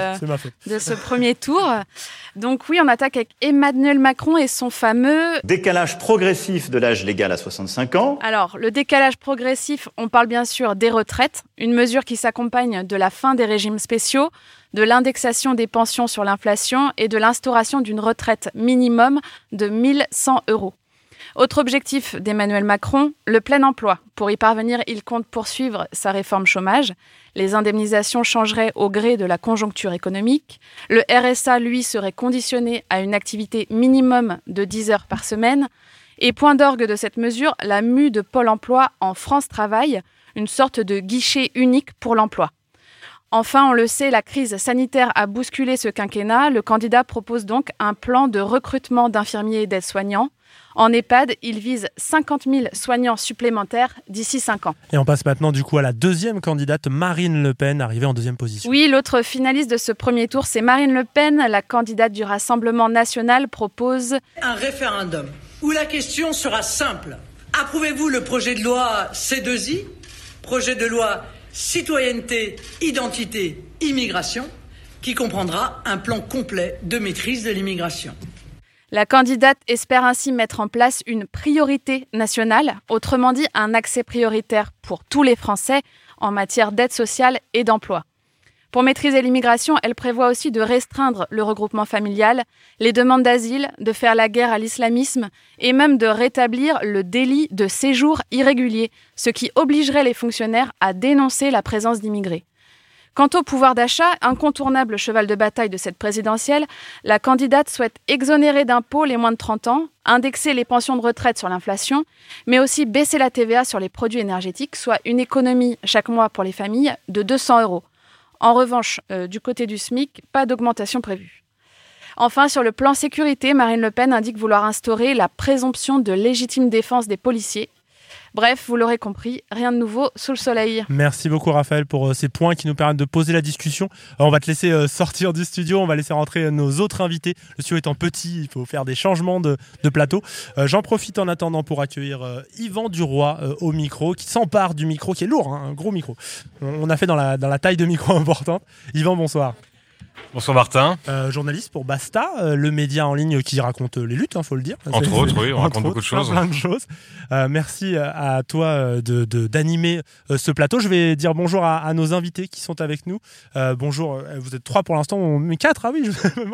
de ce premier tour. Donc oui, on attaque avec Emmanuel Macron et son fameux... décalage progressif de l'âge légal à 65 ans. Alors, le décalage progressif, on parle bien sûr des retraites, une mesure qui s'accompagne de la fin des régimes spéciaux, de l'indexation des pensions sur l'inflation et de l'instauration d'une retraite minimum de 1 100 €. Autre objectif d'Emmanuel Macron, le plein emploi. Pour y parvenir, il compte poursuivre sa réforme chômage. Les indemnisations changeraient au gré de la conjoncture économique. Le RSA, lui, serait conditionné à une activité minimum de 10 heures par semaine. Et point d'orgue de cette mesure, la mue de Pôle emploi en France Travail, une sorte de guichet unique pour l'emploi. Enfin, on le sait, la crise sanitaire a bousculé ce quinquennat. Le candidat propose donc un plan de recrutement d'infirmiers et d'aides-soignants. En EHPAD, il vise 50 000 soignants supplémentaires d'ici 5 ans. Et on passe maintenant du coup à la deuxième candidate, Marine Le Pen, arrivée en deuxième position. Oui, l'autre finaliste de ce premier tour, c'est Marine Le Pen. La candidate du Rassemblement national propose un référendum où la question sera simple. Approuvez-vous le projet de loi C2I, projet de loi citoyenneté, identité, immigration, qui comprendra un plan complet de maîtrise de l'immigration. La candidate espère ainsi mettre en place une priorité nationale, autrement dit un accès prioritaire pour tous les Français en matière d'aide sociale et d'emploi. Pour maîtriser l'immigration, elle prévoit aussi de restreindre le regroupement familial, les demandes d'asile, de faire la guerre à l'islamisme et même de rétablir le délit de séjour irrégulier, ce qui obligerait les fonctionnaires à dénoncer la présence d'immigrés. Quant au pouvoir d'achat, incontournable cheval de bataille de cette présidentielle, la candidate souhaite exonérer d'impôts les moins de 30 ans, indexer les pensions de retraite sur l'inflation, mais aussi baisser la TVA sur les produits énergétiques, soit une économie chaque mois pour les familles de 200 €. En revanche, du côté du SMIC, pas d'augmentation prévue. Enfin, sur le plan sécurité, Marine Le Pen indique vouloir instaurer la présomption de légitime défense des policiers. Bref, vous l'aurez compris, rien de nouveau sous le soleil. Merci beaucoup Raphaël pour ces points qui nous permettent de poser la discussion. On va te laisser sortir du studio, on va laisser rentrer nos autres invités. Le studio étant petit, il faut faire des changements de plateau. J'en profite en attendant pour accueillir Yvan Duroy au micro, qui s'empare du micro, qui est lourd, hein, un gros micro. On a fait dans la taille de micro importante. Yvan, bonsoir. Bonsoir Martin. Journaliste pour Basta, le média en ligne qui raconte les luttes, faut le dire. Entre autres, oui, on raconte beaucoup de choses. Plein de choses. Merci à toi d'animer ce plateau. Je vais dire bonjour à nos invités qui sont avec nous. Bonjour, vous êtes 3 pour l'instant, mais 4, ah oui,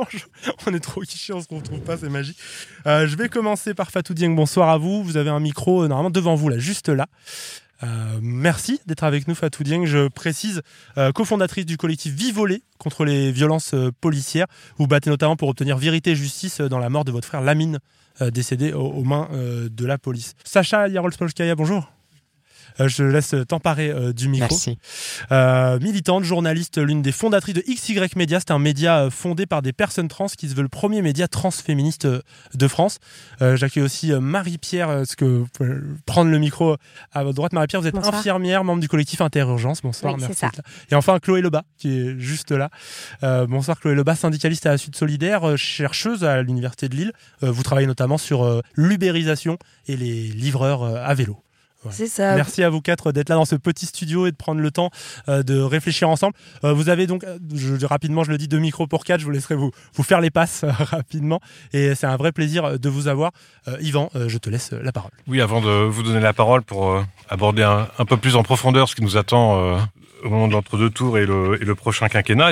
on est trop quichés, on se retrouve pas, c'est magique. Je vais commencer par Fatou Dieng, bonsoir à vous. Vous avez un micro normalement devant vous, là, juste là. Merci d'être avec nous Fatou Dieng. Je précise, cofondatrice du collectif Vivolé contre les violences policières. Vous battez notamment pour obtenir vérité et justice dans la mort de votre frère Lamine, décédé aux mains de la police. Sacha Yarolspolskaya, bonjour. Je laisse t'emparer du micro. Merci. Militante, journaliste, l'une des fondatrices de XY Media. C'est un média fondé par des personnes trans qui se veut le premier média transféministe de France. J'accueille aussi Marie-Pierre, est-ce que vous pouvez prendre le micro à votre droite. Marie-Pierre, vous êtes infirmière, membre du collectif Interurgence. Bonsoir, oui, merci. Et enfin, Chloé Lebas, qui est juste là. Bonsoir Chloé Lebas, syndicaliste à la Suite Solidaire, chercheuse à l'Université de Lille. Vous travaillez notamment sur l'ubérisation et les livreurs à vélo. Ouais. C'est ça. Merci à vous 4 d'être là dans ce petit studio et de prendre le temps de réfléchir ensemble. Vous avez donc, rapidement je le dis, 2 micros pour 4, je vous laisserai vous faire les passes rapidement et c'est un vrai plaisir de vous avoir. Yvan, je te laisse la parole. Oui, avant de vous donner la parole pour aborder un peu plus en profondeur ce qui nous attend au moment de l'entre-deux tours et le prochain quinquennat, et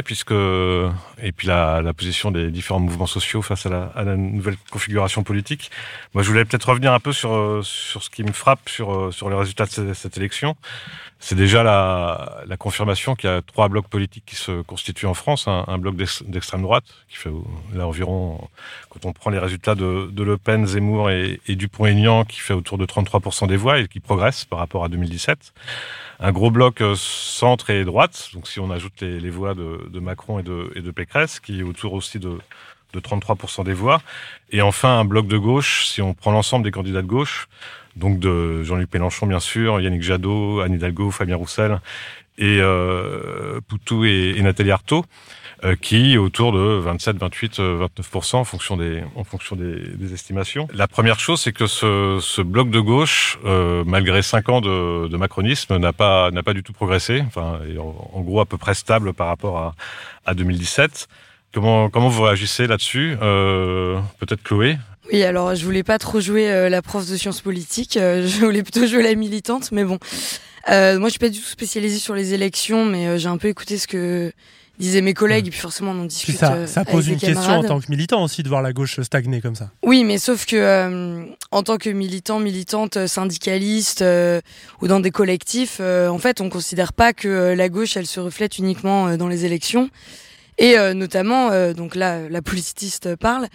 puis la position des différents mouvements sociaux face à la nouvelle configuration politique. Moi, je voulais peut-être revenir un peu sur ce qui me frappe sur les résultats de cette élection. C'est déjà la confirmation qu'il y a 3 blocs politiques qui se constituent en France. Un bloc d'extrême droite, qui fait là environ, quand on prend les résultats de Le Pen, Zemmour et Dupont-Aignan, qui fait autour de 33% des voix et qui progresse par rapport à 2017. Un gros bloc centre et droite, donc si on ajoute les voix de Macron et de Pécresse, qui est autour aussi de 33% des voix. Et enfin, un bloc de gauche, si on prend l'ensemble des candidats de gauche, donc de Jean-Luc Mélenchon, bien sûr, Yannick Jadot, Anne Hidalgo, Fabien Roussel, et Poutou et Nathalie Arthaud. qui est autour de 27, 28, 29% en fonction des estimations. La première chose, c'est que ce bloc de gauche, malgré 5 ans de macronisme, n'a pas du tout progressé. Enfin, est en gros à peu près stable par rapport à 2017. Comment vous réagissez là-dessus ? Peut-être Chloé ? Oui, alors je voulais pas trop jouer la prof de sciences politiques, je voulais plutôt jouer la militante, mais bon. Moi, je suis pas du tout spécialisée sur les élections, mais j'ai un peu écouté ce que disaient mes collègues, et puis forcément on en discute. Puis ça pose une question en camarades. tant que militant aussi de voir la gauche stagner comme ça. Oui, mais sauf que en tant que militante, syndicaliste ou dans des collectifs, en fait, on considère pas que la gauche, elle se reflète uniquement dans les élections. Et notamment, donc là, la politiciste parle,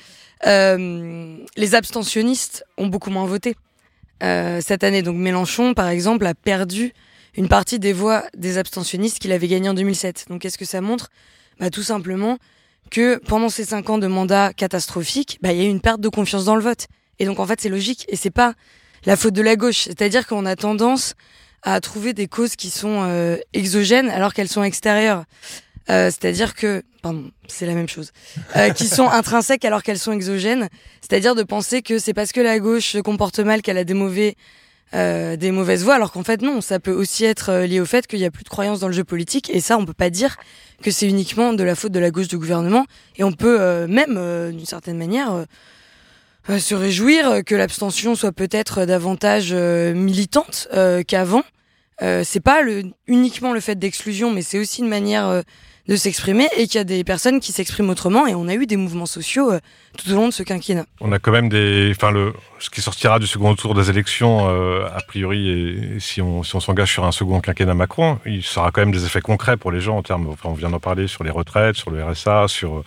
les abstentionnistes ont beaucoup moins voté cette année. Donc Mélenchon, par exemple, a perdu une partie des voix des abstentionnistes qu'il avait gagné en 2007. Donc qu'est-ce que ça montre ? Tout simplement que pendant ces 5 ans de mandat catastrophique, il y a eu une perte de confiance dans le vote. Et donc en fait, c'est logique. Et c'est pas la faute de la gauche. C'est-à-dire qu'on a tendance à trouver des causes qui sont exogènes alors qu'elles sont extérieures. C'est-à-dire que, c'est la même chose, qui sont intrinsèques alors qu'elles sont exogènes, c'est-à-dire de penser que c'est parce que la gauche se comporte mal qu'elle a des mauvaises voix, alors qu'en fait non, ça peut aussi être lié au fait qu'il y a plus de croyance dans le jeu politique, et ça on peut pas dire que c'est uniquement de la faute de la gauche du gouvernement, et on peut même, d'une certaine manière, se réjouir que l'abstention soit peut-être davantage militante qu'avant. C'est pas uniquement le fait d'exclusion, mais c'est aussi une manière de s'exprimer, et qu'il y a des personnes qui s'expriment autrement, et on a eu des mouvements sociaux tout au long de ce quinquennat. On a quand même ce qui sortira du second tour des élections, a priori, et si on s'engage sur un second quinquennat Macron, il sera quand même des effets concrets pour les gens en termes, on vient d'en parler sur les retraites, sur le RSA,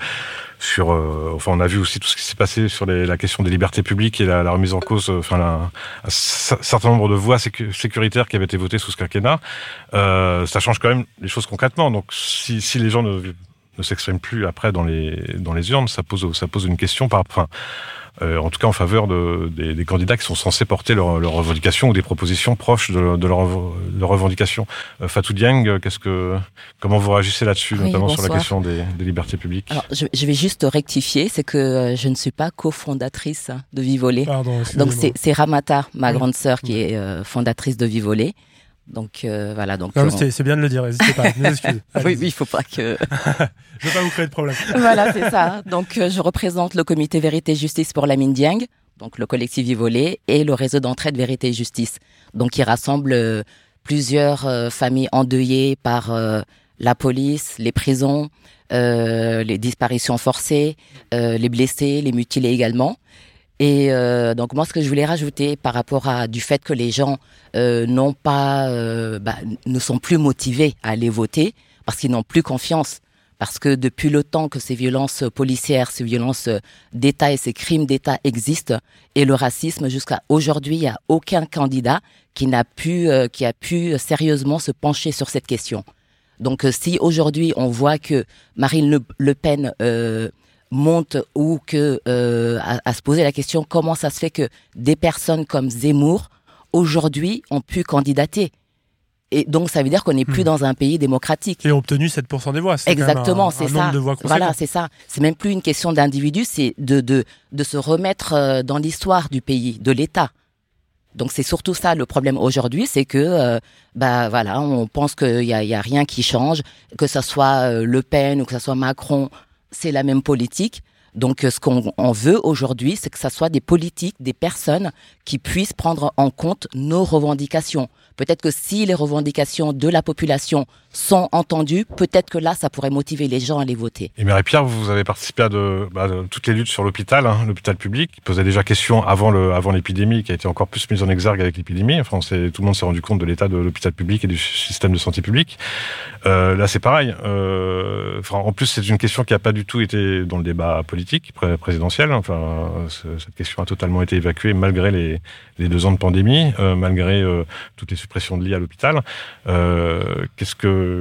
on a vu aussi tout ce qui s'est passé sur la question des libertés publiques et la remise en cause, un certain nombre de voies sécuritaires qui avaient été votées sous ce quinquennat. Ça change quand même les choses concrètement. Donc, si les gens ne s'expriment plus après dans les urnes, ça pose une question en tout cas en faveur des candidats qui sont censés porter leurs revendications ou des propositions proches de leurs revendications. Fatou Dieng, comment vous réagissez là-dessus, notamment bonsoir. sur la question des libertés publiques ? Alors, je vais juste rectifier, c'est que je ne suis pas cofondatrice de Vivolée. Pardon, donc c'est Ramata, ma grande sœur, qui est fondatrice de Vivolée. Donc voilà. Donc c'est bien de le dire, n'hésitez pas. Oui, il faut pas que. Je veux pas vous créer de problème. Voilà, c'est ça. Donc je représente le comité Vérité et Justice pour Lamine Dieng, donc le collectif Vivolée, et le réseau d'entraide Vérité et Justice, donc qui rassemble plusieurs familles endeuillées par la police, les prisons, les disparitions forcées, les blessés, les mutilés également. Et donc moi, ce que je voulais rajouter par rapport du fait que les gens ne sont plus motivés à aller voter parce qu'ils n'ont plus confiance. Parce que depuis le temps que ces violences policières, ces violences d'État et ces crimes d'État existent, et le racisme, jusqu'à aujourd'hui, il n'y a aucun candidat qui a pu sérieusement se pencher sur cette question. Donc si aujourd'hui on voit que Marine Le Pen monte ou à se poser la question comment ça se fait que des personnes comme Zemmour aujourd'hui ont pu candidater. Et donc ça veut dire qu'on n'est plus dans un pays démocratique. Et ont obtenu 7% des voix. C'est exactement, quand même un nombre de voix conséquent. Voilà, c'est ça. C'est même plus une question d'individu, c'est de se remettre dans l'histoire du pays, de l'État. Donc c'est surtout ça le problème aujourd'hui, c'est que on pense qu'il y a rien qui change, que ça soit Le Pen ou que ça soit Macron, c'est la même politique. Donc ce qu'on veut aujourd'hui, c'est que ça soit des politiques, des personnes qui puissent prendre en compte nos revendications. Peut-être que si les revendications de la population sont entendues, peut-être que là, ça pourrait motiver les gens à les voter. Et Marie-Pierre, vous avez participé à de toutes les luttes sur l'hôpital, l'hôpital public, qui posait déjà question avant l'épidémie, qui a été encore plus mise en exergue avec l'épidémie. Enfin, tout le monde s'est rendu compte de l'état de l'hôpital public et du système de santé publique. Là, c'est pareil. En plus, c'est une question qui n'a pas du tout été dans le débat politique présidentiel. Enfin, cette question a totalement été évacuée malgré les 2 ans de pandémie, malgré toutes les suppressions de lits à l'hôpital.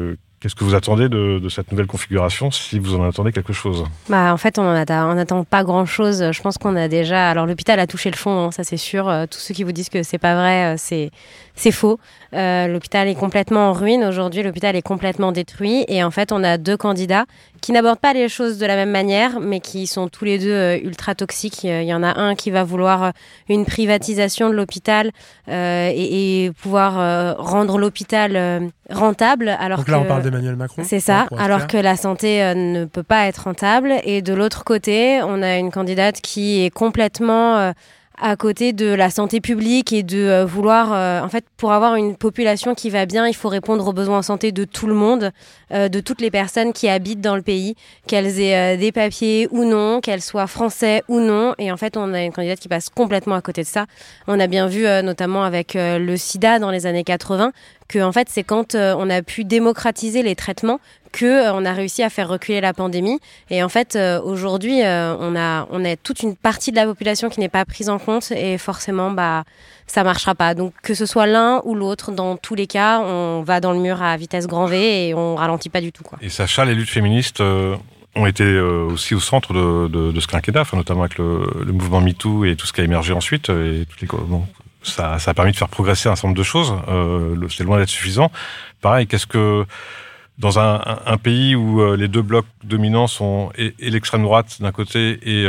Qu'est-ce que vous attendez de cette nouvelle configuration, si vous en attendez quelque chose ? En fait, on n'attend pas grand-chose. Je pense qu'on a déjà... Alors, l'hôpital a touché le fond, ça c'est sûr. Tous ceux qui vous disent que c'est pas vrai, c'est faux. L'hôpital est complètement en ruine. Aujourd'hui, l'hôpital est complètement détruit. Et en fait, on a 2 candidats qui n'abordent pas les choses de la même manière, mais qui sont tous les 2 ultra toxiques. Il y en a un qui va vouloir une privatisation de l'hôpital et pouvoir rendre l'hôpital rentable. Donc là, on parle d'Emmanuel Macron. C'est ça, alors que la santé ne peut pas être rentable. Et de l'autre côté, on a une candidate qui est complètement à côté de la santé publique et de vouloir... en fait, pour avoir une population qui va bien, il faut répondre aux besoins en santé de tout le monde, de toutes les personnes qui habitent dans le pays, qu'elles aient des papiers ou non, qu'elles soient français ou non. Et en fait, on a une candidate qui passe complètement à côté de ça. On a bien vu, notamment avec le sida dans les années 80, que en fait, c'est quand on a pu démocratiser les traitements qu'on a réussi à faire reculer la pandémie. Et en fait, aujourd'hui, on a toute une partie de la population qui n'est pas prise en compte et forcément, ça marchera pas. Donc, que ce soit l'un ou l'autre, dans tous les cas, on va dans le mur à vitesse grand V et on ralentit pas du tout, quoi. Et Sacha, les luttes féministes ont été aussi au centre de ce quinquennat, notamment avec le mouvement MeToo et tout ce qui a émergé ensuite. Et ça a permis de faire progresser un certain nombre de choses. C'est loin d'être suffisant. Pareil, qu'est-ce que... Dans un pays où les 2 blocs dominants sont et l'extrême droite d'un côté et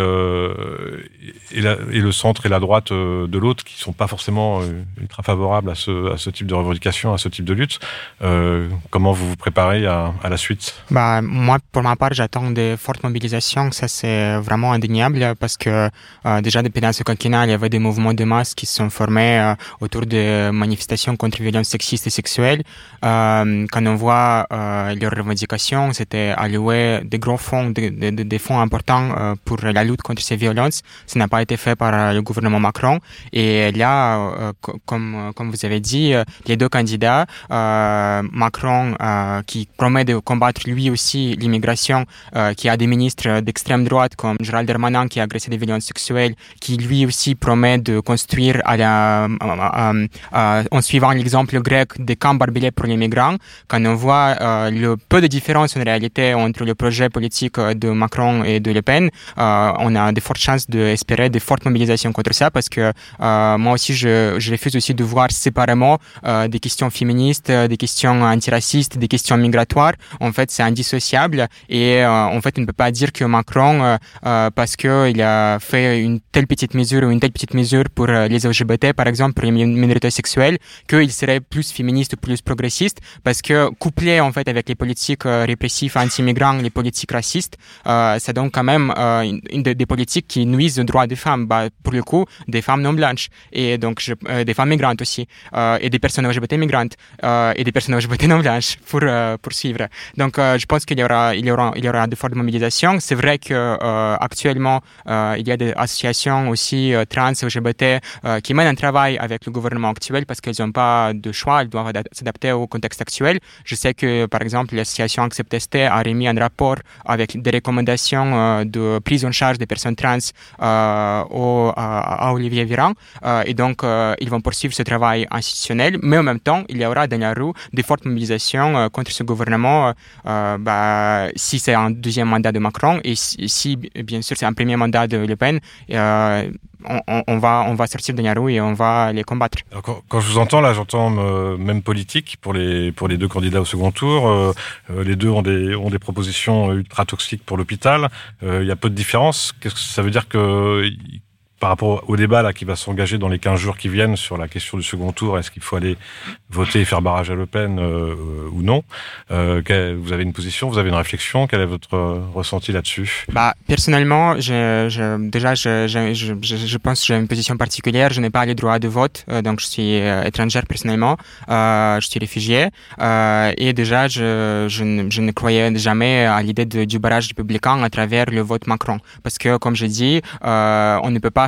le centre et la droite de l'autre, qui sont pas forcément ultra favorables à ce type de revendication, à ce type de lutte, comment vous vous préparez à la suite ? Moi, pour ma part, j'attends de fortes mobilisations. Ça, c'est vraiment indéniable parce que déjà depuis dans ce quinquennat, il y avait des mouvements de masse qui se sont formés autour de manifestations contre les violences sexistes et sexuelles. Quand on voit leurs revendications, c'était allouer des gros fonds, des fonds importants pour la lutte contre ces violences. Ça n'a pas été fait par le gouvernement Macron. Et là, comme vous avez dit, les 2 candidats, Macron qui promet de combattre lui aussi l'immigration, qui a des ministres d'extrême droite comme Gérald Darmanin qui a agressé des violences sexuelles, qui lui aussi promet de construire en suivant l'exemple grec des camps barbelés pour les migrants. Quand on voit le peu de différence en réalité entre le projet politique de Macron et de Le Pen, on a de fortes chances d'espérer de fortes mobilisations contre ça parce que moi aussi je refuse aussi de voir séparément des questions féministes, des questions antiracistes, des questions migratoires. En fait, c'est indissociable et en fait, on ne peut pas dire que Macron, parce qu'il a fait une telle petite mesure ou une telle petite mesure pour les LGBT, par exemple, pour les minorités sexuelles, qu'il serait plus féministe ou plus progressiste parce que couplé en fait avec les politiques répressives anti-migrants, les politiques racistes, ça donne quand même des politiques qui nuisent aux droits des femmes, pour le coup, des femmes non blanches et donc des femmes migrantes aussi, et des personnes LGBT migrantes et des personnes LGBT non blanches pour poursuivre. Donc, je pense qu'il y aura de fortes mobilisations. C'est vrai que actuellement, il y a des associations aussi trans LGBT qui mènent un travail avec le gouvernement actuel parce qu'elles n'ont pas de choix, elles doivent s'adapter au contexte actuel. Je sais que, par exemple, l'association Accept-ST a remis un rapport avec des recommandations de prise en charge des personnes trans à Olivier Véran. Et donc, ils vont poursuivre ce travail institutionnel. Mais en même temps, il y aura dans la rue des fortes mobilisations contre ce gouvernement si c'est un 2e mandat de Macron et si bien sûr, c'est un 1er mandat de Le Pen. On va sortir de la rue et on va les combattre. Alors, quand je vous entends, là, j'entends même politique pour les 2 candidats au second tour. Les 2 ont des propositions ultra toxiques pour l'hôpital. Il y a peu de différence. Qu'est-ce que ça veut dire que par rapport au débat là qui va s'engager dans les 15 jours qui viennent sur la question du second tour, est-ce qu'il faut aller voter et faire barrage à Le Pen ou non? Vous avez une position, vous avez une réflexion, quel est votre ressenti là-dessus? Personnellement, je pense que j'ai une position particulière. Je n'ai pas les droits de vote, donc je suis étrangère personnellement, je suis réfugiée, et déjà je ne croyais jamais à l'idée du barrage républicain à travers le vote Macron, parce que comme je dis, on ne peut pas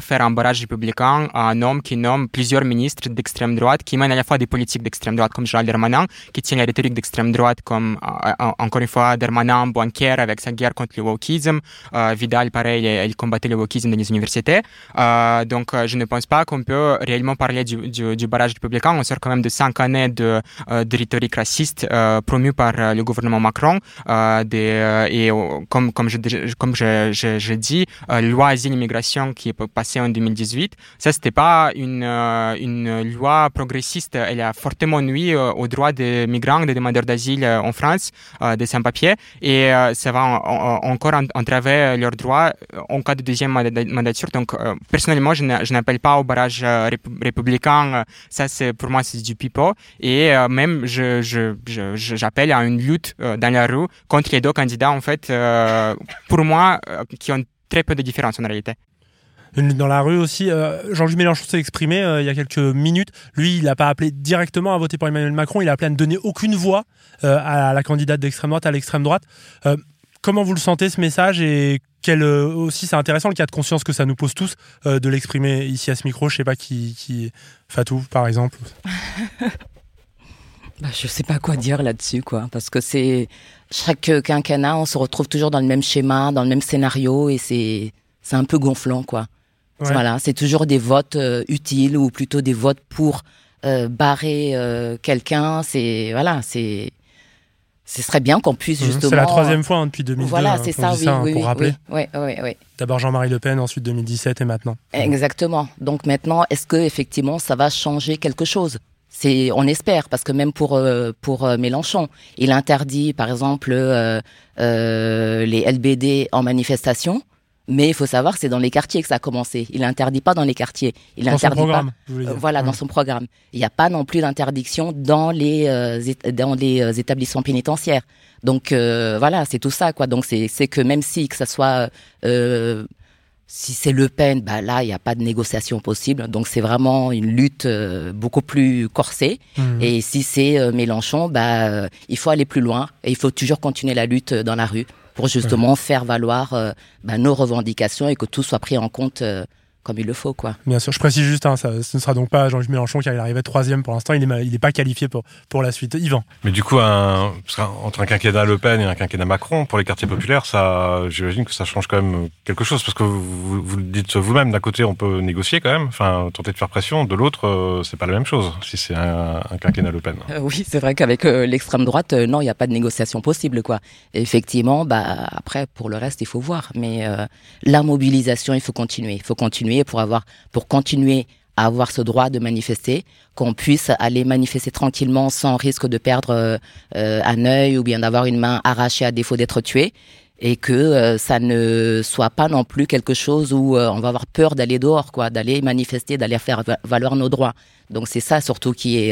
faire un barrage républicain à un homme qui nomme plusieurs ministres d'extrême droite, qui mènent à la fois des politiques d'extrême droite comme Gérald Darmanin, qui tient la rhétorique d'extrême droite comme, encore une fois, Darmanin, Blanquer avec sa guerre contre le wokisme. Vidal, pareil, il combattait le wokisme dans les universités. Donc, je ne pense pas qu'on peut réellement parler du barrage républicain. On sort quand même de 5 années de rhétorique raciste promue par le gouvernement Macron. Et comme je dis, loi asile-immigration qui est passée en 2018, ça, c'était pas une loi progressiste. Elle a fortement nuit aux droits des migrants, des demandeurs d'asile en France, des sans-papiers. Et ça va encore entraver leurs droits en cas de deuxième mandature. Donc, personnellement, je n'appelle pas au barrage républicain. Ça, pour moi, c'est du pipeau. Et même, j'appelle à une lutte dans la rue contre les deux candidats, en fait, pour moi, qui ont très peu de différence en réalité. Une lutte dans la rue aussi. Jean-Luc Mélenchon s'est exprimé il y a quelques minutes. Lui, il n'a pas appelé directement à voter pour Emmanuel Macron. Il a appelé à ne donner aucune voix à la candidate d'extrême droite, à l'extrême droite. Comment vous le sentez, ce message, et aussi, c'est intéressant le cas de conscience que ça nous pose tous de l'exprimer ici à ce micro. Je sais pas qui Fatou, par exemple. Je sais pas quoi dire là-dessus, quoi, parce que c'est chaque quinquennat, on se retrouve toujours dans le même schéma, dans le même scénario, et c'est un peu gonflant, quoi. Ouais. Voilà, c'est toujours des votes utiles, ou plutôt des votes pour barrer quelqu'un. Ce serait bien qu'on puisse justement... C'est la troisième fois depuis 2002. Voilà, c'est ça, oui, pour rappeler. Oui. D'abord Jean-Marie Le Pen, ensuite 2017 et maintenant. Exactement. Donc maintenant, est-ce que effectivement ça va changer quelque chose ? On espère, parce que même pour Mélenchon, il interdit par exemple les LBD en manifestation. Mais il faut savoir que c'est dans les quartiers que ça a commencé. Il n'interdit pas dans les quartiers. Dans son programme, vous voulez dire. Voilà, dans son programme. Il n'y a pas non plus d'interdiction dans les établissements pénitentiaires. Donc voilà, c'est tout ça, quoi. Donc c'est que même si que ça soit si c'est Le Pen, là il n'y a pas de négociation possible. Donc c'est vraiment une lutte beaucoup plus corsée. Et si c'est Mélenchon, il faut aller plus loin et il faut toujours continuer la lutte dans la rue pour justement faire valoir nos revendications et que tout soit pris en compte comme il le faut, quoi. Bien sûr, je précise juste, ce ne sera donc pas Jean-Luc Mélenchon qui arrive troisième pour l'instant, il n'est pas qualifié pour la suite. Yvan. Mais du coup, entre un quinquennat Le Pen et un quinquennat Macron, pour les quartiers populaires, j'imagine que ça change quand même quelque chose, parce que vous le dites vous-même, d'un côté on peut négocier quand même, tenter de faire pression, de l'autre c'est pas la même chose, si c'est un quinquennat Le Pen. Oui, c'est vrai qu'avec l'extrême droite, non, il n'y a pas de négociation possible, quoi. Et effectivement, après, pour le reste, il faut voir. Mais la mobilisation, il faut continuer pour continuer à avoir ce droit de manifester, qu'on puisse aller manifester tranquillement sans risque de perdre un œil ou bien d'avoir une main arrachée à défaut d'être tué, et que ça ne soit pas non plus quelque chose où on va avoir peur d'aller dehors, quoi, d'aller manifester, d'aller faire valoir nos droits. Donc c'est ça surtout qu'il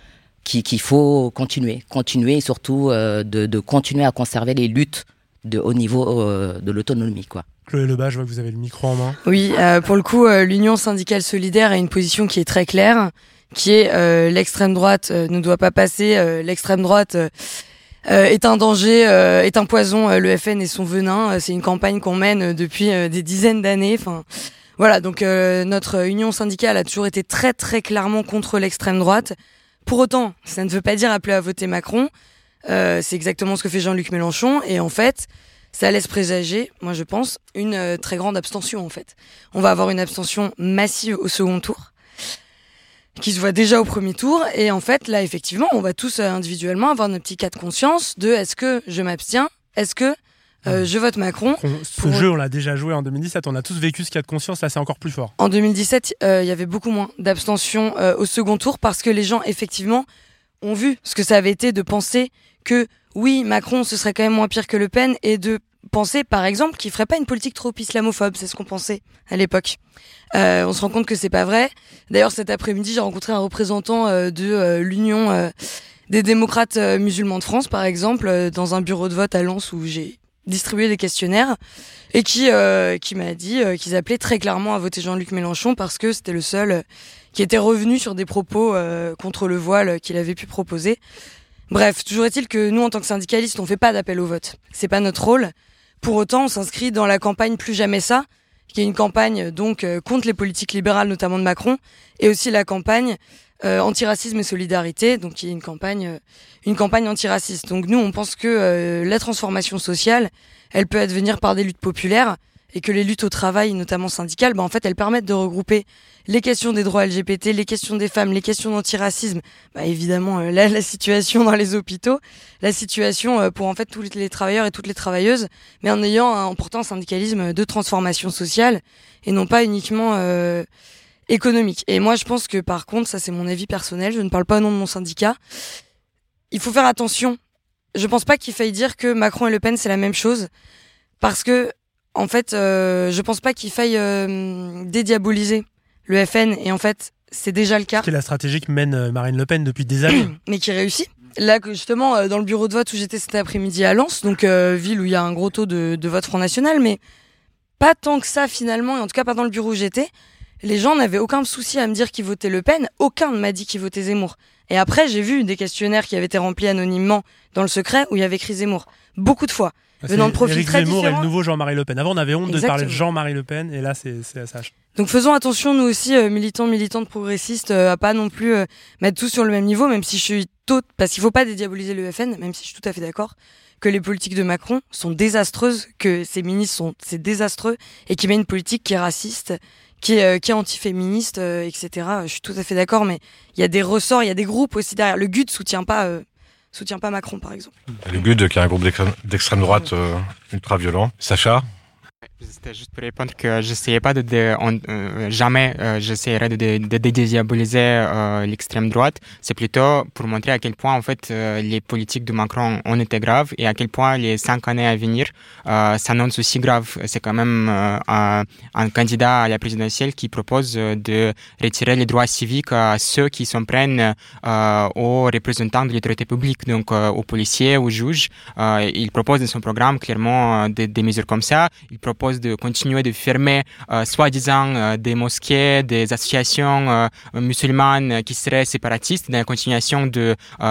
faut continuer et surtout de continuer à conserver les luttes au niveau de l'autonomie, quoi. Chloé Lebas, je vois que vous avez le micro en main. Oui, pour le coup, l'Union syndicale solidaire a une position qui est très claire, qui est l'extrême droite ne doit pas passer, l'extrême droite est un danger, est un poison, le FN est son venin. C'est une campagne qu'on mène depuis des dizaines d'années. Enfin, voilà, donc notre Union syndicale a toujours été très très clairement contre l'extrême droite. Pour autant, ça ne veut pas dire appeler à voter Macron. C'est exactement ce que fait Jean-Luc Mélenchon, et en fait, ça laisse présager, moi je pense, une très grande abstention en fait. On va avoir une abstention massive au second tour, qui se voit déjà au premier tour, et en fait là effectivement on va tous individuellement avoir notre petit cas de conscience de est-ce que je m'abstiens, est-ce que je vote Macron. Ce jeu on l'a déjà joué en 2017, on a tous vécu ce cas de conscience, là c'est encore plus fort. En 2017 il y avait beaucoup moins d'abstention au second tour, parce que les gens effectivement ont vu ce que ça avait été de penser que oui, Macron, ce serait quand même moins pire que Le Pen, et de penser, par exemple, qu'il ferait pas une politique trop islamophobe. C'est ce qu'on pensait à l'époque. On se rend compte que c'est pas vrai. D'ailleurs, cet après-midi, j'ai rencontré un représentant de l'Union des démocrates musulmans de France, par exemple, dans un bureau de vote à Lens où j'ai distribué des questionnaires, et qui m'a dit qu'ils appelaient très clairement à voter Jean-Luc Mélenchon parce que c'était le seul qui était revenu sur des propos contre le voile qu'il avait pu proposer. Bref, toujours est-il que nous, en tant que syndicalistes, on fait pas d'appel au vote. C'est pas notre rôle. Pour autant, on s'inscrit dans la campagne Plus jamais ça, qui est une campagne donc contre les politiques libérales, notamment de Macron, et aussi la campagne antiracisme et solidarité, donc qui est une campagne antiraciste. Donc nous, on pense que la transformation sociale, elle peut advenir par des luttes populaires, et que les luttes au travail, notamment syndicales, en fait, elles permettent de regrouper les questions des droits LGBT, les questions des femmes, les questions d'antiracisme, évidemment la situation dans les hôpitaux, la situation pour en fait tous les travailleurs et toutes les travailleuses, mais en portant un syndicalisme de transformation sociale et non pas uniquement économique. Et moi, je pense que par contre, ça c'est mon avis personnel, je ne parle pas au nom de mon syndicat, il faut faire attention. Je pense pas qu'il faille dire que Macron et Le Pen c'est la même chose, parce que en fait, je pense pas qu'il faille dédiaboliser le FN, et en fait, c'est déjà le cas. C'est la stratégie que mène Marine Le Pen depuis des années. Mais qui réussit. Là, justement, dans le bureau de vote où j'étais cet après-midi à Lens, donc ville où il y a un gros taux de vote Front National, mais pas tant que ça finalement, et en tout cas pas dans le bureau où j'étais, les gens n'avaient aucun souci à me dire qu'ils votaient Le Pen, aucun ne m'a dit qu'ils votaient Zemmour. Et après, j'ai vu des questionnaires qui avaient été remplis anonymement dans le secret où il y avait écrit Zemmour. Beaucoup de fois. Venant de profils Éric très Zemmour différents. et le nouveau Jean-Marie Le Pen. Avant, on avait honte Exactement. de parler de Jean-Marie Le Pen, et là, c'est SH. Donc faisons attention, nous aussi, militantes progressistes, à pas non plus mettre tout sur le même niveau, même si je suis parce qu'il faut pas dédiaboliser le FN, même si je suis tout à fait d'accord que les politiques de Macron sont désastreuses, que ses ministres c'est désastreux, et qu'il met une politique qui est raciste, qui est antiféministe, etc. Je suis tout à fait d'accord, mais il y a des ressorts, il y a des groupes aussi derrière. Le GUD soutient pas Macron, par exemple. Le GUD, qui est un groupe d'extrême droite ultra violent. Sacha? C'était juste pour répondre que j'essayais pas jamais j'essaierai de dédiaboliser l'extrême droite. C'est plutôt pour montrer à quel point en fait les politiques de Macron ont été graves, et à quel point les 5 années à venir s'annoncent aussi graves. C'est quand même un candidat à la présidentielle qui propose de retirer les droits civiques à ceux qui s'en prennent aux représentants de l'autorité publique, donc aux policiers, aux juges. Il propose dans son programme clairement des mesures comme ça. Il propose de continuer de fermer soi-disant des mosquées, des associations musulmanes qui seraient séparatistes, dans la continuation de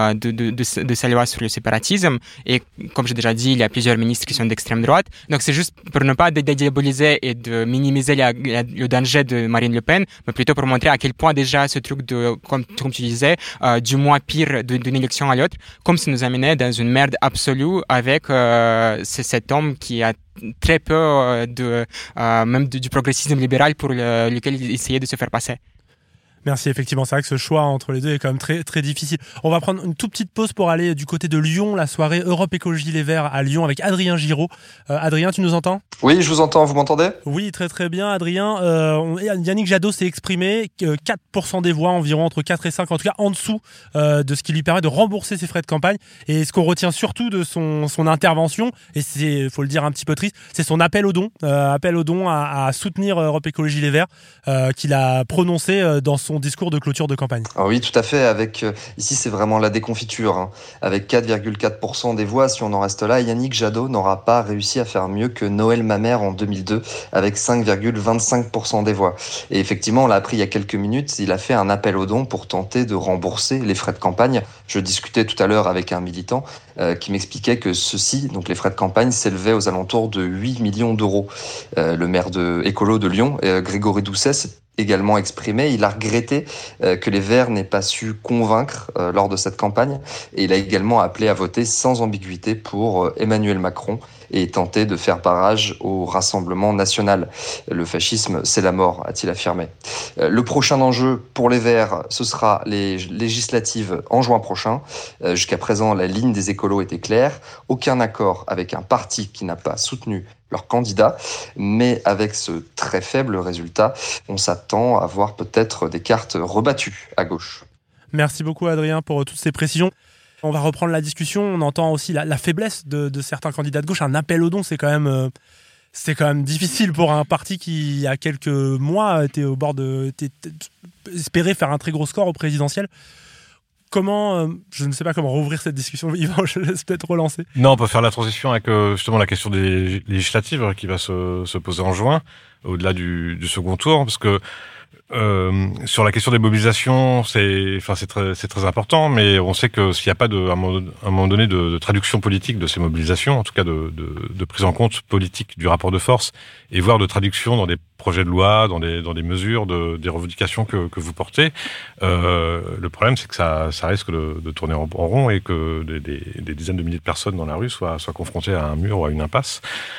sa loi sur le séparatisme. Et comme j'ai déjà dit, il y a plusieurs ministres qui sont d'extrême droite. Donc c'est juste pour ne pas dédiaboliser et de minimiser le danger de Marine Le Pen, mais plutôt pour montrer à quel point déjà ce truc comme tu disais, du moins pire d'une élection à l'autre, comme ça nous amenait dans une merde absolue avec cet homme qui a très peu même du progressisme libéral pour lequel il essayait de se faire passer. Merci, effectivement, c'est vrai que ce choix entre les deux est quand même très, très difficile. On va prendre une toute petite pause pour aller du côté de Lyon, la soirée Europe Écologie Les Verts à Lyon avec Adrien Giraud. Adrien, tu nous entends ? Oui, je vous entends, vous m'entendez ? Oui, très très bien, Adrien. Yannick Jadot s'est exprimé, 4% des voix, environ entre 4 et 5, en tout cas en dessous de ce qui lui permet de rembourser ses frais de campagne. Et ce qu'on retient surtout de son intervention, et c'est, faut le dire un petit peu triste, c'est son appel aux dons, à soutenir Europe Écologie Les Verts, qu'il a prononcé dans son discours de clôture de campagne. Ah oui, tout à fait. Ici, c'est vraiment la déconfiture. Avec 4,4% des voix, si on en reste là, Yannick Jadot n'aura pas réussi à faire mieux que Noël Mamère en 2002, avec 5,25% des voix. Et effectivement, on l'a appris il y a quelques minutes, il a fait un appel aux dons pour tenter de rembourser les frais de campagne. Je discutais tout à l'heure avec un militant qui m'expliquait que ceux-ci, donc les frais de campagne, s'élevaient aux alentours de 8 millions d'euros. Le maire écolo de Lyon, Grégory Doucet, s'est également exprimé. Il a regretté que les Verts n'aient pas su convaincre lors de cette campagne, et il a également appelé à voter sans ambiguïté pour Emmanuel Macron et tenter de faire barrage au Rassemblement national. Le fascisme, c'est la mort, a-t-il affirmé. Le prochain enjeu pour les Verts, ce sera les législatives en juin prochain. Jusqu'à présent, la ligne des écolos était claire. Aucun accord avec un parti qui n'a pas soutenu leur candidat, mais avec ce très faible résultat, on s'attend à voir peut-être des cartes rebattues à gauche. Merci beaucoup Adrien pour toutes ces précisions. On va reprendre la discussion. On entend aussi la faiblesse de certains candidats de gauche. Un appel aux dons, c'est quand même difficile pour un parti qui, il y a quelques mois, était au bord espérait faire un très gros score au présidentiel. Comment, je ne sais pas comment rouvrir cette discussion. Yvan, je laisse peut-être relancer. Non, on peut faire la transition avec justement la question des législatives qui va se poser en juin, au-delà du second tour, parce que Sur la question des mobilisations, c'est très important, mais on sait que s'il n'y a pas à un moment donné de traduction politique de ces mobilisations, en tout cas de prise en compte politique du rapport de force, et voire de traduction dans des projets de loi, dans des mesures, des revendications que vous portez, le problème c'est que ça risque de tourner en rond et que des dizaines de milliers de personnes dans la rue soient confrontées à un mur ou à une impasse.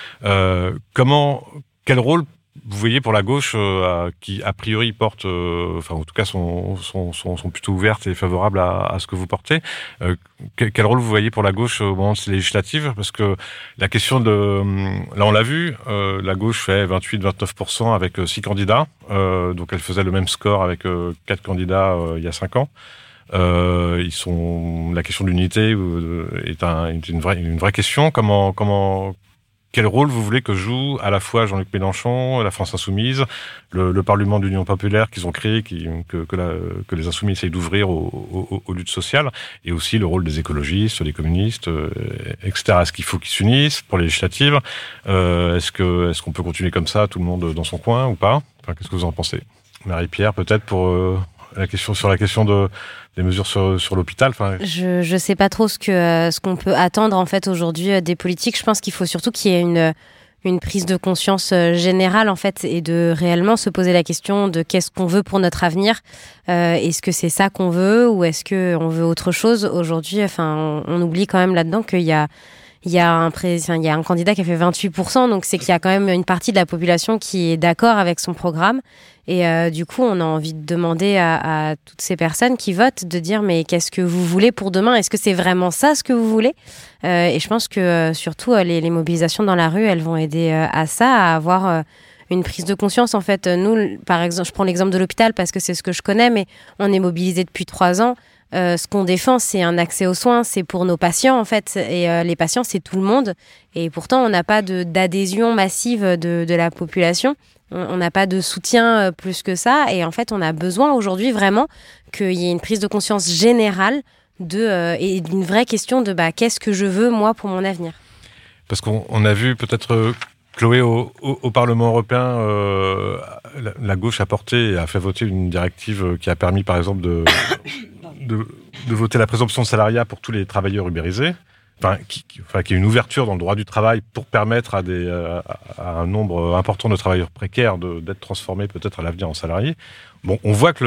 Quel rôle vous voyez pour la gauche qui a priori porte, en tout cas sont plutôt ouvertes et favorables à ce que vous portez. Quel rôle vous voyez pour la gauche au moment de ces législatives ? Parce que la question là on l'a vu, la gauche fait 28-29% avec 6 candidats, donc elle faisait le même score avec 4 candidats il y a 5 ans. La question de l'unité est une vraie question. Quel rôle vous voulez que joue à la fois Jean-Luc Mélenchon, la France Insoumise, le Parlement d'Union Populaire qu'ils ont créé, que les Insoumis essayent d'ouvrir aux luttes sociales, et aussi le rôle des écologistes, des communistes, etc. Est-ce qu'il faut qu'ils s'unissent pour les législatives ? Est-ce qu'on peut continuer comme ça, tout le monde dans son coin, ou pas ? Qu'est-ce que vous en pensez ? Marie-Pierre, peut-être pour la question des mesures sur l'hôpital. Je sais pas trop ce qu'on peut attendre en fait aujourd'hui des politiques. Je pense qu'il faut surtout qu'il y ait une prise de conscience générale en fait, et de réellement se poser la question de qu'est-ce qu'on veut pour notre avenir. Est-ce que c'est ça qu'on veut, ou est-ce qu'on veut autre chose aujourd'hui ? On oublie quand même là-dedans qu'il y a un candidat qui a fait 28%, donc c'est qu'il y a quand même une partie de la population qui est d'accord avec son programme. Et du coup, on a envie de demander à toutes ces personnes qui votent de dire mais qu'est-ce que vous voulez pour demain ? Est-ce que c'est vraiment ça ce que vous voulez ? Et je pense que surtout les mobilisations dans la rue, elles vont aider à ça, à avoir une prise de conscience. En fait, nous, par exemple, je prends l'exemple de l'hôpital parce que c'est ce que je connais, mais on est mobilisés depuis 3 ans. Ce qu'on défend, c'est un accès aux soins, c'est pour nos patients en fait, et les patients, c'est tout le monde. Et pourtant, on n'a pas d'adhésion massive de la population. On n'a pas de soutien plus que ça, et en fait, on a besoin aujourd'hui vraiment qu'il y ait une prise de conscience générale et d'une vraie question de qu'est-ce que je veux moi pour mon avenir. Parce qu'on a vu peut-être Chloé au Parlement européen, la gauche a porté et a fait voter une directive qui a permis par exemple de voter la présomption de salariat pour tous les travailleurs ubérisés. Qui est une ouverture dans le droit du travail pour permettre à un nombre important de travailleurs précaires d'être transformés peut-être à l'avenir en salariés. Bon, on voit que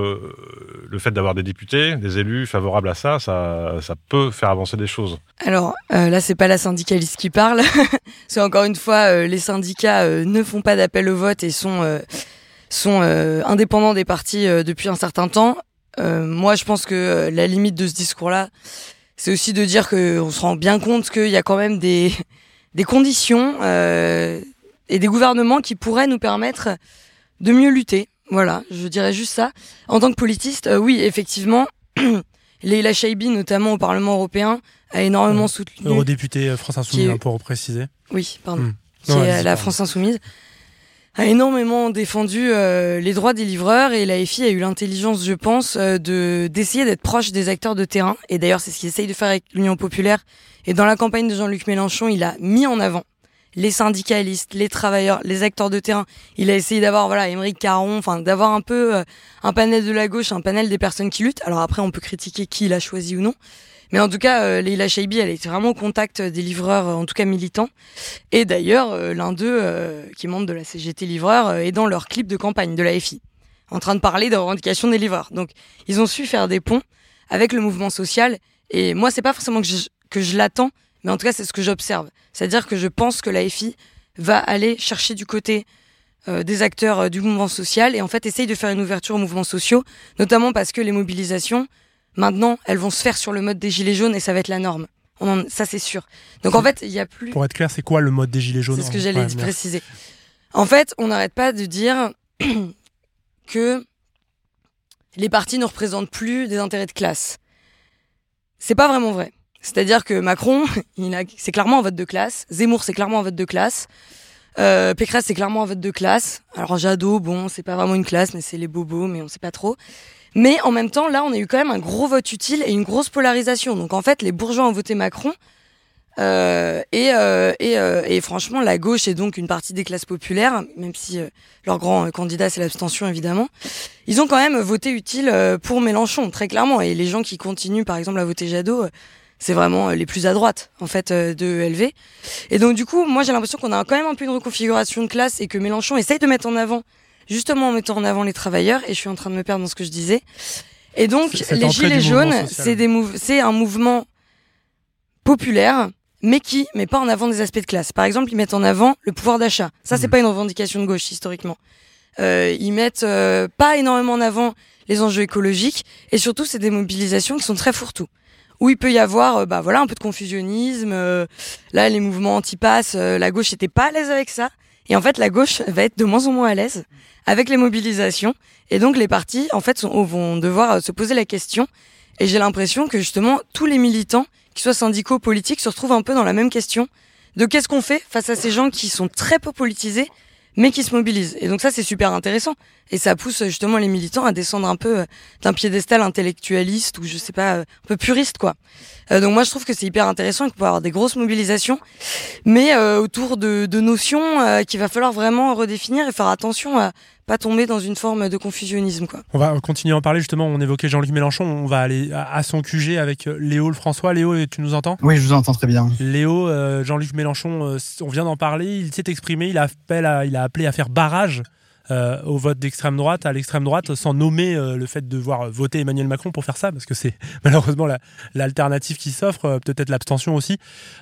le fait d'avoir des députés, des élus favorables à ça peut faire avancer des choses. Alors là, c'est pas la syndicaliste qui parle. C'est encore une fois, les syndicats ne font pas d'appel au vote et sont indépendants des partis depuis un certain temps. Moi, je pense que la limite de ce discours-là, c'est aussi de dire qu'on se rend bien compte qu'il y a quand même des conditions et des gouvernements qui pourraient nous permettre de mieux lutter. Voilà, je dirais juste ça. En tant que politiste, oui, effectivement, Leïla Chaibi, notamment au Parlement européen, a énormément soutenu... Eurodéputée France Insoumise, pour préciser. Oui, pardon. France Insoumise a énormément défendu les droits des livreurs, et la FI a eu l'intelligence, je pense, d'essayer d'être proche des acteurs de terrain. Et d'ailleurs, c'est ce qu'il essaye de faire avec l'Union populaire. Et dans la campagne de Jean-Luc Mélenchon, il a mis en avant les syndicalistes, les travailleurs, les acteurs de terrain. Il a essayé d'avoir Aymeric Caron, d'avoir un peu un panel de la gauche, un panel des personnes qui luttent. Alors après, on peut critiquer qui il a choisi ou non. Mais en tout cas, Leïla Chaibi, elle était vraiment au contact des livreurs, en tout cas militants. Et d'ailleurs, l'un d'eux, qui est membre de la CGT Livreurs, est dans leur clip de campagne de la FI, en train de parler des revendications des livreurs. Donc, ils ont su faire des ponts avec le mouvement social. Et moi, c'est pas forcément que je l'attends, mais en tout cas, c'est ce que j'observe. C'est-à-dire que je pense que la FI va aller chercher du côté des acteurs du mouvement social et en fait essaye de faire une ouverture aux mouvements sociaux, notamment parce que les mobilisations, maintenant, elles vont se faire sur le mode des gilets jaunes et ça va être la norme. Ça, c'est sûr. Donc en fait, il y a plus... Pour être clair, c'est quoi le mode des gilets jaunes ? C'est ce que j'allais préciser. En fait, on n'arrête pas de dire que les partis ne représentent plus des intérêts de classe. C'est pas vraiment vrai. C'est-à-dire que Macron, c'est clairement un vote de classe. Zemmour, c'est clairement un vote de classe. Pécresse, c'est clairement un vote de classe. Alors Jadot, bon, c'est pas vraiment une classe, mais c'est les bobos, mais on sait pas trop. Mais en même temps, là, on a eu quand même un gros vote utile et une grosse polarisation. Donc en fait, les bourgeois ont voté Macron Et franchement, la gauche et donc une partie des classes populaires, même si leur grand candidat c'est l'abstention évidemment, ils ont quand même voté utile pour Mélenchon, très clairement. Et les gens qui continuent par exemple à voter Jadot, c'est vraiment les plus à droite en fait de LV. Et donc du coup, moi j'ai l'impression qu'on a quand même un peu une reconfiguration de classe et que Mélenchon essaye de mettre en avant, justement en mettant en avant les travailleurs. Et je suis en train de me perdre dans ce que je disais. Et donc les gilets jaunes, c'est un mouvement populaire, mais qui met pas en avant des aspects de classe. Par exemple, ils mettent en avant le pouvoir d'achat. Ça, c'est pas une revendication de gauche historiquement. Ils mettent pas énormément en avant les enjeux écologiques, et surtout, c'est des mobilisations qui sont très fourre-tout. Où il peut y avoir, un peu de confusionnisme. Là, les mouvements anti-pass, la gauche était pas à l'aise avec ça. Et en fait, la gauche va être de moins en moins à l'aise avec les mobilisations. Et donc, les partis, en fait, vont devoir se poser la question. Et j'ai l'impression que justement, tous les militants, qu'ils soient syndicaux, politiques, se retrouvent un peu dans la même question de qu'est-ce qu'on fait face à ces gens qui sont très peu politisés, mais qui se mobilisent. Et donc ça, c'est super intéressant. Et ça pousse justement les militants à descendre un peu d'un piédestal intellectualiste ou je sais pas, un peu puriste, quoi. Donc moi, je trouve que c'est hyper intéressant et qu'on peut avoir des grosses mobilisations, mais autour de notions qu'il va falloir vraiment redéfinir et faire attention à pas tomber dans une forme de confusionnisme, quoi. On va continuer à en parler, justement. On évoquait Jean-Luc Mélenchon. On va aller à son QG avec Léo Lefrançois. Léo, tu nous entends ? Oui, je vous entends très bien. Léo, Jean-Luc Mélenchon, on vient d'en parler. Il s'est exprimé. Il a appelé à faire barrage au vote d'extrême droite, à l'extrême droite, sans nommer le fait de devoir voter Emmanuel Macron pour faire ça, parce que c'est malheureusement l'alternative qui s'offre, peut-être l'abstention aussi.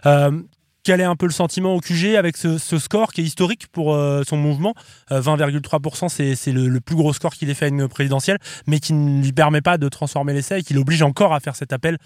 Quel est un peu le sentiment au QG avec ce score qui est historique pour son mouvement ? 20,3%, c'est le plus gros score qu'il ait fait à une présidentielle, mais qui ne lui permet pas de transformer l'essai et qui l'oblige encore à faire cet appel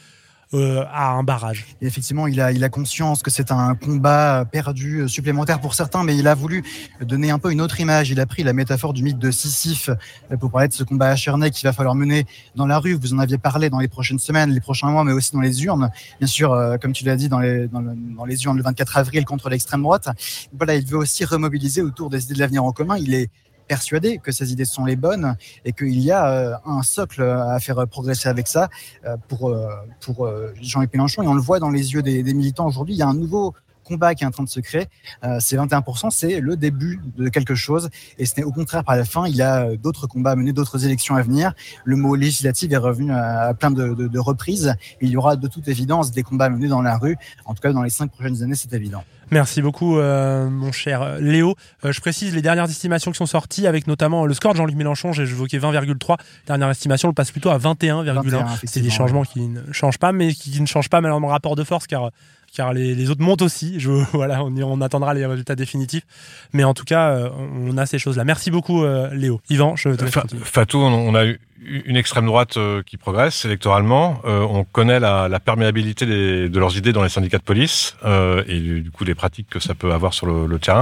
à un barrage. Et effectivement, il a conscience que c'est un combat perdu supplémentaire pour certains, mais il a voulu donner un peu une autre image. Il a pris la métaphore du mythe de Sisyphe pour parler de ce combat acharné qu'il va falloir mener dans la rue. Vous en aviez parlé dans les prochaines semaines, les prochains mois, mais aussi dans les urnes. Bien sûr, comme tu l'as dit, dans les urnes le 24 avril contre l'extrême droite. Voilà, il veut aussi remobiliser autour des idées de l'avenir en commun. Il est persuadé que ces idées sont les bonnes et qu'il y a un socle à faire progresser avec ça pour Jean-Luc Mélenchon. Et on le voit dans les yeux des militants aujourd'hui, il y a un nouveau combat qui est en train de se créer. Ces 21%, c'est le début de quelque chose et ce n'est au contraire pas la fin. Il y a d'autres combats à mener, d'autres élections à venir. Le mot législative est revenu à plein de reprises. Il y aura de toute évidence des combats à mener dans la rue. En tout cas, dans les 5 prochaines années, c'est évident. Merci beaucoup, mon cher Léo. Je précise les dernières estimations qui sont sorties, avec notamment le score de Jean-Luc Mélenchon. J'ai évoqué 20,3. Dernière estimation, on le passe plutôt à 21,1. C'est des changements qui ne changent pas, mais qui ne changent pas malheureusement le rapport de force, car les autres montent aussi. On attendra les résultats définitifs. Mais en tout cas, on a ces choses-là. Merci beaucoup, Léo. Yvan, je te laisse continuer. Fatou, on a eu une extrême droite qui progresse électoralement. On connaît la perméabilité de leurs idées dans les syndicats de police et du coup des pratiques que ça peut avoir sur le terrain.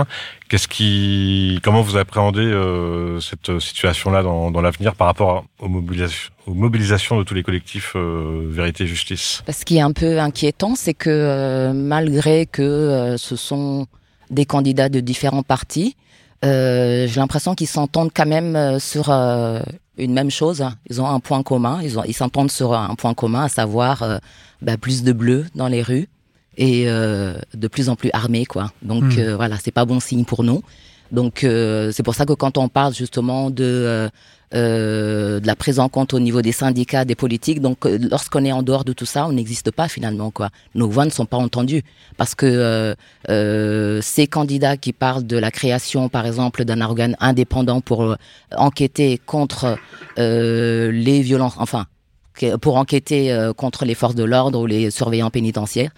Comment vous appréhendez cette situation-là dans l'avenir par rapport aux mobilisations de tous les collectifs Vérité et Justice ? Ce qui est un peu inquiétant, c'est que malgré que ce sont des candidats de différents partis, j'ai l'impression qu'ils s'entendent quand même sur une même chose. Ils ont un point commun. Ils s'entendent sur un point commun, à savoir plus de bleus dans les rues et de plus en plus armés, quoi. Donc voilà, c'est pas bon signe pour nous. Donc c'est pour ça que quand on parle justement de la prise en compte au niveau des syndicats, des politiques, donc lorsqu'on est en dehors de tout ça, on n'existe pas finalement, quoi. Nos voix ne sont pas entendues parce que ces candidats qui parlent de la création, par exemple, d'un organe indépendant pour enquêter contre les violences, enfin pour enquêter contre les forces de l'ordre ou les surveillants pénitentiaires,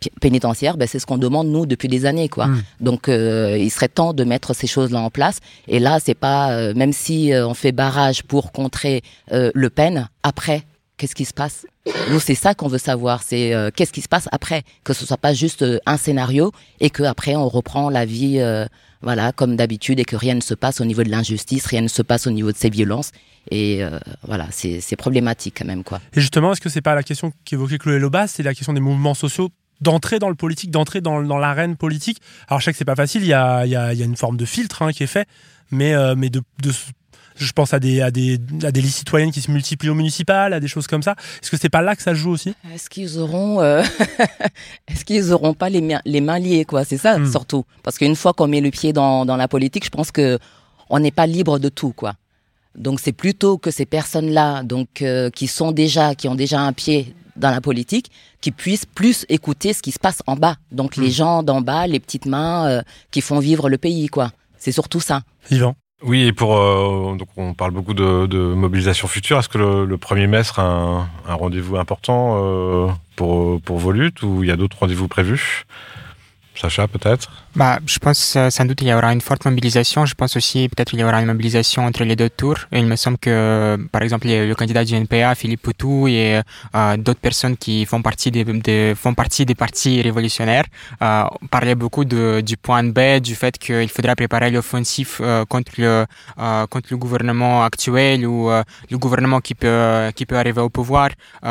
c'est ce qu'on demande nous depuis des années, quoi. Donc il serait temps de mettre ces choses-là en place. Et là, c'est pas même si on fait barrage pour contrer Le Pen, après qu'est-ce qui se passe ? Nous, c'est ça qu'on veut savoir, c'est qu'est-ce qui se passe après, que ce soit pas juste un scénario et que après on reprend la vie voilà, comme d'habitude et que rien ne se passe au niveau de l'injustice, rien ne se passe au niveau de ces violences. Et voilà, c'est problématique quand même, quoi. Et justement, est-ce que c'est pas la question qu'évoquait Chloé Lobas, c'est la question des mouvements sociaux, d'entrer dans le politique, d'entrer dans l'arène politique. Alors je sais que c'est pas facile, il y a une forme de filtre qui est fait, mais Je pense à des listes citoyennes qui se multiplient au municipal, à des choses comme ça. Est-ce que c'est pas là que ça se joue aussi ? Est-ce qu'ils auront pas les mains liées, quoi ? C'est ça, surtout. Parce qu'une fois qu'on met le pied dans la politique, je pense que on n'est pas libre de tout, quoi. Donc c'est plutôt que ces personnes-là, qui ont déjà un pied dans la politique, qui puissent plus écouter ce qui se passe en bas. Donc les gens d'en bas, les petites mains qui font vivre le pays, quoi. C'est surtout ça. Yvan. Oui, et donc on parle beaucoup de mobilisation future. Est-ce que le 1er mai sera un rendez-vous important pour vos luttes, ou il y a d'autres rendez-vous prévus ? Sacha, peut-être ? Je pense sans doute il y aura une forte mobilisation. Je pense aussi peut-être il y aura une mobilisation entre les deux tours. Et il me semble que, par exemple, le candidat du NPA, Philippe Poutou, et d'autres personnes qui font partie des partis révolutionnaires parlaient beaucoup du point B, du fait qu'il faudra préparer l'offensive contre le gouvernement actuel ou le gouvernement qui peut arriver au pouvoir.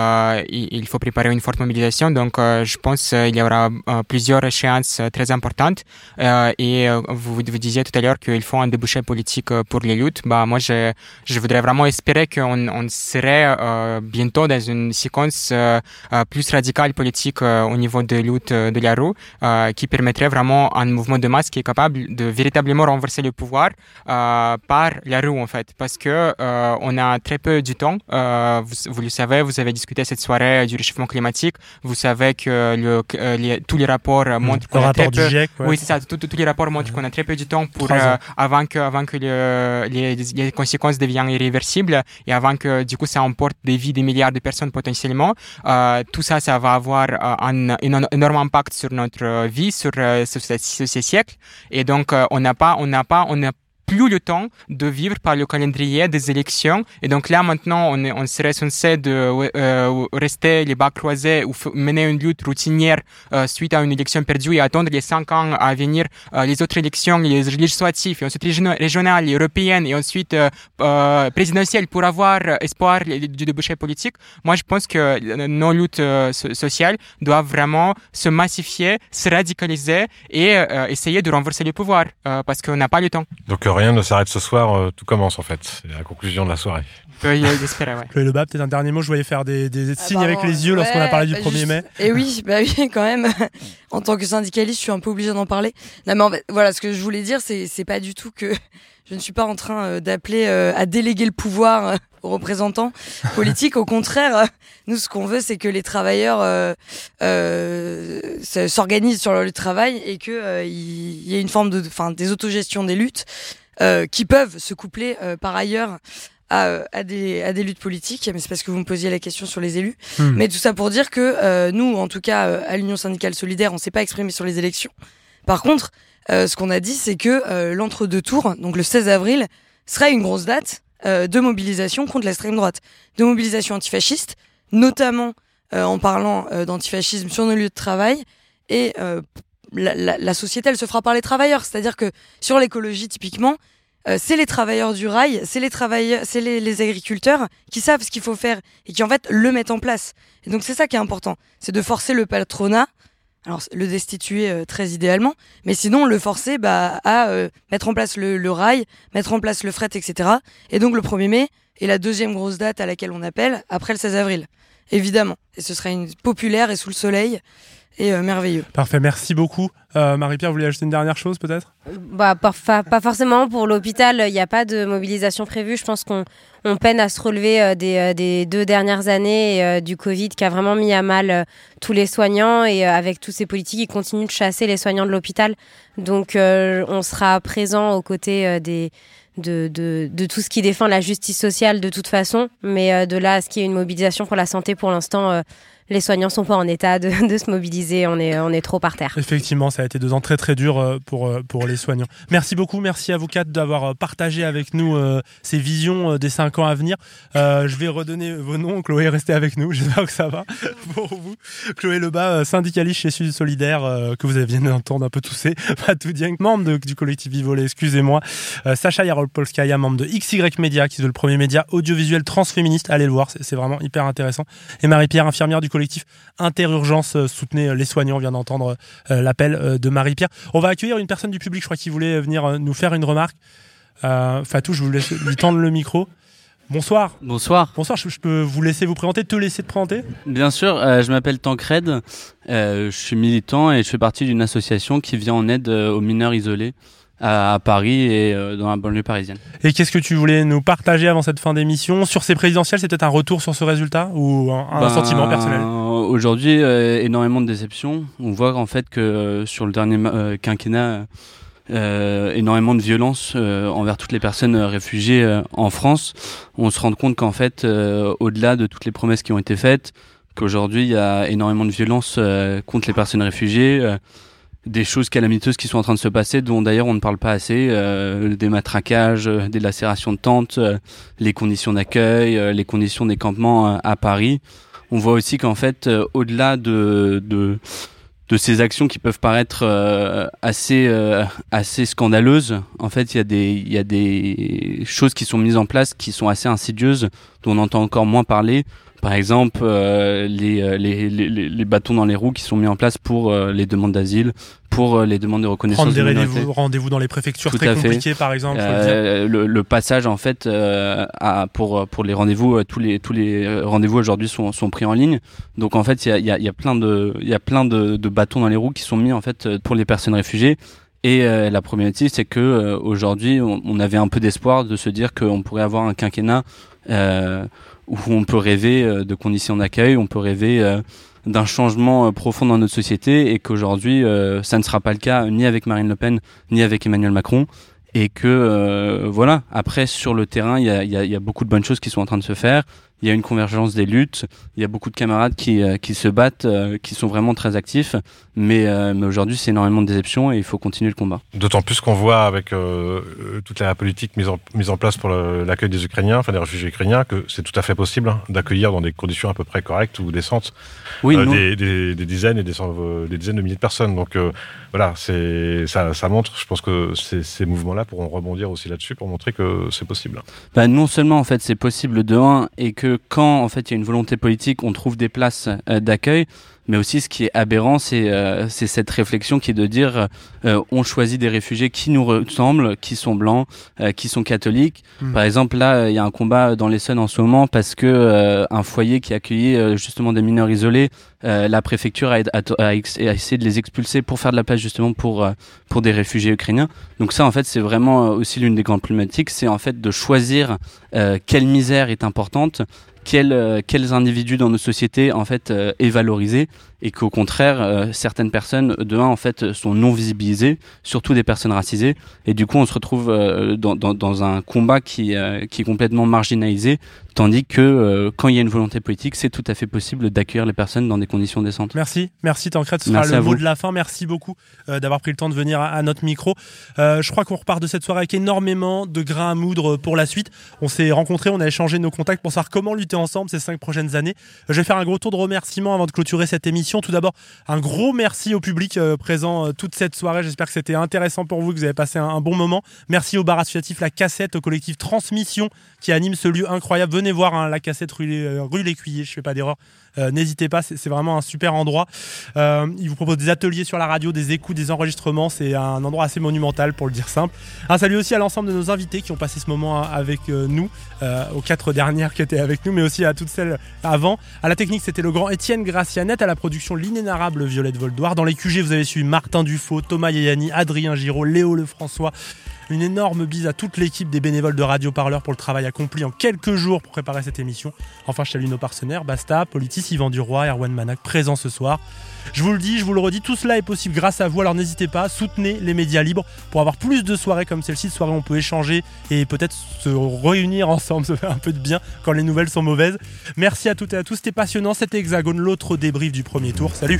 Il faut préparer une forte mobilisation. Donc, je pense qu'il y aura plusieurs échéances très importante et vous disiez tout à l'heure qu'il faut un débouché politique pour les luttes. Moi je voudrais vraiment espérer qu'on serait bientôt dans une séquence plus radicale politique au niveau des luttes de la rue qui permettrait vraiment un mouvement de masse qui est capable de véritablement renverser le pouvoir par la rue, en fait, parce que on a très peu du temps. Vous le savez, vous avez discuté cette soirée du réchauffement climatique, vous savez que tous les rapports montrent qu'on a très peu, GIEC, ouais. Oui, c'est ça, tous les rapports montrent qu'on a très peu de temps pour avant que les conséquences deviennent irréversibles et avant que du coup ça emporte des vies des milliards de personnes potentiellement. Tout ça va avoir un énorme impact sur notre vie, sur ces siècles, et donc on n'a plus le temps de vivre par le calendrier des élections. Et donc là, maintenant, on serait censé de rester les bras croisés ou mener une lutte routinière suite à une élection perdue et attendre les 5 ans à venir, les autres élections, les législatives, et ensuite régionales, européennes, et ensuite présidentielles pour avoir espoir du débouché politique. Moi, je pense que nos luttes sociales doivent vraiment se massifier, se radicaliser et essayer de renverser le pouvoir parce qu'on n'a pas le temps. Donc rien ne s'arrête ce soir, tout commence en fait. C'est la conclusion de la soirée. Oui, j'espère, ouais. Chloé Lebas, peut-être un dernier mot. Je voyais faire des signes avec les yeux lorsqu'on a parlé du 1er mai. Et oui, quand même. En tant que syndicaliste, je suis un peu obligée d'en parler. Non, mais en fait, voilà, ce que je voulais dire, c'est pas du tout que je ne suis pas en train d'appeler à déléguer le pouvoir aux représentants politiques. Au contraire, nous, ce qu'on veut, c'est que les travailleurs s'organisent sur le travail et qu'il y ait une forme des autogestions des luttes qui peuvent se coupler par ailleurs à des luttes politiques. Mais c'est parce que vous me posiez la question sur les élus. Mais tout ça pour dire que nous, en tout cas, à l'Union syndicale solidaire, on s'est pas exprimé sur les élections. Par contre, ce qu'on a dit, c'est que l'entre-deux tours, donc le 16 avril, serait une grosse date de mobilisation contre l'extrême droite, de mobilisation antifasciste, notamment en parlant d'antifascisme sur nos lieux de travail. Et la société, elle se fera par les travailleurs. C'est-à-dire que sur l'écologie, typiquement, c'est les travailleurs du rail, c'est les agriculteurs qui savent ce qu'il faut faire et qui en fait le mettent en place. Et donc c'est ça qui est important, c'est de forcer le patronat, alors le destituer très idéalement, mais sinon le forcer à mettre en place le rail, mettre en place le fret, etc. Et donc le 1er mai est la deuxième grosse date à laquelle on appelle après le 16 avril, évidemment. Et ce sera une populaire et sous le soleil. Et merveilleux. Parfait, merci beaucoup. Marie-Pierre, vous voulez ajouter une dernière chose peut-être ? Pas forcément. Pour l'hôpital, il n'y a pas de mobilisation prévue. Je pense qu'on peine à se relever des 2 dernières années du Covid qui a vraiment mis à mal tous les soignants, et avec tous ces politiques qui continuent de chasser les soignants de l'hôpital. Donc on sera présent aux côtés de tout ce qui défend la justice sociale de toute façon, mais de là à ce qu'il y ait une mobilisation pour la santé, pour l'instant, les soignants sont pas en état de se mobiliser, on est trop par terre. Effectivement, ça a été 2 ans très très durs pour les soignants. Merci beaucoup, merci à vous 4 d'avoir partagé avec nous ces visions des 5 ans à venir. Je vais redonner vos noms. Chloé, restez avec nous, j'espère que ça va pour vous. Chloé Lebas, syndicaliste chez Sud Solidaire, que vous aviez d'entendre un peu tousser. Fatou Dieng, membre du collectif Vivolet, excusez-moi. Sacha Yaropolskaya, membre de XY Media, qui est le premier média audiovisuel transféministe. Allez le voir, c'est vraiment hyper intéressant. Et Marie-Pierre, infirmière du collectif Interurgence, soutenez les soignants. On vient d'entendre l'appel de Marie-Pierre. On va accueillir une personne du public, je crois, qui voulait venir nous faire une remarque. Fatou, je vous laisse lui tendre le micro. Bonsoir. Bonsoir. Bonsoir, je peux vous laisser vous présenter, te présenter ? Bien sûr, je m'appelle Tancred, je suis militant et je fais partie d'une association qui vient en aide aux mineurs isolés à Paris et dans la banlieue parisienne. Et qu'est-ce que tu voulais nous partager avant cette fin d'émission ? Sur ces présidentielles, c'est peut-être un retour sur ce résultat ou un sentiment personnel ? Aujourd'hui, énormément de déception. On voit en fait que sur le dernier quinquennat, énormément de violence envers toutes les personnes réfugiées en France. On se rend compte qu'en fait, au-delà de toutes les promesses qui ont été faites, qu'aujourd'hui il y a énormément de violence contre les personnes réfugiées, des choses calamiteuses qui sont en train de se passer, dont d'ailleurs on ne parle pas assez, des matraquages, des lacérations de tentes, les conditions d'accueil, les conditions des campements à Paris. On voit aussi qu'en fait, au-delà de ces actions qui peuvent paraître assez scandaleuses, en fait, il y a des choses qui sont mises en place qui sont assez insidieuses, dont on entend encore moins parler. Par exemple, les bâtons dans les roues qui sont mis en place pour les demandes d'asile, pour les demandes de reconnaissance de minorité. Prendre des rendez-vous dans les préfectures, tout très compliqué, par exemple. Le passage, en fait, pour les rendez-vous, tous les rendez-vous aujourd'hui sont pris en ligne. Donc, en fait, il y a plein de bâtons dans les roues qui sont mis en fait pour les personnes réfugiées. Et la problématique, c'est que aujourd'hui, on avait un peu d'espoir de se dire qu'on pourrait avoir un quinquennat où on peut rêver de conditions d'accueil, on peut rêver d'un changement profond dans notre société, et qu'aujourd'hui, ça ne sera pas le cas ni avec Marine Le Pen, ni avec Emmanuel Macron. Et que, voilà, après, sur le terrain, il y a beaucoup de bonnes choses qui sont en train de se faire. Il y a une convergence des luttes, il y a beaucoup de camarades qui se battent, qui sont vraiment très actifs, mais aujourd'hui c'est énormément de déception et il faut continuer le combat. D'autant plus qu'on voit avec toute la politique mise en place pour l'accueil des Ukrainiens, enfin des réfugiés ukrainiens, que c'est tout à fait possible d'accueillir dans des conditions à peu près correctes ou décentes des dizaines et des dizaines de milliers de personnes. Donc voilà, ça montre, je pense que ces mouvements-là pourront rebondir aussi là-dessus pour montrer que c'est possible. Non seulement en fait c'est possible de 1, et que quand en fait il y a une volonté politique, on trouve des places d'accueil, mais aussi ce qui est aberrant, c'est cette réflexion qui est de dire on choisit des réfugiés qui nous ressemblent, qui sont blancs, qui sont catholiques. Par exemple, là, il y a un combat dans l'Essonne en ce moment parce que un foyer qui accueillait justement des mineurs isolés, la préfecture a essayé de les expulser pour faire de la place justement pour des réfugiés ukrainiens. Donc ça, en fait, c'est vraiment aussi l'une des grandes problématiques, c'est en fait de choisir quelle misère est importante, quels individus dans nos sociétés en fait est valorisé, et qu'au contraire certaines personnes en fait sont non visibilisées, surtout des personnes racisées, et du coup on se retrouve dans un combat qui est complètement marginalisé, tandis que quand il y a une volonté politique, c'est tout à fait possible d'accueillir les personnes dans des conditions décentes. Merci Tancred, ce sera le mot de la fin. Merci beaucoup d'avoir pris le temps de venir à notre micro. Je crois qu'on repart de cette soirée avec énormément de grains à moudre pour la suite. On s'est rencontrés, on a échangé nos contacts pour savoir comment lutter ensemble ces 5 prochaines années. Je vais faire un gros tour de remerciements avant de clôturer cette émission. Tout d'abord, un gros merci au public présent toute cette soirée. J'espère que c'était intéressant pour vous, que vous avez passé un bon moment. Merci au bar associatif La Cassette, au collectif Transmission qui anime ce lieu incroyable. Venez voir La Cassette rue l'Écuyer, je fais pas d'erreur. N'hésitez pas, c'est vraiment un super endroit. Il vous propose des ateliers sur la radio, des écoutes, des enregistrements. C'est un endroit assez monumental, pour le dire simple. Un salut aussi à l'ensemble de nos invités qui ont passé ce moment avec nous, aux 4 dernières qui étaient avec nous, mais aussi à toutes celles avant. À la technique, c'était le grand Étienne Gracianet. À la production, l'inénarrable Violette Voldoir. Dans les QG, vous avez suivi Martin Dufaux, Thomas Yayani, Adrien Giraud, Léo Lefrançois. Une énorme bise à toute l'équipe des bénévoles de Radio Parleur pour le travail accompli en quelques jours pour préparer cette émission. Enfin, je salue nos partenaires, Basta, Politis, Yvan Duroy, Erwan Manac, présents ce soir. Je vous le dis, je vous le redis, tout cela est possible grâce à vous, alors n'hésitez pas, soutenez les médias libres pour avoir plus de soirées comme celle-ci, de soirées où on peut échanger et peut-être se réunir ensemble, se faire un peu de bien quand les nouvelles sont mauvaises. Merci à toutes et à tous, c'était passionnant, c'était Hexagone, l'autre débrief du premier tour. Salut.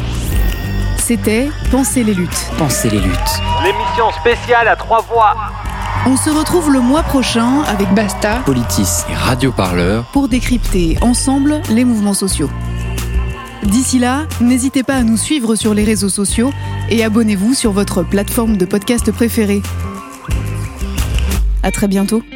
C'était Pensez les luttes. Pensez les luttes. L'émission spéciale à 3 voix. On se retrouve le mois prochain avec Basta, Politis et Radio Parleur pour décrypter ensemble les mouvements sociaux. D'ici là, n'hésitez pas à nous suivre sur les réseaux sociaux et abonnez-vous sur votre plateforme de podcast préférée. À très bientôt.